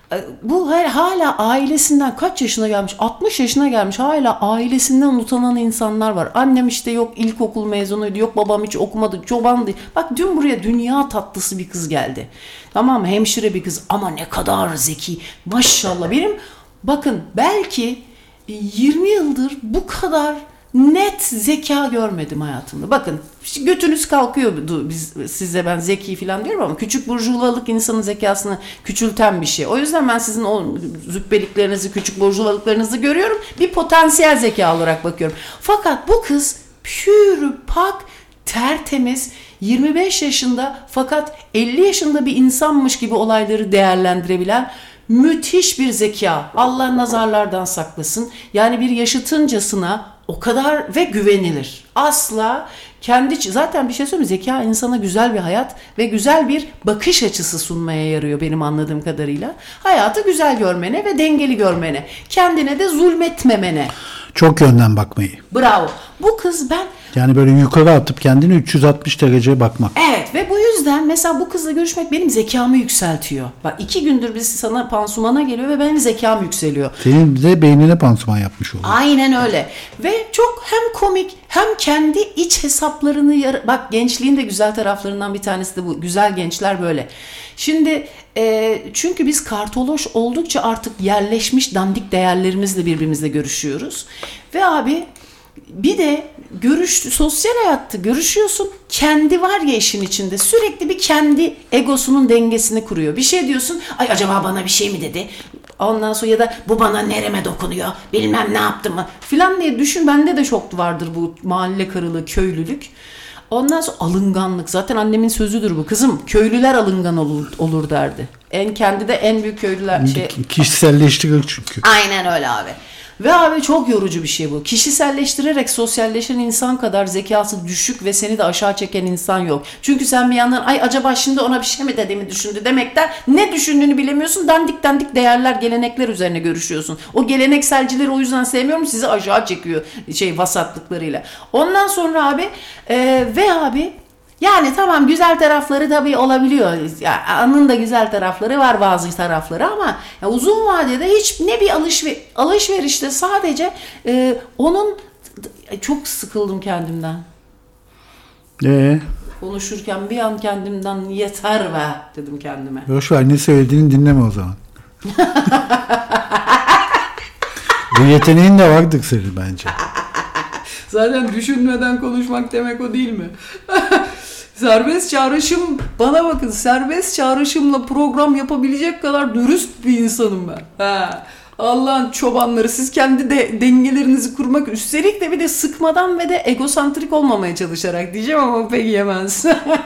bu hala ailesinden kaç yaşına gelmiş? altmış yaşına gelmiş. Hala ailesinden utanan insanlar var. Annem işte yok ilkokul mezunuydu. Yok babam hiç okumadı. Çobandı. Bak dün buraya dünya tatlısı bir kız geldi. Tamam mı? Hemşire bir kız ama ne kadar zeki. Maşallah. Benim bakın belki yirmi yıldır bu kadar net zeka görmedim hayatımda. Bakın götünüz kalkıyordu biz, size ben zeki falan diyorum ama küçük burjuvalık insanın zekasını küçülten bir şey. O yüzden ben sizin o züppeliklerinizi, küçük burjuvalıklarınızı görüyorum. Bir potansiyel zeka olarak bakıyorum. Fakat bu kız pür pak tertemiz yirmi beş yaşında fakat elli yaşında bir insanmış gibi olayları değerlendirebilen müthiş bir zeka. Allah nazarlardan saklasın. Yani bir yaşıtıncasına o kadar ve güvenilir. Asla kendi zaten bir şey söyleyeyim mi? Zeka insana güzel bir hayat ve güzel bir bakış açısı sunmaya yarıyor benim anladığım kadarıyla. Hayatı güzel görmene ve dengeli görmene. Kendine de zulmetmemene. Çok yönden bakmayı. Bravo. Bu kız ben Yani böyle yukarı atıp kendini üç yüz altmış dereceye bakmak. evet ve bu yüzden mesela bu kızla görüşmek benim zekamı yükseltiyor. Bak iki gündür biz sana pansumana geliyor ve benim zekam yükseliyor. Senin de beynine pansuman yapmış oluyor. Aynen öyle. Ve çok hem komik hem kendi iç hesaplarını yar- bak gençliğin de güzel taraflarından bir tanesi de bu. Güzel gençler böyle. Şimdi e, çünkü biz kartoloş oldukça artık yerleşmiş dandik değerlerimizle birbirimizle görüşüyoruz. Ve abi bir de görüş, sosyal hayatta görüşüyorsun. Kendi var ya işin içinde. Sürekli bir kendi egosunun dengesini kuruyor. Bir şey diyorsun. Ay acaba bana bir şey mi dedi? Ondan sonra ya da bu bana nereme dokunuyor? Bilmem ne yaptı mı? Filan diye düşün. Bende de çok vardır bu mahalle karılığı, köylülük. Ondan sonra alınganlık. Zaten annemin sözüdür bu. Kızım köylüler alıngan olur, olur derdi. En kendi de en büyük köylüler şey. Kişiselleştirir çünkü. Aynen öyle abi. Ve abi çok yorucu bir şey bu. Kişiselleştirerek sosyalleşen insan kadar zekası düşük ve seni de aşağı çeken insan yok. Çünkü sen bir yandan ay acaba şimdi ona bir şey mi dediğimi düşündü demekten ne düşündüğünü bilemiyorsun. Dandik dandik değerler, gelenekler üzerine görüşüyorsun. O gelenekselcileri o yüzden sevmiyorum. Sizi aşağı çekiyor şey vasatlıklarıyla. Ondan sonra abi e, ve abi yani tamam güzel tarafları tabii olabiliyor. Ya, anın da güzel tarafları var bazı tarafları ama ya, uzun vadede hiç ne bir alışver alışverişte sadece e, onun çok sıkıldım kendimden. Ee, Konuşurken bir an kendimden yeter be dedim kendime. boş ver ne söylediğini dinleme o zaman. Bu yeteneğin de vardır senin bence. Zaten düşünmeden konuşmak demek o değil mi? Serbest çağrışım, bana bakın serbest çağrışımla program yapabilecek kadar dürüst bir insanım ben. Ha. Allah'ın çobanları siz kendi de dengelerinizi kurmak üstelik de bir de sıkmadan ve de egosantrik olmamaya çalışarak diyeceğim ama pek yemez.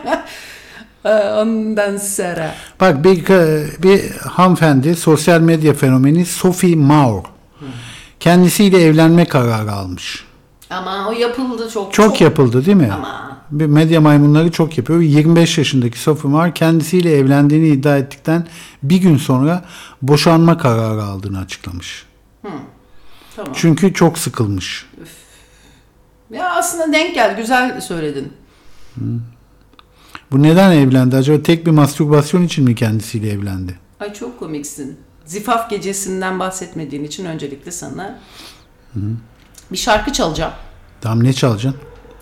Ondan sonra. Bak bir, bir hanımefendi sosyal medya fenomeni Sophie Maur. Kendisiyle evlenme kararı almış. Ama o yapıldı çok. Çok, çok yapıldı değil mi? Ama. Bir medya maymunları çok yapıyor. yirmi beş yaşındaki Sophie Maur kendisiyle evlendiğini iddia ettikten bir gün sonra boşanma kararı aldığını açıklamış. Hı. Tamam. Çünkü çok sıkılmış. Üf. Ya aslında denk gel, güzel söyledin. Hı. Bu neden evlendi? Acaba tek bir mastürbasyon için mi kendisiyle evlendi? Ay çok komiksin. Zifaf gecesinden bahsetmediğin için öncelikle sana Hı. bir şarkı çalacağım. Tamam ne çalacaksın?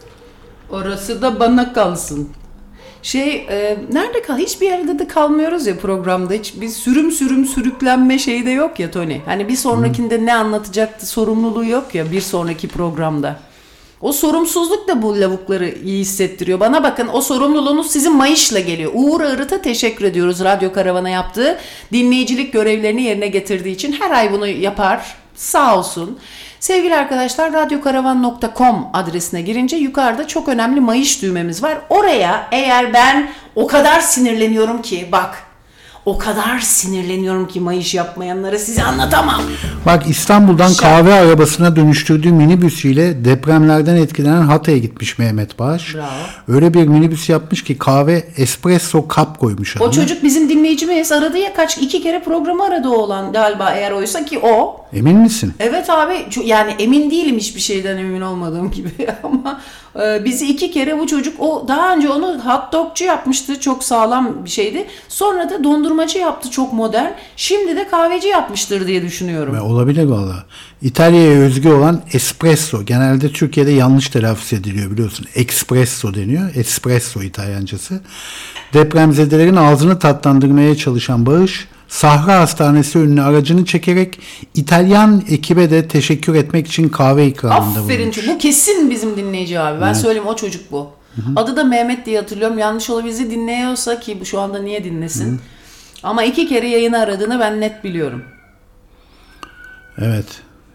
Orası da bana kalsın. Şey e, nerede kal? Hiçbir yerde de kalmıyoruz ya programda. Hiç bir sürüm sürüm sürüklenme şeyi de yok ya Tony. Hani bir sonrakinde Hı. ne anlatacaktı sorumluluğu yok ya bir sonraki programda. O sorumsuzluk da bu lavukları iyi hissettiriyor. Bana bakın o sorumluluğunuz sizin Mayış'la geliyor. Uğur Ağırıt'a teşekkür ediyoruz Radyo Karavan'a yaptığı dinleyicilik görevlerini yerine getirdiği için. Her ay bunu yapar. Sağ olsun. Sevgili arkadaşlar radyokaravan nokta com adresine girince yukarıda çok önemli Mayış düğmemiz var. Oraya eğer ben o kadar sinirleniyorum ki bak o kadar sinirleniyorum ki Mayış yapmayanlara size anlatamam. Bak İstanbul'dan kahve arabasına dönüştürdüğü minibüsüyle depremlerden etkilenen Hatay'a gitmiş Mehmet Bağış. Bravo. Öyle bir minibüs yapmış ki kahve espresso cup koymuş adına. O çocuk bizim dinleyicimiz aradı ya kaç iki kere programı aradı o olan galiba eğer oysa ki o. Emin misin? Evet abi yani emin değilim hiçbir şeyden emin olmadığım gibi ama e, bizi iki kere bu çocuk o daha önce onu hot dogcu yapmıştı çok sağlam bir şeydi. Sonra da dondurmacı yaptı çok modern. Şimdi de kahveci yapmıştır diye düşünüyorum. Ve olabilir valla. İtalya'ya özgü olan espresso genelde Türkiye'de yanlış telaffuz ediliyor biliyorsun. Espresso deniyor. Espresso İtalyancası. Depremzedelerin ağzını tatlandırmaya çalışan Bağış Sahra Hastanesi önüne aracını çekerek İtalyan ekibe de teşekkür etmek için kahve ikramında Aferin bulunmuş. bu kesin bizim dinleyici abi. Ben evet. söyleyeyim o çocuk bu. Hı-hı. Adı da Mehmet diye hatırlıyorum. Yanlış olabilir bizi dinliyorsa ki bu şu anda niye dinlesin. Hı-hı. Ama iki kere yayını aradığını ben net biliyorum. Evet.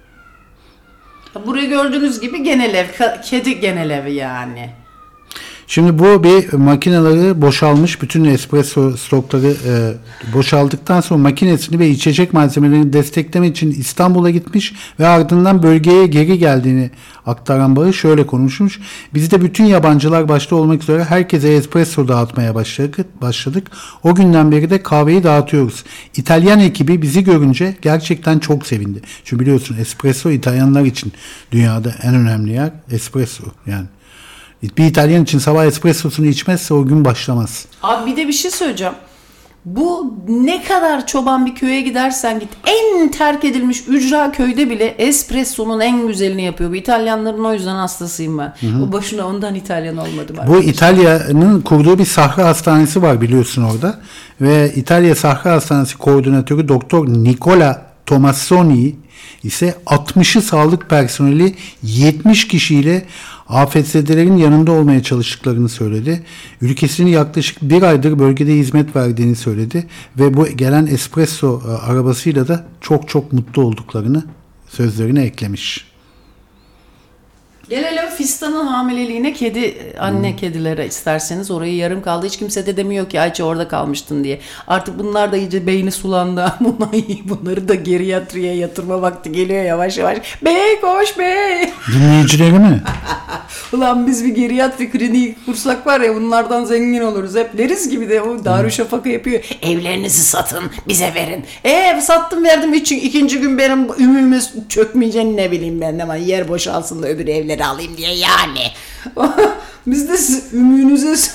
Burayı gördüğünüz gibi genel ev, kedi genel evi yani. Şimdi bu bir makineleri boşalmış, bütün espresso stokları e, boşaldıktan sonra makinesini ve içecek malzemelerini desteklemek için İstanbul'a gitmiş ve ardından bölgeye geri geldiğini aktaran Barış şöyle konuşmuş. Biz de bütün yabancılar başta olmak üzere herkese espresso dağıtmaya başladık. başladık. O günden beri de kahveyi dağıtıyoruz. İtalyan ekibi bizi görünce gerçekten çok sevindi. Çünkü biliyorsun espresso İtalyanlar için dünyada en önemli yer espresso yani. Bir İtalyan için sabah espressosunu içmezse o gün başlamaz. Abi bir de bir şey söyleyeceğim. Bu ne kadar çoban bir köye gidersen git, en terk edilmiş ücra köyde bile espressonun en güzelini yapıyor. Bu İtalyanların o yüzden hastasıyım ben. Hı hı. Bu boşuna ondan İtalyan olmadım. Bu İtalya'nın kurduğu bir sahra hastanesi var biliyorsun orada. Ve İtalya Sahra Hastanesi koordinatörü Doktor Nicola Tomassoni ise altmışı sağlık personeli yetmiş kişiyle afetzedelerin yanında olmaya çalıştıklarını söyledi. Ülkesinin yaklaşık bir aydır bölgede hizmet verdiğini söyledi ve bu gelen espresso arabasıyla da çok çok mutlu olduklarını sözlerine eklemiş. Gelelim Fistan'ın hamileliğine, kedi anne hmm. kedilere isterseniz. Orayı yarım kaldı. Hiç kimse de demiyor ki Ayça orada kalmıştın diye. Artık bunlar da iyice beyni sulandı. Bunları da geriatriye yatırma vakti geliyor yavaş yavaş. Bey koş bey. Dinleyicileri mi? Ulan biz bir geriatri kliniği kursak var ya, bunlardan zengin oluruz. Hep deriz gibi de o Darüşşafaka yapıyor. Evlerinizi satın bize verin. Eee sattım verdim. Üç, ikinci gün benim ümüme çökmeyeceğini ne bileyim ben. Ama yer boşalsın da öbür evleri alayım diye yani. Biz de ümüğünüze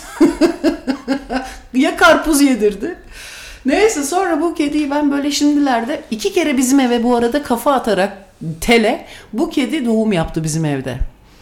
ya karpuz yedirdi. Neyse sonra bu kediyi ben böyle şimdilerde iki kere bizim eve bu arada kafa atarak tele bu kedi doğum yaptı bizim evde.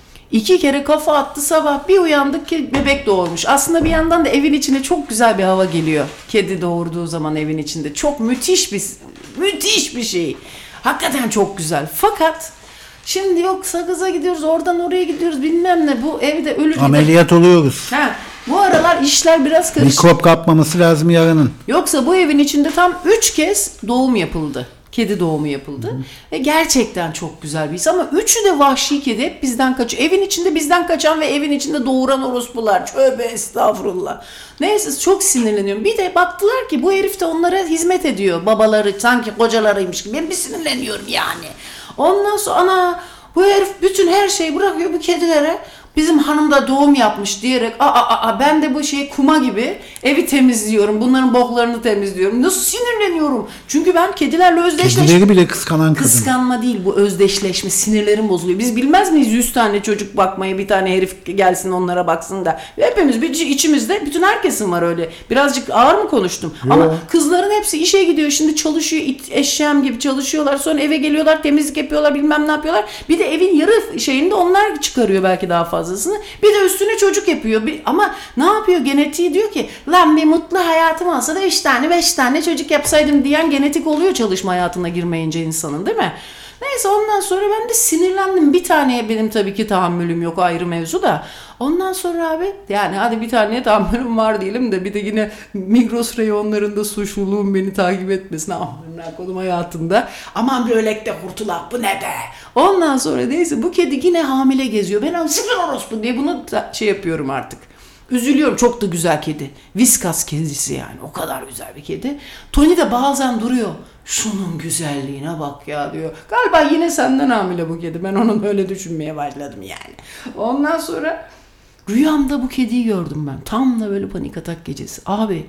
İki kere kafa attı, sabah bir uyandık ki bebek doğurmuş. Aslında bir yandan da evin içine çok güzel bir hava geliyor. Kedi doğurduğu zaman evin içinde. Çok müthiş bir müthiş bir şey. Hakikaten çok güzel. Fakat şimdi yok sakıza gidiyoruz, oradan oraya gidiyoruz bilmem ne, bu evde ölü. Ameliyat oluyoruz. Ha, bu aralar işler biraz karışık. Mikrop kapmaması lazım yarının. Yoksa bu evin içinde tam üç kez doğum yapıldı. Kedi doğumu yapıldı. Hı. Ve gerçekten çok güzel bir his. Ama üçü de vahşi kedi. Hep bizden kaçıyor. Evin içinde bizden kaçan ve evin içinde doğuran orospular. Tövbe estağfurullah. Neyse çok sinirleniyorum. Bir de baktılar ki bu herif de onlara hizmet ediyor. Babaları sanki kocalarıymış gibi. Ben bir sinirleniyorum yani. Ondan sonra ana bu herif bütün her şeyi bırakıyor bu kedilere. Bizim hanım da doğum yapmış diyerek aa, aa, aa, ben de bu şey kuma gibi evi temizliyorum. Bunların boklarını temizliyorum. Nasıl sinirleniyorum? Çünkü ben kedilerle özdeşleşme. Kedileri bile kıskanan kadın. Kıskanma değil bu, özdeşleşme. Sinirlerim bozuluyor. Biz bilmez miyiz yüz tane çocuk bakmayı, bir tane herif gelsin onlara baksın da. Hepimiz bir içimizde, bütün herkesin var öyle. Birazcık ağır mı konuştum? Yo. Ama kızların hepsi işe gidiyor. Şimdi çalışıyor. It, eşeğim gibi çalışıyorlar. Sonra eve geliyorlar, temizlik yapıyorlar, bilmem ne yapıyorlar. Bir de evin yarı şeyini de onlar çıkarıyor belki daha fazla. Bir de üstüne çocuk yapıyor. Bir, ama ne yapıyor? Genetiği diyor ki lan bir mutlu hayatım olsa da üç tane beş tane çocuk yapsaydım diyen genetik oluyor çalışma hayatına girmeyince insanın, değil mi? Neyse ondan sonra ben de sinirlendim. Bir taneye benim tabii ki tahammülüm yok, ayrı mevzu da. Ondan sonra abi yani hadi bir taneye tahammülüm var diyelim de bir de yine Migros reyonlarında suçluluğum beni takip etmesin. Aman kodum hayatında. Aman bir ölekte kurtulak bu ne be. Ondan sonra neyse bu kedi yine hamile geziyor. Ben sıfır orospu diye bunu şey yapıyorum artık. Üzülüyorum. Çok da güzel kedi. Viskas kedisi yani. O kadar güzel bir kedi. Tony de bazen duruyor. Şunun güzelliğine bak ya diyor. Galiba yine senden hamile bu kedi. Ben onu böyle düşünmeye başladım yani. Ondan sonra rüyamda bu kediyi gördüm ben. Tam da böyle panik atak gecesi. Abi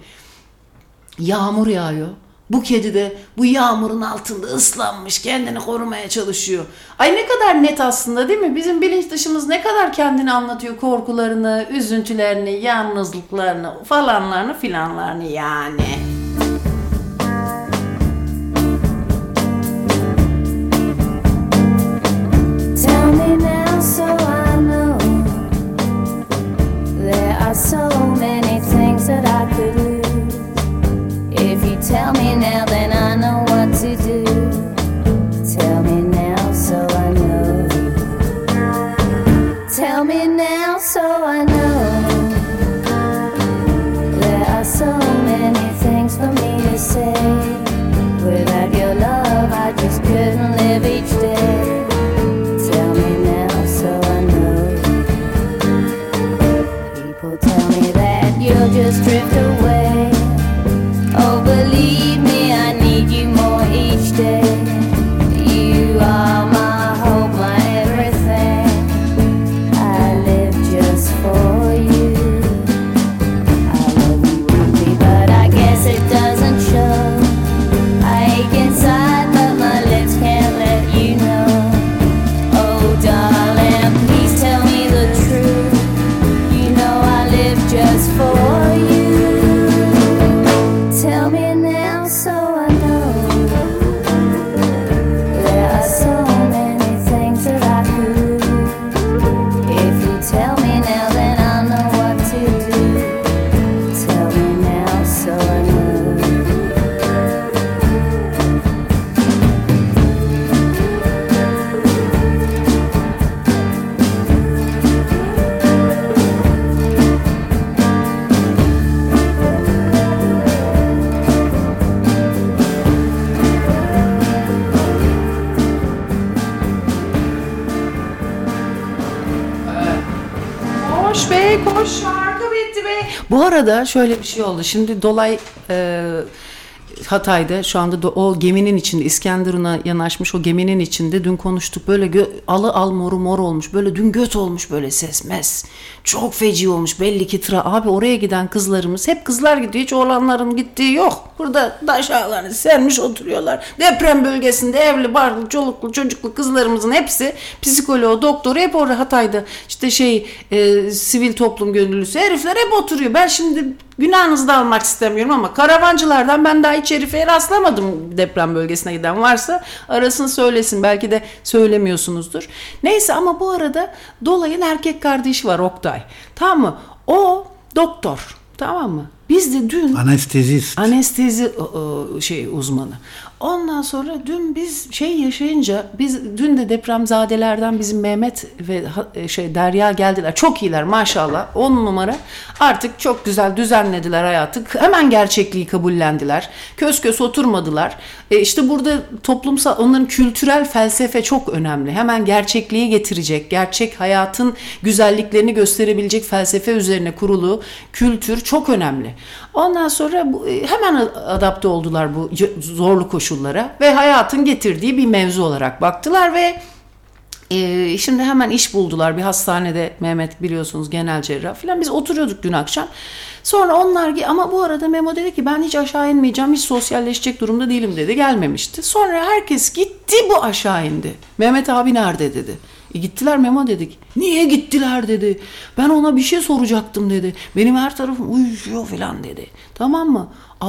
yağmur yağıyor. Bu kedi de bu yağmurun altında ıslanmış, kendini korumaya çalışıyor. Ay ne kadar net aslında değil mi? Bizim bilinç dışımız ne kadar kendini anlatıyor. Korkularını, üzüntülerini, yalnızlıklarını, falanlarını filanlarını yani. Tell me now so I know there are so many things that I could lose. If you tell me now, then I know what to do. Tell me now so I know. Tell me now so I know. There are so many things Koş be koş, şarkı bitti be. Bu arada şöyle bir şey oldu. Şimdi Dolay e, Hatay'da şu anda da o geminin içinde, İskenderun'a yanaşmış o geminin içinde dün konuştuk. Böyle gö- alı al moru mor olmuş. Böyle dün göt olmuş, böyle ses mes. Çok feci olmuş belli ki tıra. Abi oraya giden kızlarımız, hep kızlar gidiyor. Hiç oğlanların gittiği yok. Burada da aşağılarını sermiş oturuyorlar. Deprem bölgesinde evli, barklı, çoluklu, çocuklu kızlarımızın hepsi psikoloğu, doktoru hep orada Hatay'da. İşte şey e, sivil toplum gönüllüsü herifler hep oturuyor. Ben şimdi günahınızı da almak istemiyorum ama karavancılardan ben daha hiç herife rastlamadım, deprem bölgesine giden varsa arasını söylesin. Belki de söylemiyorsunuzdur. Neyse, ama bu arada Dolay'ın erkek kardeşi var, Oktay. Tamam mı? O doktor. Tamam mı? Biz de dün Anestezist. anestezi ı, şey uzmanı. Ondan sonra dün biz şey yaşayınca, biz dün de depremzadelerden bizim Mehmet ve şey Derya geldiler. Çok iyiler maşallah. On numara. Artık çok güzel düzenlediler hayatı. Hemen gerçekliği kabullendiler. Kös kös oturmadılar. E işte burada toplumsal, onların kültürel felsefe çok önemli. Hemen gerçekliği getirecek, gerçek hayatın güzelliklerini gösterebilecek felsefe üzerine kurulu kültür çok önemli. Ondan sonra bu, hemen adapte oldular bu zorlu koşullara ve hayatın getirdiği bir mevzu olarak baktılar ve e, şimdi hemen iş buldular bir hastanede. Mehmet biliyorsunuz genel cerrah falan. Biz oturuyorduk dün akşam. Sonra onlar, ama bu arada Memo dedi ki ben hiç aşağı inmeyeceğim, hiç sosyalleşecek durumda değilim dedi, gelmemişti. Sonra herkes gitti, bu aşağı indi. Mehmet abi nerede dedi. E gittiler Memo dedik. Niye gittiler dedi. Ben ona bir şey soracaktım dedi. Benim her tarafım uyuşuyor falan dedi. Tamam mı?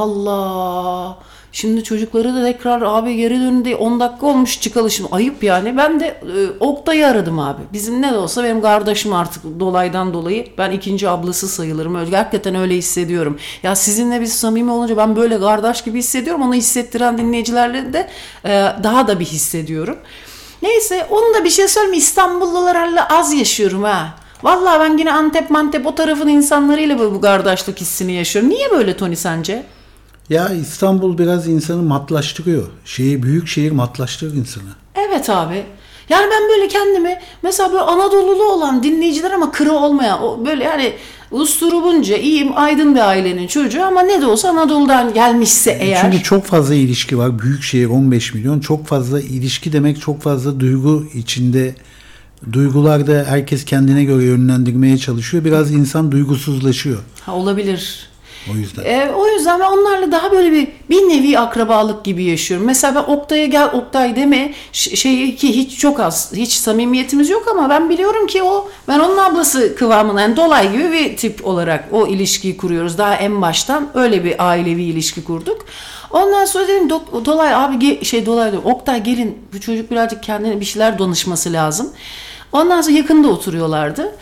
Allah. Şimdi çocukları da tekrar abi geri dönün diye on dakika olmuş çıkalı şimdi. Ayıp yani. Ben de e, Oktay'ı aradım abi. Bizim ne de olsa benim kardeşim artık Dolay'dan dolayı. Ben ikinci ablası sayılırım. Öyle, hakikaten öyle hissediyorum. Ya sizinle biz samimi olunca ben böyle kardeş gibi hissediyorum. Onu hissettiren dinleyicilerle de e, daha da bir hissediyorum. Neyse, onu da bir şey söyleyeyim. İstanbullularla az yaşıyorum ha. Vallahi ben yine Antep Mantep o tarafın insanlarıyla bu, bu kardeşlik hissini yaşıyorum. Niye böyle Tony sence? Ya İstanbul biraz insanı matlaştırıyor. Şeyi, büyük şehir matlaştırır insanı. Evet abi. Yani ben böyle kendimi mesela böyle Anadolulu olan dinleyiciler ama kırı olmayan, o böyle yani usturubunca iyiyim, aydın bir ailenin çocuğu ama ne de olsa Anadolu'dan gelmişse eğer. Çünkü çok fazla ilişki var. Büyük şehir on beş milyon. Çok fazla ilişki demek, çok fazla duygu içinde. Duygularda herkes kendine göre yönlendirmeye çalışıyor. Biraz insan duygusuzlaşıyor. Ha, olabilir. O yüzden. E, o yüzden ben onlarla daha böyle bir bir nevi akrabalık gibi yaşıyorum. Mesela ben Oktay'a gel Oktay deme şey ki hiç çok az, hiç samimiyetimiz yok ama ben biliyorum ki o, ben onun ablası kıvamında, yani Dolay gibi bir tip olarak o ilişkiyi kuruyoruz. Daha en baştan öyle bir ailevi ilişki kurduk. Ondan sonra dedim Do- Dolay abi şey Dolay diyor, Oktay gelin, bu çocuk birazcık kendine bir şeyler danışması lazım. Ondan sonra yakında oturuyorlardı.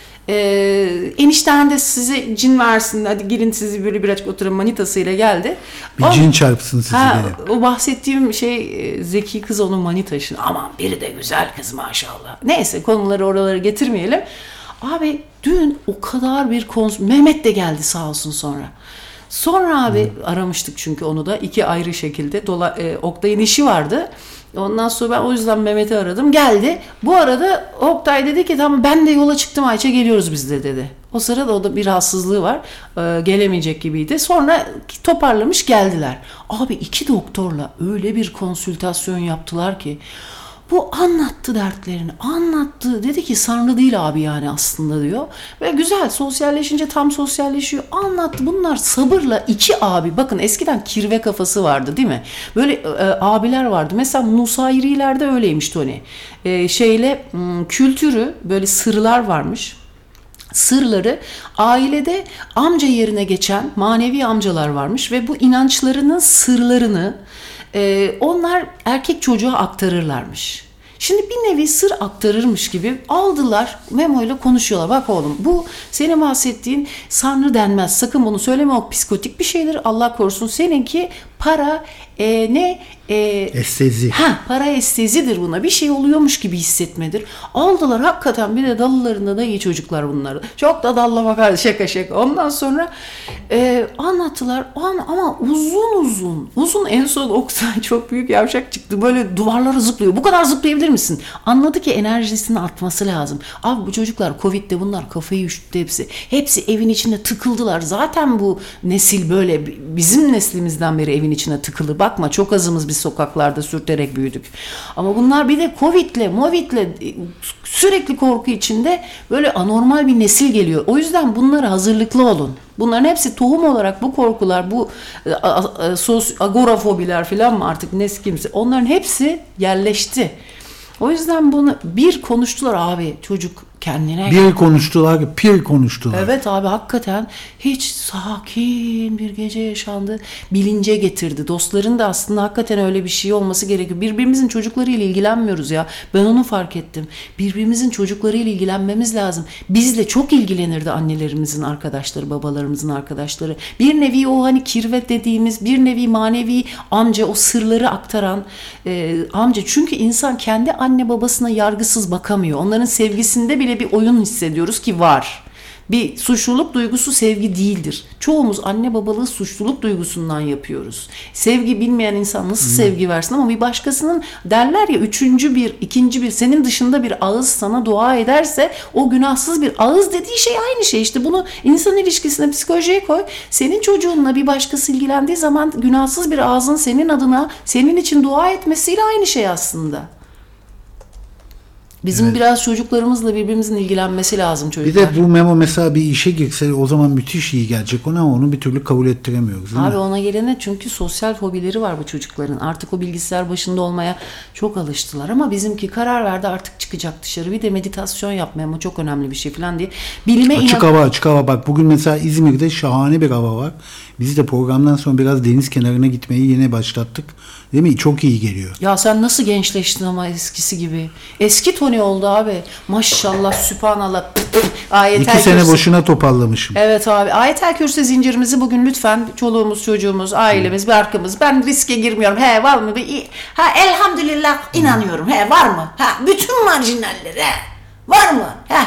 Ee, enişten de size cin versin, hadi girin sizi böyle birazcık oturun manitasıyla geldi. Bir o, cin çarpsın sizi ha, gene. o bahsettiğim şey zeki kız onun manitaşı. Aman biri de güzel kız maşallah. Neyse, konuları oralara getirmeyelim. Abi dün o kadar bir kons... Mehmet de geldi sağ olsun sonra. Sonra abi hmm. aramıştık çünkü onu da iki ayrı şekilde. Dola, e, Oktay'ın işi vardı. Ondan sonra ben o yüzden Mehmet'i aradım. Geldi. Bu arada Oktay dedi ki tamam ben de yola çıktım Ayça, geliyoruz biz de dedi. O sırada o da bir rahatsızlığı var. Ee, gelemeyecek gibiydi. Sonra toparlamış geldiler. Abi iki doktorla öyle bir konsültasyon yaptılar ki. Bu anlattı dertlerini, anlattı. Dedi ki sanrı değil abi yani aslında diyor. Ve güzel, sosyalleşince tam sosyalleşiyor. Anlattı. Bunlar sabırla iki abi. Bakın eskiden kirve kafası vardı değil mi? Böyle e, abiler vardı. Mesela Nusayri'lerde öyleymiş Tony. E, şeyle m, kültürü böyle sırlar varmış. Sırları ailede amca yerine geçen manevi amcalar varmış ve bu inançlarının sırlarını e, onlar erkek çocuğa aktarırlarmış. Şimdi bir nevi sır aktarırmış gibi aldılar, Memo ile konuşuyorlar. Bak oğlum, bu senin bahsettiğin sanrı denmez. Sakın bunu söyleme, o psikotik bir şeydir. Allah korusun, seninki Para e, ne? E, Estezi. Ha, para estezidir buna. Bir şey oluyormuş gibi hissetmedir. Aldılar hakikaten, bir de dallarında da iyi çocuklar bunlar. Çok da dallamak, şaka şaka. Ondan sonra e, anlattılar An, ama uzun uzun. Uzun en son Oktay çok büyük yavşak çıktı. Böyle duvarlara zıplıyor. Bu kadar zıplayabilir misin? Anladı ki enerjisinin artması lazım. Abi bu çocuklar Covid'de bunlar kafayı üşüttü hepsi. Hepsi evin içinde tıkıldılar. Zaten bu nesil böyle, bizim neslimizden beri evin içine tıkılı. Bakma çok azımız biz sokaklarda sürterek büyüdük. Ama bunlar bir de Covid'le, Movid'le sürekli korku içinde böyle anormal bir nesil geliyor. O yüzden bunlara hazırlıklı olun. Bunların hepsi tohum olarak, bu korkular, bu a, a, sos, agorafobiler falan mı artık ne kimse, onların hepsi yerleşti. O yüzden bunu bir konuştular abi, çocuk kendine. Bir konuştular, pir konuştular. Evet abi, hakikaten hiç sakin bir gece yaşandı. Bilince getirdi. Dostların da aslında hakikaten öyle bir şey olması gerekiyor. Birbirimizin çocuklarıyla ilgilenmiyoruz ya. Ben onu fark ettim. Birbirimizin çocuklarıyla ilgilenmemiz lazım. Bizle çok ilgilenirdi annelerimizin arkadaşları, babalarımızın arkadaşları. Bir nevi o hani kirve dediğimiz, bir nevi manevi amca, o sırları aktaran e, amca. Çünkü insan kendi anne babasına yargısız bakamıyor. Onların sevgisinde bile bir oyun hissediyoruz ki var. Bir suçluluk duygusu sevgi değildir. Çoğumuz anne babalığı suçluluk duygusundan yapıyoruz. Sevgi bilmeyen insan nasıl hmm. sevgi versin, ama bir başkasının derler ya, üçüncü bir, ikinci bir, senin dışında bir ağız sana dua ederse o günahsız bir ağız dediği şey aynı şey. İşte bunu insan ilişkisine, psikolojiye koy. Senin çocuğunla bir başkası ilgilendiği zaman günahsız bir ağzın senin adına, senin için dua etmesiyle aynı şey aslında. Bizim evet. biraz çocuklarımızla birbirimizin ilgilenmesi lazım çocuklar. Bir de bu Memo mesela bir işe girse o zaman müthiş iyi gelecek ona, ama onu bir türlü kabul ettiremiyoruz. Abi mi? ona gelene, çünkü sosyal fobileri var bu çocukların. Artık o bilgisayar başında olmaya çok alıştılar, ama bizimki karar verdi artık çıkacak dışarı. Bir de meditasyon yapmaya, ama çok önemli bir şey falan diye. Bilime açık inan- hava, açık hava. Bak bugün mesela İzmir'de şahane bir hava var. Biz de programdan sonra biraz deniz kenarına gitmeyi yine başlattık. Değil mi? Çok iyi geliyor. Ya sen nasıl gençleştin ama eskisi gibi. Eski Tony oldu abi. Maşallah, sübhanallah. Ayetel İki sene Kürsi. boşuna toparlamışım. Evet abi. Ayetel Kürsi zincirimizi bugün lütfen çoluğumuz, çocuğumuz, ailemiz, hmm. barkımız. Ben riske girmiyorum. He var mı? Ha elhamdülillah inanıyorum. He var mı? Ha bütün marjinaller. He var mı? He.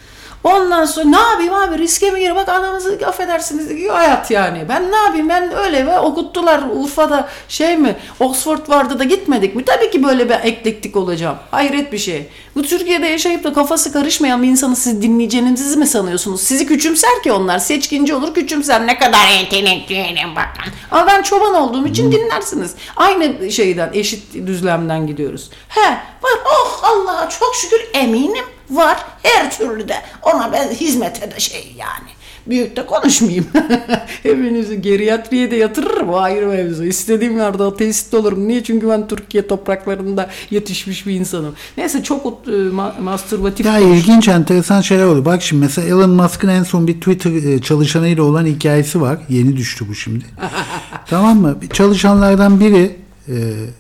Ondan sonra ne yapayım abi, riske mi gireyim? Bak anamızı affedersiniz hayat yani. Ben ne yapayım, ben öyle ve okuttular Urfa'da şey mi, Oxford vardı da gitmedik mi? Tabii ki böyle bir eklektik olacağım. Hayret bir şey. Bu Türkiye'de yaşayıp da kafası karışmayan bir insanı siz dinleyeceğinizi mi sanıyorsunuz? Sizi küçümser ki onlar. Seçkinci olur, küçümser. Ne kadar yetenekliyim bakın. Ama ben çoban olduğum için dinlersiniz. Aynı şeyden, eşit düzlemden gidiyoruz. He var, oh Allah'a çok şükür eminim. Var her türlü de, ona ben hizmete de şey yani. Büyük de konuşmayayım. Hepinizi geriatriye de yatırırım, o ayrı mevzu. İstediğim yerde ateist olurum. Niye? Çünkü ben Türkiye topraklarında yetişmiş bir insanım. Neyse çok e, ma- mastürbatif. Ya ilginç, enteresan şeyler oldu. Bak şimdi mesela Elon Musk'ın en son bir Twitter çalışanıyla olan hikayesi var. Yeni düştü bu şimdi. Tamam mı? Çalışanlardan biri e,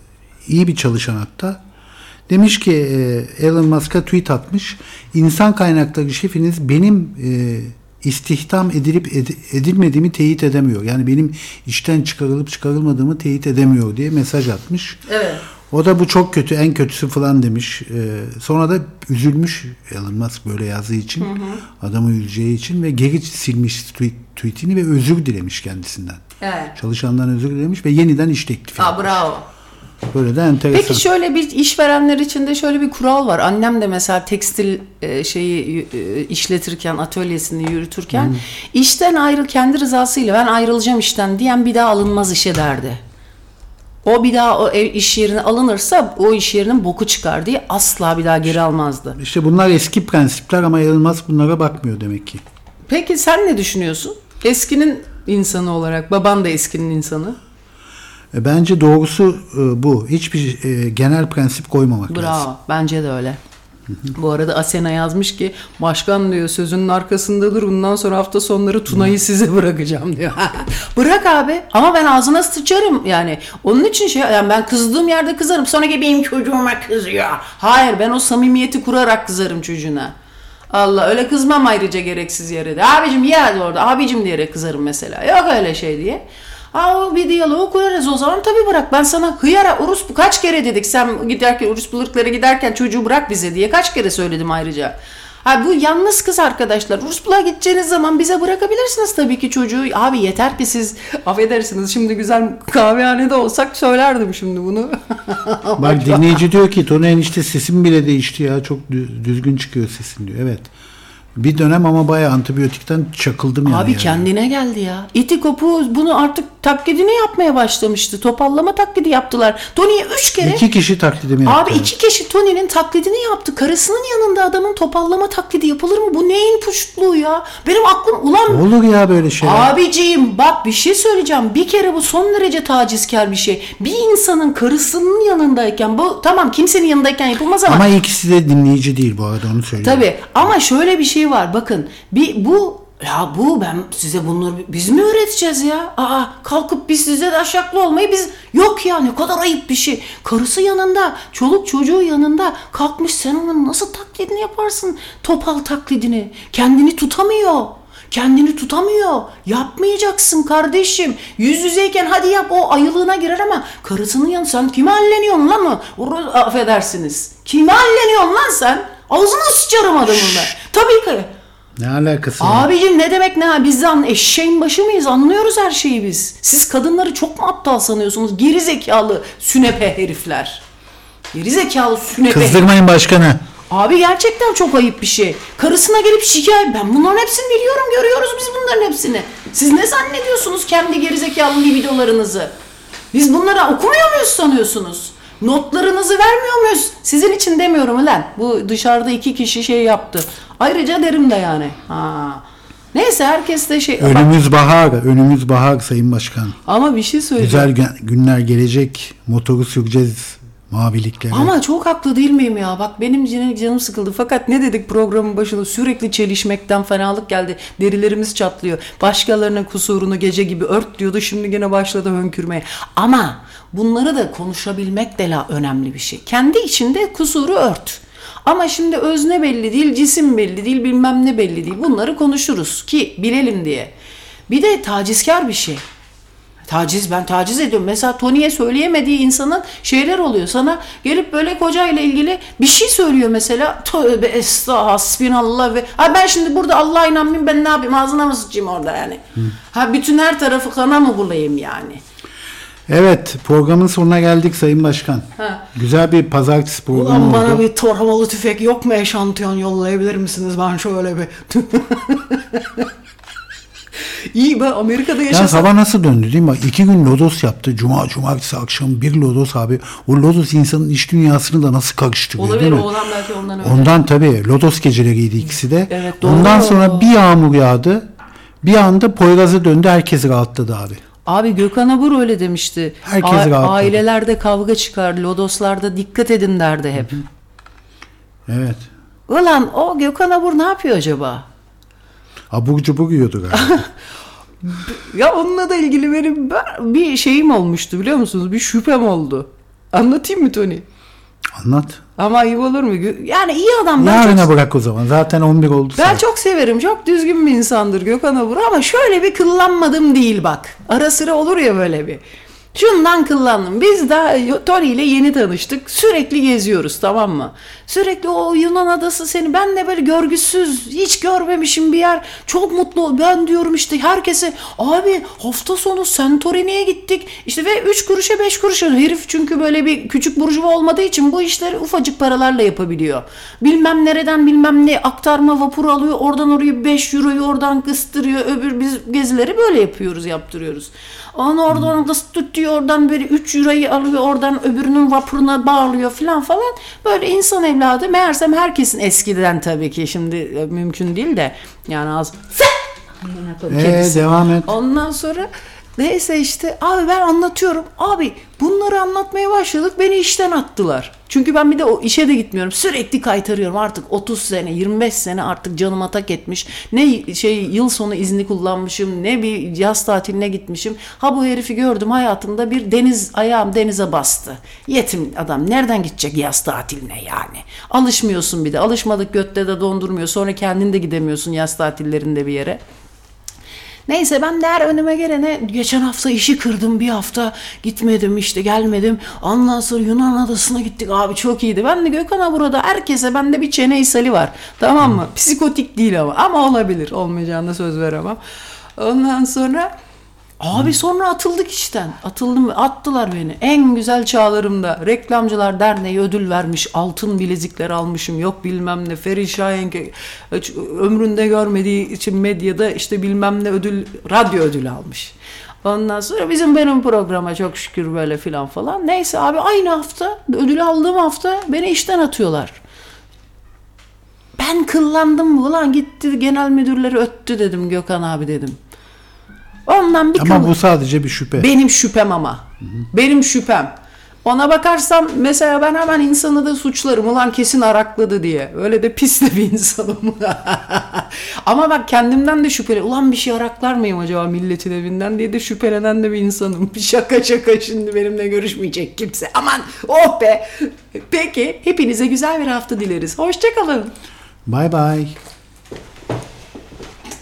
iyi bir çalışan hatta. Demiş ki e, Elon Musk'a tweet atmış. İnsan kaynakları şefiniz benim e, istihdam edilip ed- edilmediğimi teyit edemiyor. Yani benim işten çıkarılıp çıkarılmadığımı teyit edemiyor diye mesaj atmış. Evet. O da bu çok kötü, en kötüsü falan demiş. E, sonra da üzülmüş Elon Musk böyle yazdığı için. Hı hı. Adamı üzeceği için ve geri silmiş tweet, tweetini ve özür dilemiş kendisinden. Evet. Çalışandan özür dilemiş ve yeniden iş teklifi Aa, yapmış. bravo. Böyle de enteresan. Peki şöyle bir işverenler için de şöyle bir kural var. Annem de mesela tekstil e, şeyi e, işletirken, atölyesini yürütürken hmm. işten ayrıl, kendi rızasıyla ben ayrılacağım işten diyen bir daha alınmaz işe derdi. O bir daha o ev, iş yerine alınırsa o iş yerinin boku çıkar diye asla bir daha geri almazdı. İşte bunlar eski prensipler ama Yılmaz bunlara bakmıyor demek ki. Peki sen ne düşünüyorsun? Eskinin insanı olarak, baban da eskinin insanı. Bence doğrusu bu. Hiçbir e, genel prensip koymamak Bravo, lazım. Bravo. Bence de öyle. Hı hı. Bu arada Asena yazmış ki başkan diyor sözünün arkasında dur. Bundan sonra hafta sonları Tuna'yı size bırakacağım diyor. Bırak abi. Ama ben ağzına sıçarım yani. Onun için şey, yani ben kızdığım yerde kızarım. Sonra ki benim çocuğuma kızıyor. Hayır, ben o samimiyeti kurarak kızarım çocuğuna. Allah, öyle kızmam ayrıca gereksiz yere de. Abicim ya orada abicim diyerek kızarım mesela. Yok öyle şey diye. Aa, bir diyaloğu kurarız o zaman, tabii bırak. Ben sana hıyara orospu kaç kere dedik, sen giderken orospuluklara giderken çocuğu bırak bize diye kaç kere söyledim ayrıca. Ha, bu yalnız kız arkadaşlar. Orospuluğa gideceğiniz zaman bize bırakabilirsiniz tabii ki çocuğu. Abi yeter ki siz, affedersiniz, şimdi güzel kahvehanede olsak söylerdim şimdi bunu. Bak dinleyici diyor ki Tony enişte sesim bile değişti ya, çok dü- düzgün çıkıyor sesin diyor. Evet. Bir dönem ama bayağı antibiyotikten çakıldım yani. Abi yani. kendine geldi ya. İti kopu bunu artık taklidini yapmaya başlamıştı. Topallama taklidi yaptılar. Tony'ye üç kere. İki kişi taklidimi yaptı. Abi iki kişi Tony'nin taklidini yaptı. Karısının yanında adamın topallama taklidi yapılır mı? Bu neyin puştluğu ya? Benim aklım ulan. Olur ya böyle şeyler. Abiciğim bak bir şey söyleyeceğim. Bir kere bu son derece tacizkar bir şey. Bir insanın karısının yanındayken, bu tamam kimsenin yanındayken yapılmaz ama. Ama ikisi de dinleyici değil bu arada, onu söylüyorum. Tabii ama şöyle bir şey var, bakın bir bu ya bu ben size bunları biz mi öğreteceğiz ya? Aa, kalkıp biz size de aşaklı olmayı biz, yok ya, ne kadar ayıp bir şey. Karısı yanında, çoluk çocuğu yanında kalkmış, sen onun nasıl taklidini yaparsın? Topal taklidini. Kendini tutamıyor. Kendini tutamıyor. Yapmayacaksın kardeşim. Yüz yüzeyken hadi yap, o ayılığına girer ama karısının yanında sen kime halleniyorsun lan o? Affedersiniz. Kime halleniyorsun lan sen? Ağzını sıçarım adamın ben. Tabii ki. Ne alakası var? Abicim ne demek ne? Biz de an- eşeğin başı mıyız? Anlıyoruz her şeyi biz. Siz kadınları çok mu aptal sanıyorsunuz? Geri zekalı sünepe herifler. Geri zekalı sünepe. Kızdırmayın başkanı. Abi gerçekten çok ayıp bir şey. Karısına gelip şikayet... Ben bunların hepsini biliyorum, görüyoruz biz bunların hepsini. Siz ne zannediyorsunuz kendi gerizekalı libidolarınızı? Biz bunları okumuyor muyuz sanıyorsunuz? Notlarınızı vermiyor muyuz? Sizin için demiyorum ulan. Bu dışarıda iki kişi şey yaptı. Ayrıca derim de yani. Ha. Neyse herkes de şey... Önümüz bahar, önümüz bahar Sayın Başkan. Ama bir şey söyleyeceğim. Güzel gün- günler gelecek, motoru süreceğiz maviliklere. Ama çok haklı değil miyim ya? Bak benim canım, canım sıkıldı. Fakat ne dedik programın başında? Sürekli çelişmekten fenalık geldi. Derilerimiz çatlıyor. Başkalarının kusurunu gece gibi ört diyordu. Şimdi gene başladı hönkürmeye. Ama bunları da konuşabilmek de la önemli bir şey. Kendi içinde kusuru ört. Ama şimdi özne belli değil, cisim belli değil, bilmem ne belli değil. Bunları konuşuruz ki bilelim diye. Bir de tacizkar bir şey. Taciz, ben taciz ediyorum. Mesela Tony'ye söyleyemediği insanın şeyler oluyor. Sana gelip böyle kocayla ilgili bir şey söylüyor mesela. Tövbe estağ hasbinallah ve ha ben şimdi burada Allah'a inanmayayım, ben ne yapayım, ağzına mı sıçayım orada yani. Hı. Ha bütün her tarafı kana mı bulayım yani. Evet, programın sonuna geldik Sayın Başkan. Ha. Güzel bir pazartesi programı Ulan oldu. bana bir torhamalı tüfek yok mu, eşantiyon yollayabilir misiniz? Ben şöyle bir... İyi, ben Amerika'da Ya yaşasam... sabah nasıl döndü değil mi? Bak iki gün lodos yaptı. Cuma, cumartesi akşam bir lodos abi. O lodos insanın iç dünyasını da nasıl karıştırıyor Olabilir, değil mi? oğlan belki ondan öyle. Ondan tabii lodos geceleriydi ikisi de. Evet, doğru. Ondan sonra bir yağmur yağdı. Bir anda Poyraz'a döndü, herkes rahatladı abi. Abi Gökhan Abur öyle demişti. Herkes A- rahatladı. Ailelerde kavga çıkar, lodoslarda dikkat edin derdi hep. Evet. Ulan o Gökhan Abur ne yapıyor acaba? Abur cubur yiyordu galiba. Ya onunla da ilgili benim bir şeyim olmuştu biliyor musunuz? Bir şüphem oldu. Anlatayım mı Tony? Anlat. Ama ayıp olur mu? Yani iyi adam. Ben Yarına çok, bırak o zaman. Zaten on bir oldu. ben saat. çok severim. Çok düzgün bir insandır Gökhan Abur ama şöyle bir kıllanmadım değil bak. Ara sıra olur ya böyle bir. Şundan kıllandım. Biz daha Tony ile yeni tanıştık. Sürekli geziyoruz, tamam mı? Sürekli o Yunan adası seni. Ben de böyle görgüsüz, hiç görmemişim bir yer. Çok mutlu. Ben diyorum işte herkese, abi hafta sonu Santorini'ye gittik. İşte ve üç kuruşa beş kuruşa. Herif çünkü böyle bir küçük burjuva olmadığı için bu işleri ufacık paralarla yapabiliyor. Bilmem nereden bilmem ne aktarma vapuru alıyor. Oradan oraya beş euroyu oradan kıstırıyor. Öbür biz gezileri böyle yapıyoruz, yaptırıyoruz. Onu oradan kıstırtıyor, oradan böyle üç euroyu alıyor, oradan öbürünün vapuruna bağlıyor falan falan. Böyle insan evladı. Meğersem herkesin eskiden, tabii ki şimdi mümkün değil de yani az. Ee, devam et. Ondan sonra neyse işte abi ben anlatıyorum. Abi bunları anlatmaya başladık, beni işten attılar. Çünkü ben bir de o işe de gitmiyorum. Sürekli kaytarıyorum artık otuz sene yirmi beş sene artık canıma tak etmiş. Ne şey yıl sonu izni kullanmışım, ne bir yaz tatiline gitmişim. Ha bu herifi gördüm hayatımda, bir deniz ayağım denize bastı. Yetim adam nereden gidecek yaz tatiline yani. Alışmıyorsun bir de. Alışmadık götte de dondurmuyor. Sonra kendin de gidemiyorsun yaz tatillerinde bir yere. Neyse ben de her önüme gelene geçen hafta işi kırdım, bir hafta gitmedim işte, gelmedim. Ondan sonra Yunan adasına gittik abi, çok iyiydi. Ben de Gökhan'a burada herkese bende bir çene ishali var, tamam mı? Psikotik değil ama ama olabilir, olmayacağına söz veremem. Ondan sonra abi sonra atıldık işten. Atıldım, attılar beni. En güzel çağlarımda Reklamcılar Derneği ödül vermiş. Altın bilezikler almışım. Yok bilmem ne. Feri Şahenk ömründe görmediği için medyada işte bilmem ne ödül, radyo ödülü almış. Ondan sonra bizim benim programa çok şükür böyle filan falan. Neyse abi aynı hafta, ödülü aldığım hafta beni işten atıyorlar. Ben kıllandım mı? Ulan gitti genel müdürleri öttü dedim Gökhan abi dedim. Ondan bir Ama kıl... bu sadece bir şüphe. Benim şüphem ama. Hı hı. Benim şüphem. Ona bakarsam mesela ben hemen insanı da suçlarım. Ulan kesin arakladı diye. Öyle de pis de bir insanım. Ama bak kendimden de şüpheli. Ulan bir şey araklar mıyım acaba milletin evinden diye de şüphelenen de bir insanım. Şaka şaka şimdi benimle görüşmeyecek kimse. Aman oh be. Peki hepinize güzel bir hafta dileriz. Hoşçakalın. Bye bye.